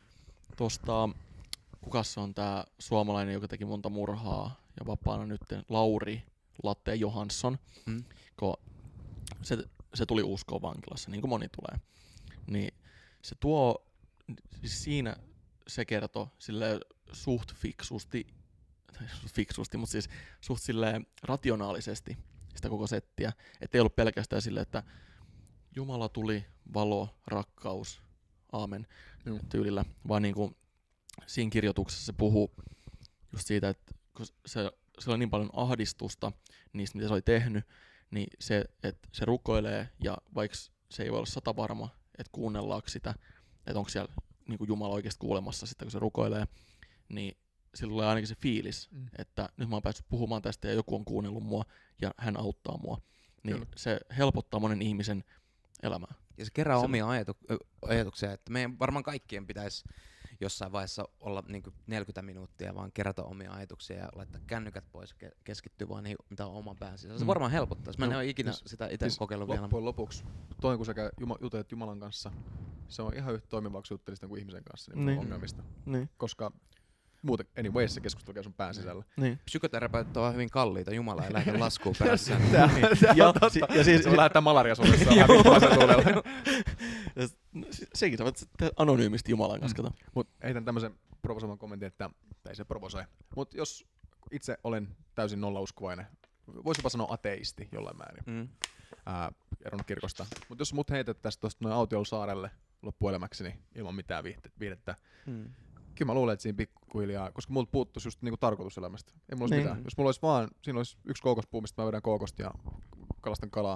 tosta, kukas se on tää suomalainen, joka teki monta murhaa ja vapaana nyt, Lauri Latte Johansson, Mm. kun se, se tuli uskoon vankilassa, niin kuin moni tulee. Niin se tuo, siis siinä se kertoo sille suht fiksusti, tai fiksusti, mutta siis suht silleen rationaalisesti sitä koko settiä. Että ei ollut pelkästään silleen, että Jumala tuli, valo, rakkaus, aamen, Joo. tyylillä, vaan niinku siinä kirjoituksessa se puhuu just siitä, että kun se, se oli niin paljon ahdistusta niistä, mitä se oli tehnyt, niin se, että se rukoilee, ja vaikka se ei voi olla sata varma, että kuunnellaanko sitä, että onko siellä niin kuin Jumala oikeasti kuulemassa sitä, kun se rukoilee, niin sillä tulee ainakin se fiilis, Mm. että nyt mä oon päässyt puhumaan tästä ja joku on kuunnellut mua ja hän auttaa mua. Niin Kyllä. se helpottaa monen ihmisen elämää. Ja se kerää Se- omia ajatu- ö, ajatuksia, että meidän varmaan kaikkien pitäisi jossain vaiheessa olla niinku neljäkymmentä minuuttia vaan kerätä omia ajatuksia ja laittaa kännykät pois ja ke- keskittyä vaan niihin, mitä on oman pään sisällä. Se Mm. varmaan helpottaisi. Mä en No, ole ikinä siis- sitä itse siis kokeillut vielä. Loppujen lopuksi, toi kun sä käy Juma, jutelet Jumalan kanssa, se on ihan yhtä toimivaa, kun sä juttelisit kuin ihmisen kanssa niin Niin. ongelmista. Niin, Koska muuten, anyways, se keskustelu käy sun pään sisällä. niin. Psykoterapeutit ovat hyvin kalliita. Jumala ei lähde laskuun perässä. Tää, tää Ja, on totta. si- ja siis, Se on lähettää malaria sulle, se on vähän vittumaisen tuulella. ja s- no, se- sekin sä voit sitten anonyymisti Jumalan kanssa Mm. kato. Mut heitän tämmösen provosoivan kommentin, että tai ei se provosoi. Mut jos itse olen täysin nolauskovainen, voisi jopa sanoa ateisti jollain määrin, Mm. ää, eronnut kirkosta. Mut jos mut heitettäisiin tuosta noin autiosaarelle loppuelämäkseni ilman mitään viihte- viihdettä, Mm. kyllä mä luulen, että siinä pikkuhiljaa, koska multa puuttuisi just niinku tarkoitus elämästä. Ei mulla olisi Niin. mitään. Jos mulla olisi vaan, siinä olisi yksi kookospuu, mistä mä vedän kookosta ja kalastan kalaa.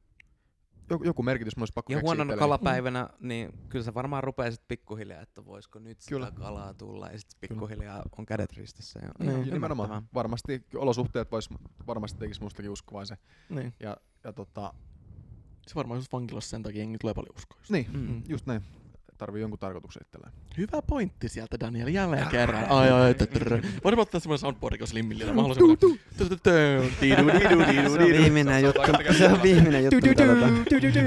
Joku, joku merkitys mulla olisi pakko Ja keksiä huonona itselleni. kalapäivänä, niin kyllä sä varmaan rupeaisit pikkuhiljaa, että voisiko nyt Kyllä. sitä kalaa tulla, ja sitten pikkuhiljaa on kädet ristissä. Ja Niin. ihan Ja nimenomaan. ymmärrettävää. Varmasti olosuhteet vois, varmasti tekisi mustakin uskovaisen. Niin. Ja, ja tota, Se varmaan just vankilassa sen takia jengi tulee paljon uskoa. just. niin, Mm. just näin. Tarvii jonkun tarkoituksen itselleen. Hyvä pointti sieltä, Daniel, jälleen kerran. Ai ai, tötrö. Voidaan ottaa semmoinen soundboard, kun slimmillä. Mä haluaisin mennä. Tututu, tidu, didu, didu, Se on didu. viimeinen juttu, se on viimeinen juttu, mitä otetaan.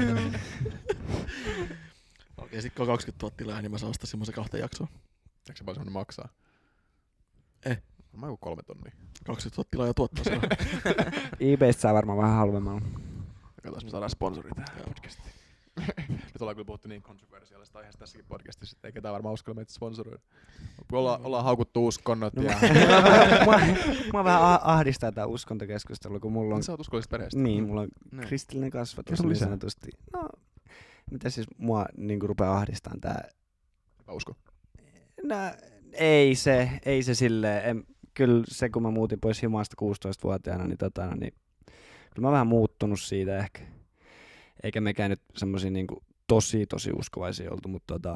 Okei, sit kun on kaksikymmentätuhatta tilaa, niin mä saan ostaa semmoisen kahta jaksoa. Eikö se vaan semmonen maksaa? Eh. Varmaan joku kolme tonnia. kaksikymmentätuhatta tilaa ja tuottaa sen. eBaystä saa varmaan vähän halvemmalla. Katsotaan, me saadaan sponsori tähän podcastiin. Nyt ollaan kyllä puhuttu niin kontroversiaalisesta aiheesta tässäkin podcastissa, että ei ketään varmaan uskalla meitä sponsoroida. Ollaan, ollaan haukuttu uskonnot No, ja... mua, mua vähän ah- ahdistaa tää uskontakeskustelu, kun mulla on, Sä oot uskollisesta perheestä. niin, mulla on Niin. kristillinen kasvatus Kerro niin lisää. sanotusti. No, mitä siis mua niinku rupeaa ahdistamaan tää? Mä uskon. No, ei se, ei se silleen. En, kyllä se, kun mä muutin pois himasta kuusitoistavuotiaana, niin, tota, no, niin kyllä mä oon vähän muuttunut siitä ehkä. Eikä mekään nyt semmosia niinku tosi, tosi uskovaisia oltu, mutta tota,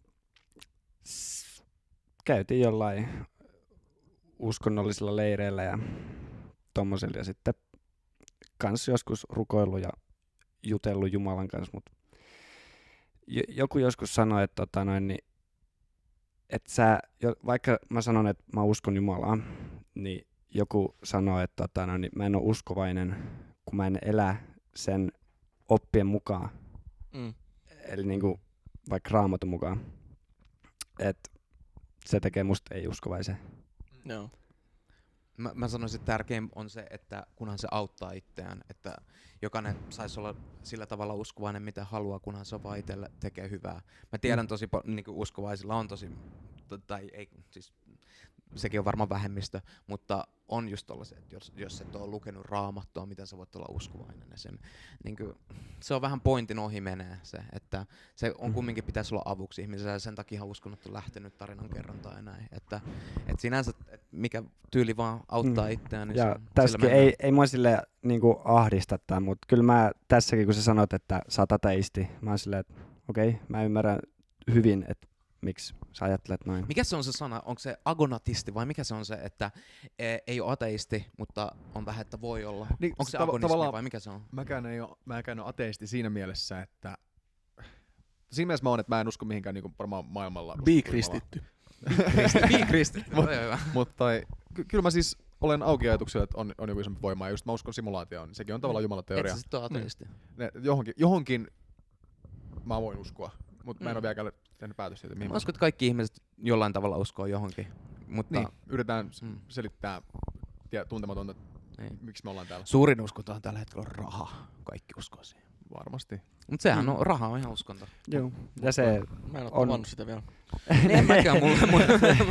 s- käytiin jollain uskonnollisilla leireillä ja tommosilla ja sitten kans joskus rukoillut ja jutellut Jumalan kanssa, mutta joku joskus sanoi, että tota noin, niin että sä, jo, vaikka mä sanon, että mä uskon Jumalaa, niin joku sanoo, että tota, no, niin mä en ole uskovainen, kun mä en elä sen oppien mukaan, Mm. eli niinku vaikka Raamatun mukaan. Et se tekee musta ei-uskovaisen. Joo. Mä, mä sanoisin, että tärkein on se, että kunhan se auttaa itseään, että jokainen saisi olla sillä tavalla uskovainen, mitä haluaa, kunhan se on vaan itselle tekee hyvää. Mä tiedän tosi paljon, niin uskovaisilla on tosi, t- tai ei, siis sekin on varmaan vähemmistö, mutta on just tollasia, että jos, jos et ole lukenut Raamattua, miten sä voit olla uskovainen. Esim. Niin kuin, se on vähän pointin ohi menee se, että se on kumminkin pitäisi olla avuksi ihmiselle ja sen takia uskonnot on lähtenyt tarinan kerrontaan ja näin. Että, et sinänsä, et mikä tyyli vaan auttaa Mm. itseään, niin Ja se, tässäkin sillä ei, mennään. ei mua sille niinku ahdista tää, mutta kyllä mä tässäkin kun sä sanot, että sä oot ateisti, mä oon silleen, että okei, okay, mä ymmärrän hyvin, että miksi sä ajattelet noin. Mikä se on se sana? Onko se agonatisti vai mikä se on se, että e, ei ole ateisti, mutta on vähän, että voi olla? Niin, Onko se tav- agonismi tavallaan- vai mikä se on? Mäkään en ole, mäkään ole ateisti siinä mielessä, että siinä mielessä mä oon, että mä en usko mihinkään niinku varmaan maailmalla. Bi-kristitty. Bi-kristitty. Mut- Toi on hyvä. Mutta tai, ky- kyllä mä siis olen auki ajatukselle, että on, on joku isompi voima, ja just mä uskon simulaatioon, niin sekin on tavallaan Jumalan Et teoria. sä sit ole ateisti. Ne, johonkin, johonkin mä voin uskoa, mutta mä en Mm. ole vieläkään tehnyt päätöstä siitä, mihin Mä mä uskon, että kaikki ihmiset jollain tavalla uskoo johonkin. Mutta Niin, yritetään s- Mm. selittää tie, tuntematonta, niin. miksi me ollaan täällä. Suurin uskonto tällä hetkellä on raha. Kaikki uskoo siihen. Varmasti. Mutta sehän Mm. on, raha on ihan uskonto. Joo. Ja se, Mä en oo On. tavannut sitä vielä. Niin en mäkään mulle. mulle.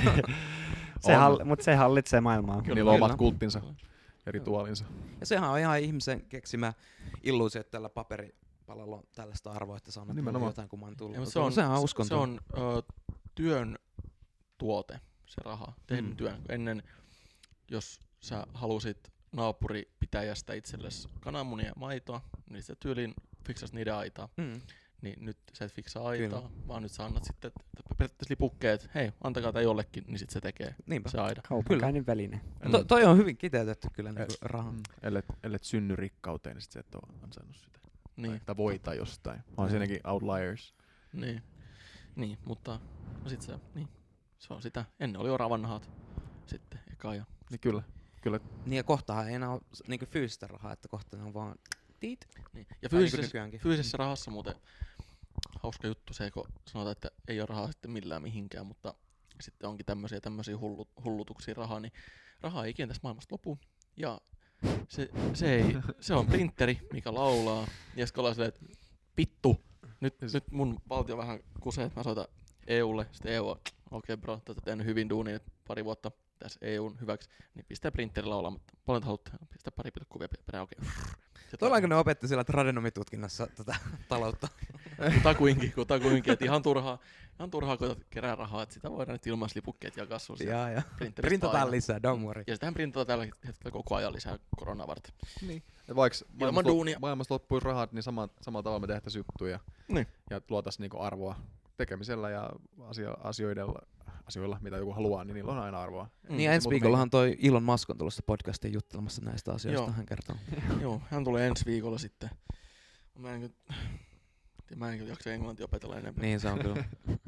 se On. hall, mut se hallitsee maailmaa. Kyllä, niillä on kyllä. omat kulttinsa ja rituaalinsa. Ja sehän on ihan ihmisen keksimä illuusio, että tällä paperipalalla on tällaista arvoa, että saa Nimenomaan. jotain, kun mä oon tullut. Ja, mutta se on, sehän on se, uskonto. se on ö, työn tuote, se raha, tehdyn Mm. työn. Ennen, jos sä halusit naapuripitäjästä itsellesi kananmunia ja maitoa, niin sä tyylin fiksas niiden aitaa. Mm. Niin nyt sä et fiksaa aitaa, Kyllä. vaan nyt sä annat sitten että periaatteessa lipukkeet, hei, antakaa tää jollekin, niin sit se tekee Niinpä. se aida. Kaupankäynnin väline. To, toi on hyvin kiteytetty kyllä niin Et- raha. Mm. Ellet, ellet synny rikkauteen, niin sit sä et ole ansainnut sitä. Niin, Tai, tai voita jostain. On Mm. siinäkin outliers. niin, niin, mutta no sit se, niin, se on sitä. Ennen oli oravannahat sitten eka ja Niin kyllä. Kyllä. Niin ja kohtahan ei enää ole niinku fyysistä rahaa, että kohta ne on vaan tiit. niin. Ja Tai niinku fyysisessä, nykyäänkin. fyysisessä rahassa muuten hauska juttu se, kun sanotaan, että ei ole rahaa sitten millään mihinkään, mutta sitten onkin tämmöisiä tämmöisiä hullu, hullutuksia rahaa, niin rahaa ei ikinä tästä maailmasta lopu. Ja se, se, ei, se on printeri, mikä laulaa. Ja sitten ollaan silleen, että vittu, nyt, nyt mun valtio vähän kusee, että mä soitan E U:lle. Sitten E U on, okei okay, bro, te olette tehnyt hyvin duunia nyt pari vuotta tässä E U:n hyväksi. Niin pistää printeri laulaa, mutta paljon te haluatte, pistää pari pilkkuvia perään, okei. Okay. Tuollaanko ne opetti siellä tradenomitutkinnassa tätä taloutta? Kutakuinkin, kutakuinkin, että ihan turhaa, ihan turhaa koetat kerää rahaa, että sitä voidaan nyt ilmaislipukkeet jakaa sun siellä Jaa, ja. printeristä Printataan aina. lisää, don't worry. Ja sitähän printataan tällä hetkellä koko ajan lisää koronaa varten. Niin. Ja vaikka maailmassa, duunia. lop, maailmassa loppuisi rahat, niin sama, samalla tavalla me tehtäisiin juttuja. Niin. Ja luotaisiin niinku arvoa tekemisellä ja asio, asioidella, asioilla, mitä joku haluaa, niin niillä on aina arvoa. Mm. Niin ja ensi muuta viikollahan toi Elon Musk on tulossa podcastiin juttelemassa näistä asioista, Joo. hän kertoo. Joo, hän tulee ensi viikolla sitten. Mä en, kyllä- mä en kyllä jaksa englantia opetella enemmän. Niin se on kyllä.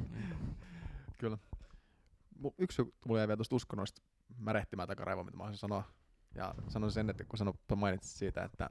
Kyllä. Mu- Yksi juttu mulla jäi vielä tuosta uskonnoista märehtimään takaraivoon, mitä mä haluaisin sanoa. Ja sanoin sen, että kun sanot, mainitsit siitä, että,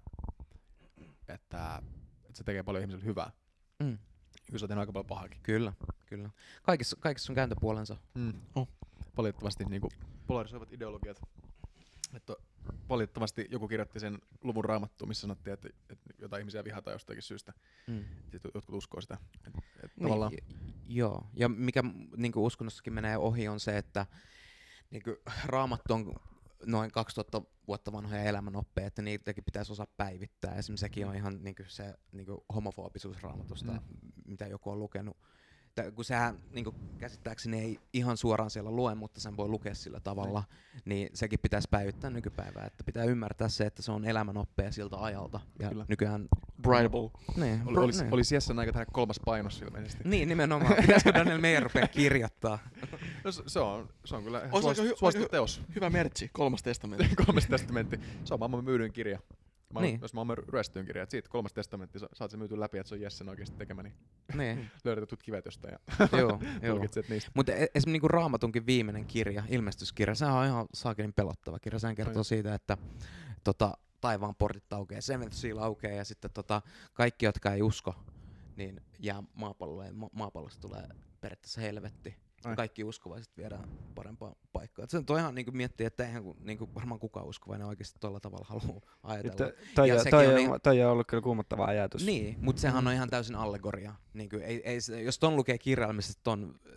että, että se tekee paljon ihmisille hyvää. Mm. Kyllä se on tehnyt aika paljon pahakin. Kyllä, kyllä. Kaikissa, kaikissa on kääntöpuolensa. Mm. Oh. Valitettavasti niin kuin polarisoivat ideologiat. Että valitettavasti joku kirjoitti sen luvun raamattuun, missä sanottiin, että, että jotain ihmisiä vihataan jostakin syystä. Mm. Sitten jotkut uskoo sitä. Et, et Niin, tavallaan, j- joo, ja mikä niin uskonnossakin menee ohi on se, että niin raamattu on noin kaksituhatta vuotta vanhoja elämänoppeja, että niitäkin pitäisi osaa päivittää. Esimerkiksi sekin on ihan niin se niin homofobisuus raamatusta, Mm. mitä joku on lukenut. Tää, kun sehän niin käsittääkseni ei ihan suoraan siellä lue, mutta sen voi lukea sillä tavalla, niin sekin pitäisi päivittää nykypäivää. Että pitää ymmärtää se, että se on elämänoppeja siltä ajalta. Ja Kyllä. nykyään... Bribable. Niin, oli, bro- olisi, niin. olisi Jessen aika tehdä kolmas painos ilmeisesti. Niin, nimenomaan. Pitäisikö Daniel Meyer rupea kirjoittaa? No, se, se, on, se on kyllä ihan Olisi suos, aika hy- suosittu aika- teos. Hyvä mertsi, kolmas testamentti. Kolmas testamentti. Se on maailman myydyin kirja. Mä, Niin. Jos maailman ryöstyin kirja, että siitä kolmas testamentti sa- saat se myyty läpi, että se on Jessen oikeasti tekemä, niin Niin, löydät jotkut kivet jostain ja joo, joo. tulkitset niistä. Mutta esimerkiksi niinku Raamatunkin viimeinen kirja, ilmestyskirja, sehän on ihan saakelin pelottava kirja. Sehän kertoo Ai. siitä, että tota, taivaan portit aukeaa, Seventh Seal aukeaa ja sitten tota, kaikki, jotka ei usko, niin jää maapallolle ja ma- maapallosta tulee periaatteessa helvetti. Ai. Kaikki uskovaiset viedään parempaan paikkaan. Et se on toi ihan niinku miettiä, että eihän ku- niinku varmaan kukaan uskovainen oikeasti tuolla tavalla halua ajatella. Että toi, Ja on, sekin toi, on on, ihan- toi on ollut kyllä kuumottava ajatus. Niin, mutta sehän on ihan täysin allegoria. Niin kuin, ei, ei, se- jos ton lukee kirjaimellisesti ton äh,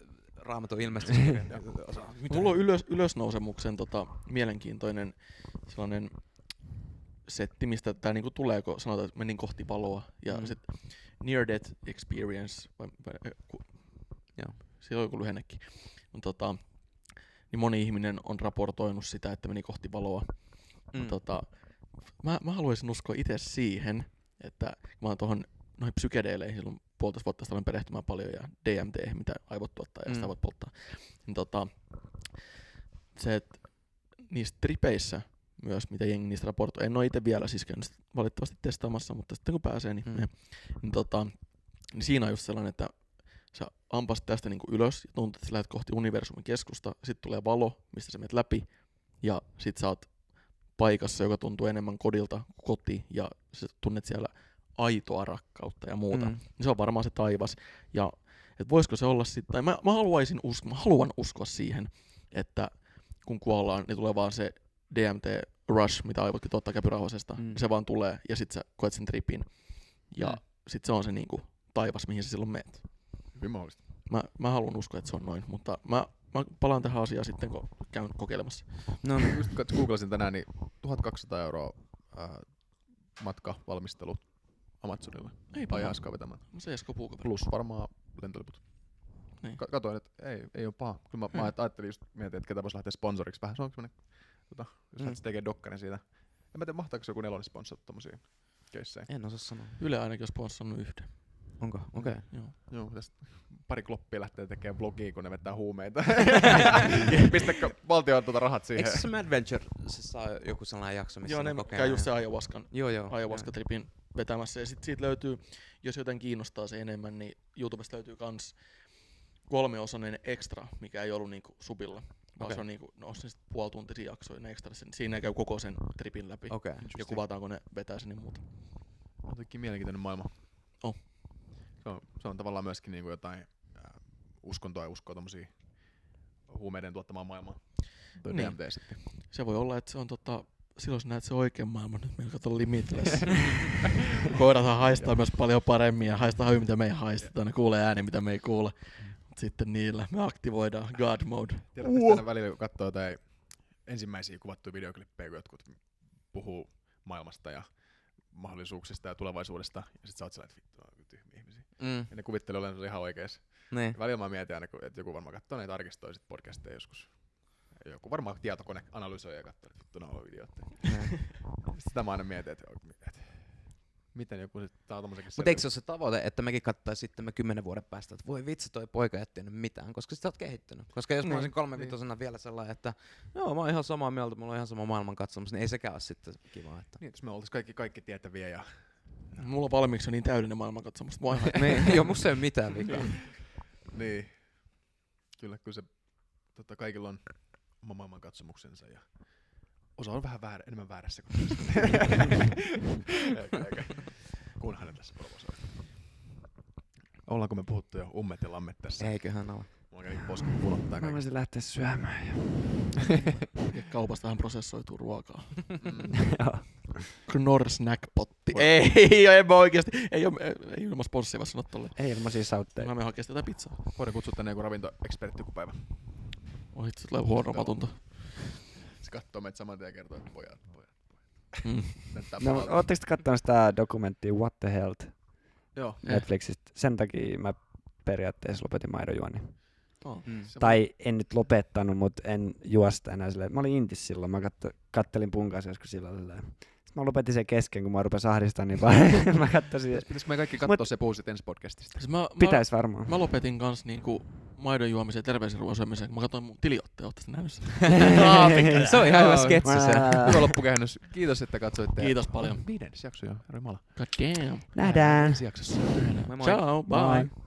Raamatun ilmestyskirjan. Mulla on ylös, ylösnousemuksen tota, mielenkiintoinen sellainen setti, mistä tää niinku tulee, kun sanotaan, että menin kohti valoa. Ja Mm. sit Near Death Experience, vai, vai, ku, Joo. siellä on joku lyhennekin. No, tota, niin moni ihminen on raportoinut sitä, että meni kohti valoa. Mm. Tota, mä, mä haluaisin uskoa itse siihen, että mä oon tuohon noihin psykedeeleihin silloin puolitoista vuotta sitten aloin perehtymään paljon ja D M T, mitä aivot tuottaa ja sitä Mm. voit polttaa. Niin tota, se, että niissä tripeissä myös, mitä jengi niistä raportoi, en ole itse vielä siis käynyt sitä valitettavasti testaamassa, mutta sitten kun pääsee, niin, Mm. mm. niin, tota, niin siinä on just sellainen, että sä ampasit tästä niinku ylös ja tuntuu, että sä lähdet kohti universumin keskusta, sitten tulee valo, mistä sä menet läpi ja sit sä oot paikassa, joka tuntuu enemmän kodilta kuin koti ja sä tunnet siellä aitoa rakkautta ja muuta. Mm. Niin se on varmaan se taivas. Ja et voisiko se olla sitten, tai mä, mä haluaisin uskoa, mä haluan uskoa siihen, että kun kuollaan, niin tulee vaan se D M T rush, mitä aivotkin tuottaa käpyrauhasesta. Mm. Se vaan tulee ja sit sä koet sen tripin. Ja Mm. sit se on se niinku taivas, mihin sä silloin meet. Hyvin mahdollista. Mä, mä haluan uskoa, että se on noin, mutta mä, mä palaan tähän asiaan sitten, kun käyn kokeilemassa. No niin. Just kun googlasin tänään, niin tuhatkaksisataa euroa äh, matka valmistelu Amazonilla. Ei Tai paha. haiskaa vetämään. No se Esko Puukaveri. Plus varmaan lentoliput. Niin. Ka- katoin, että ei, ei ole paha. Kyllä mä, mä ajattelin just, mietin, että ketä voisi lähteä sponsoriksi vähän. Se on semmoinen, tota, jos Mm. mm. tekee dokkarin siitä. En mä tiedä, mahtaako se joku nelonen sponsorata tommosia keissejä. En osaa sanoa. Yle ainakin on sponssannut yhden. Onko? Okei. Okay. Joo. Joo, tästä pari kloppia lähtee tekemään vlogia, kun ne vetää huumeita. Pistäkö valtion tuota rahat siihen? Eikö se Mad Venture, se saa joku sellainen jakso, missä Joo, ne ne kokee käy just näin? se ayahuascan, Joo, joo. ayahuasca-tripin vetämässä. Ja sit siitä löytyy, jos jotain kiinnostaa se enemmän, niin YouTubesta löytyy kans kolmeosainen extra, mikä ei ollut niinku subilla. Vaan Okei. se on niinku, no se sit puolituntisia jaksoja, ne extra, sen, siinä käy koko sen tripin läpi. Okei. Okay. Ja kuvataan, kun ne vetää sen ja muuta. On jotenkin mielenkiintoinen maailma. On. Se on, se on tavallaan myöskin niinku jotain äh, uskontoa ja uskoa tommosia huumeiden tuottamaa maailmaa. Toi Niin. D M T sitten. Se voi olla, että se on tota, silloin sä näet se oikean maailman, nyt meillä katsoo Limitless. Koirathan haistaa myös paljon paremmin ja haistaa hyvin, mitä me ei haisteta. Ne kuulee ääni, mitä me ei kuule. Mut sitten niillä me aktivoidaan God mode. Tiedätkö uh. tänä välillä, kun katsoo jotain ensimmäisiä kuvattuja videoklippejä, kun jotkut puhuu maailmasta ja mahdollisuuksista ja tulevaisuudesta, ja sit sä oot sellainen, että vittu, on tyhmiä ihmisiä. Mm. Ja ne kuvittelee olevansa ihan oikees. Niin. Välillä mä mietin aina, että joku varmaan katsoo näitä arkistoi sit podcasteja joskus. Joku varmaan tietokone analysoi ja katsoo, että vittu, ne on idiootteja. Niin. Sitä mä aina mietin, että, että miten joku sit saa tommosenkin Mutta eikö se ole se tavoite, että mekin katsotaan sitten me kymmenen vuoden päästä, että voi vitsi, toi poika ei ole tehnyt mitään, koska sitä oot kehittynyt. Koska jos mä Niin. olisin kolmevitosena vielä sellainen, että joo, mä oon ihan samaa mieltä, mulla on ihan sama maailman katsomus, niin ei sekään ole sitten kiva. Että... Niin, jos me oltais kaikki, kaikki tietäviä ja... Mulla on valmiiksi jo niin täydellinen maailmankatsomus. Mua ihan niin, joo, musta ei ole mitään vikaa. Niin. Kyllä, kun se tota, kaikilla on oma maailmankatsomuksensa ja osa on vähän väärä, enemmän väärässä kuin eikä, eikä. Kunhan ne tässä provosoi. Ollaanko me puhuttu jo ummet ja lammet tässä? Eiköhän ole. Mua kävi posket pulottaa Mä kaikista. voisin lähteä syömään. Ja... ja kaupasta vähän prosessoituu ruokaa. Mm. Joo. Knorr snackpotti. Ei, en mä oikeesti. Ei, ole, ei ilman sponssia vaan sanoa tolle. Ei ilmaisia sautteja. Mä menen hakemaan sitä pizzaa. Voidaan kutsua tänne joku ravintoekspertti joku päivä. Oi, se tulee huono omatunto. Se kattoo meitä saman tien ja kertoo, että pojat, pojat. Mm. Näyttää No, pahalta. ootteko te kattonut sitä dokumenttia What the Health Joo. Netflixistä? Sen takia mä periaatteessa lopetin maidonjuoni. Oh. Mm. Se Tai en nyt lopettanut, mutta en juosta enää silleen. Mä olin intis silloin, mä katto, kattelin pun kanssa joskus silloin silleen. Sitten mä lopetin sen kesken, kun mä rupesi ahdistamaan niin paljon. Mä katsoin, Pitäisikö me kaikki katsoa Mut- se puhuisit ensi podcastista? Siis mä, mä, pitäis varmaan. mä lopetin kans niinku maidon juomisen ja terveysruoan syömisen, kun mä katsoin mun tiliotteen, ootte sitä nähnyt sen? Se on ihan hyvä Joo. sketsi se. Hyvä loppukäännös. Kiitos, että katsoitte. Kiitos paljon. Viidennes jakso jo, herra jumala. God damn. Nähdään. Ensi jaksossa. Moi moi. Ciao, bye. Bye.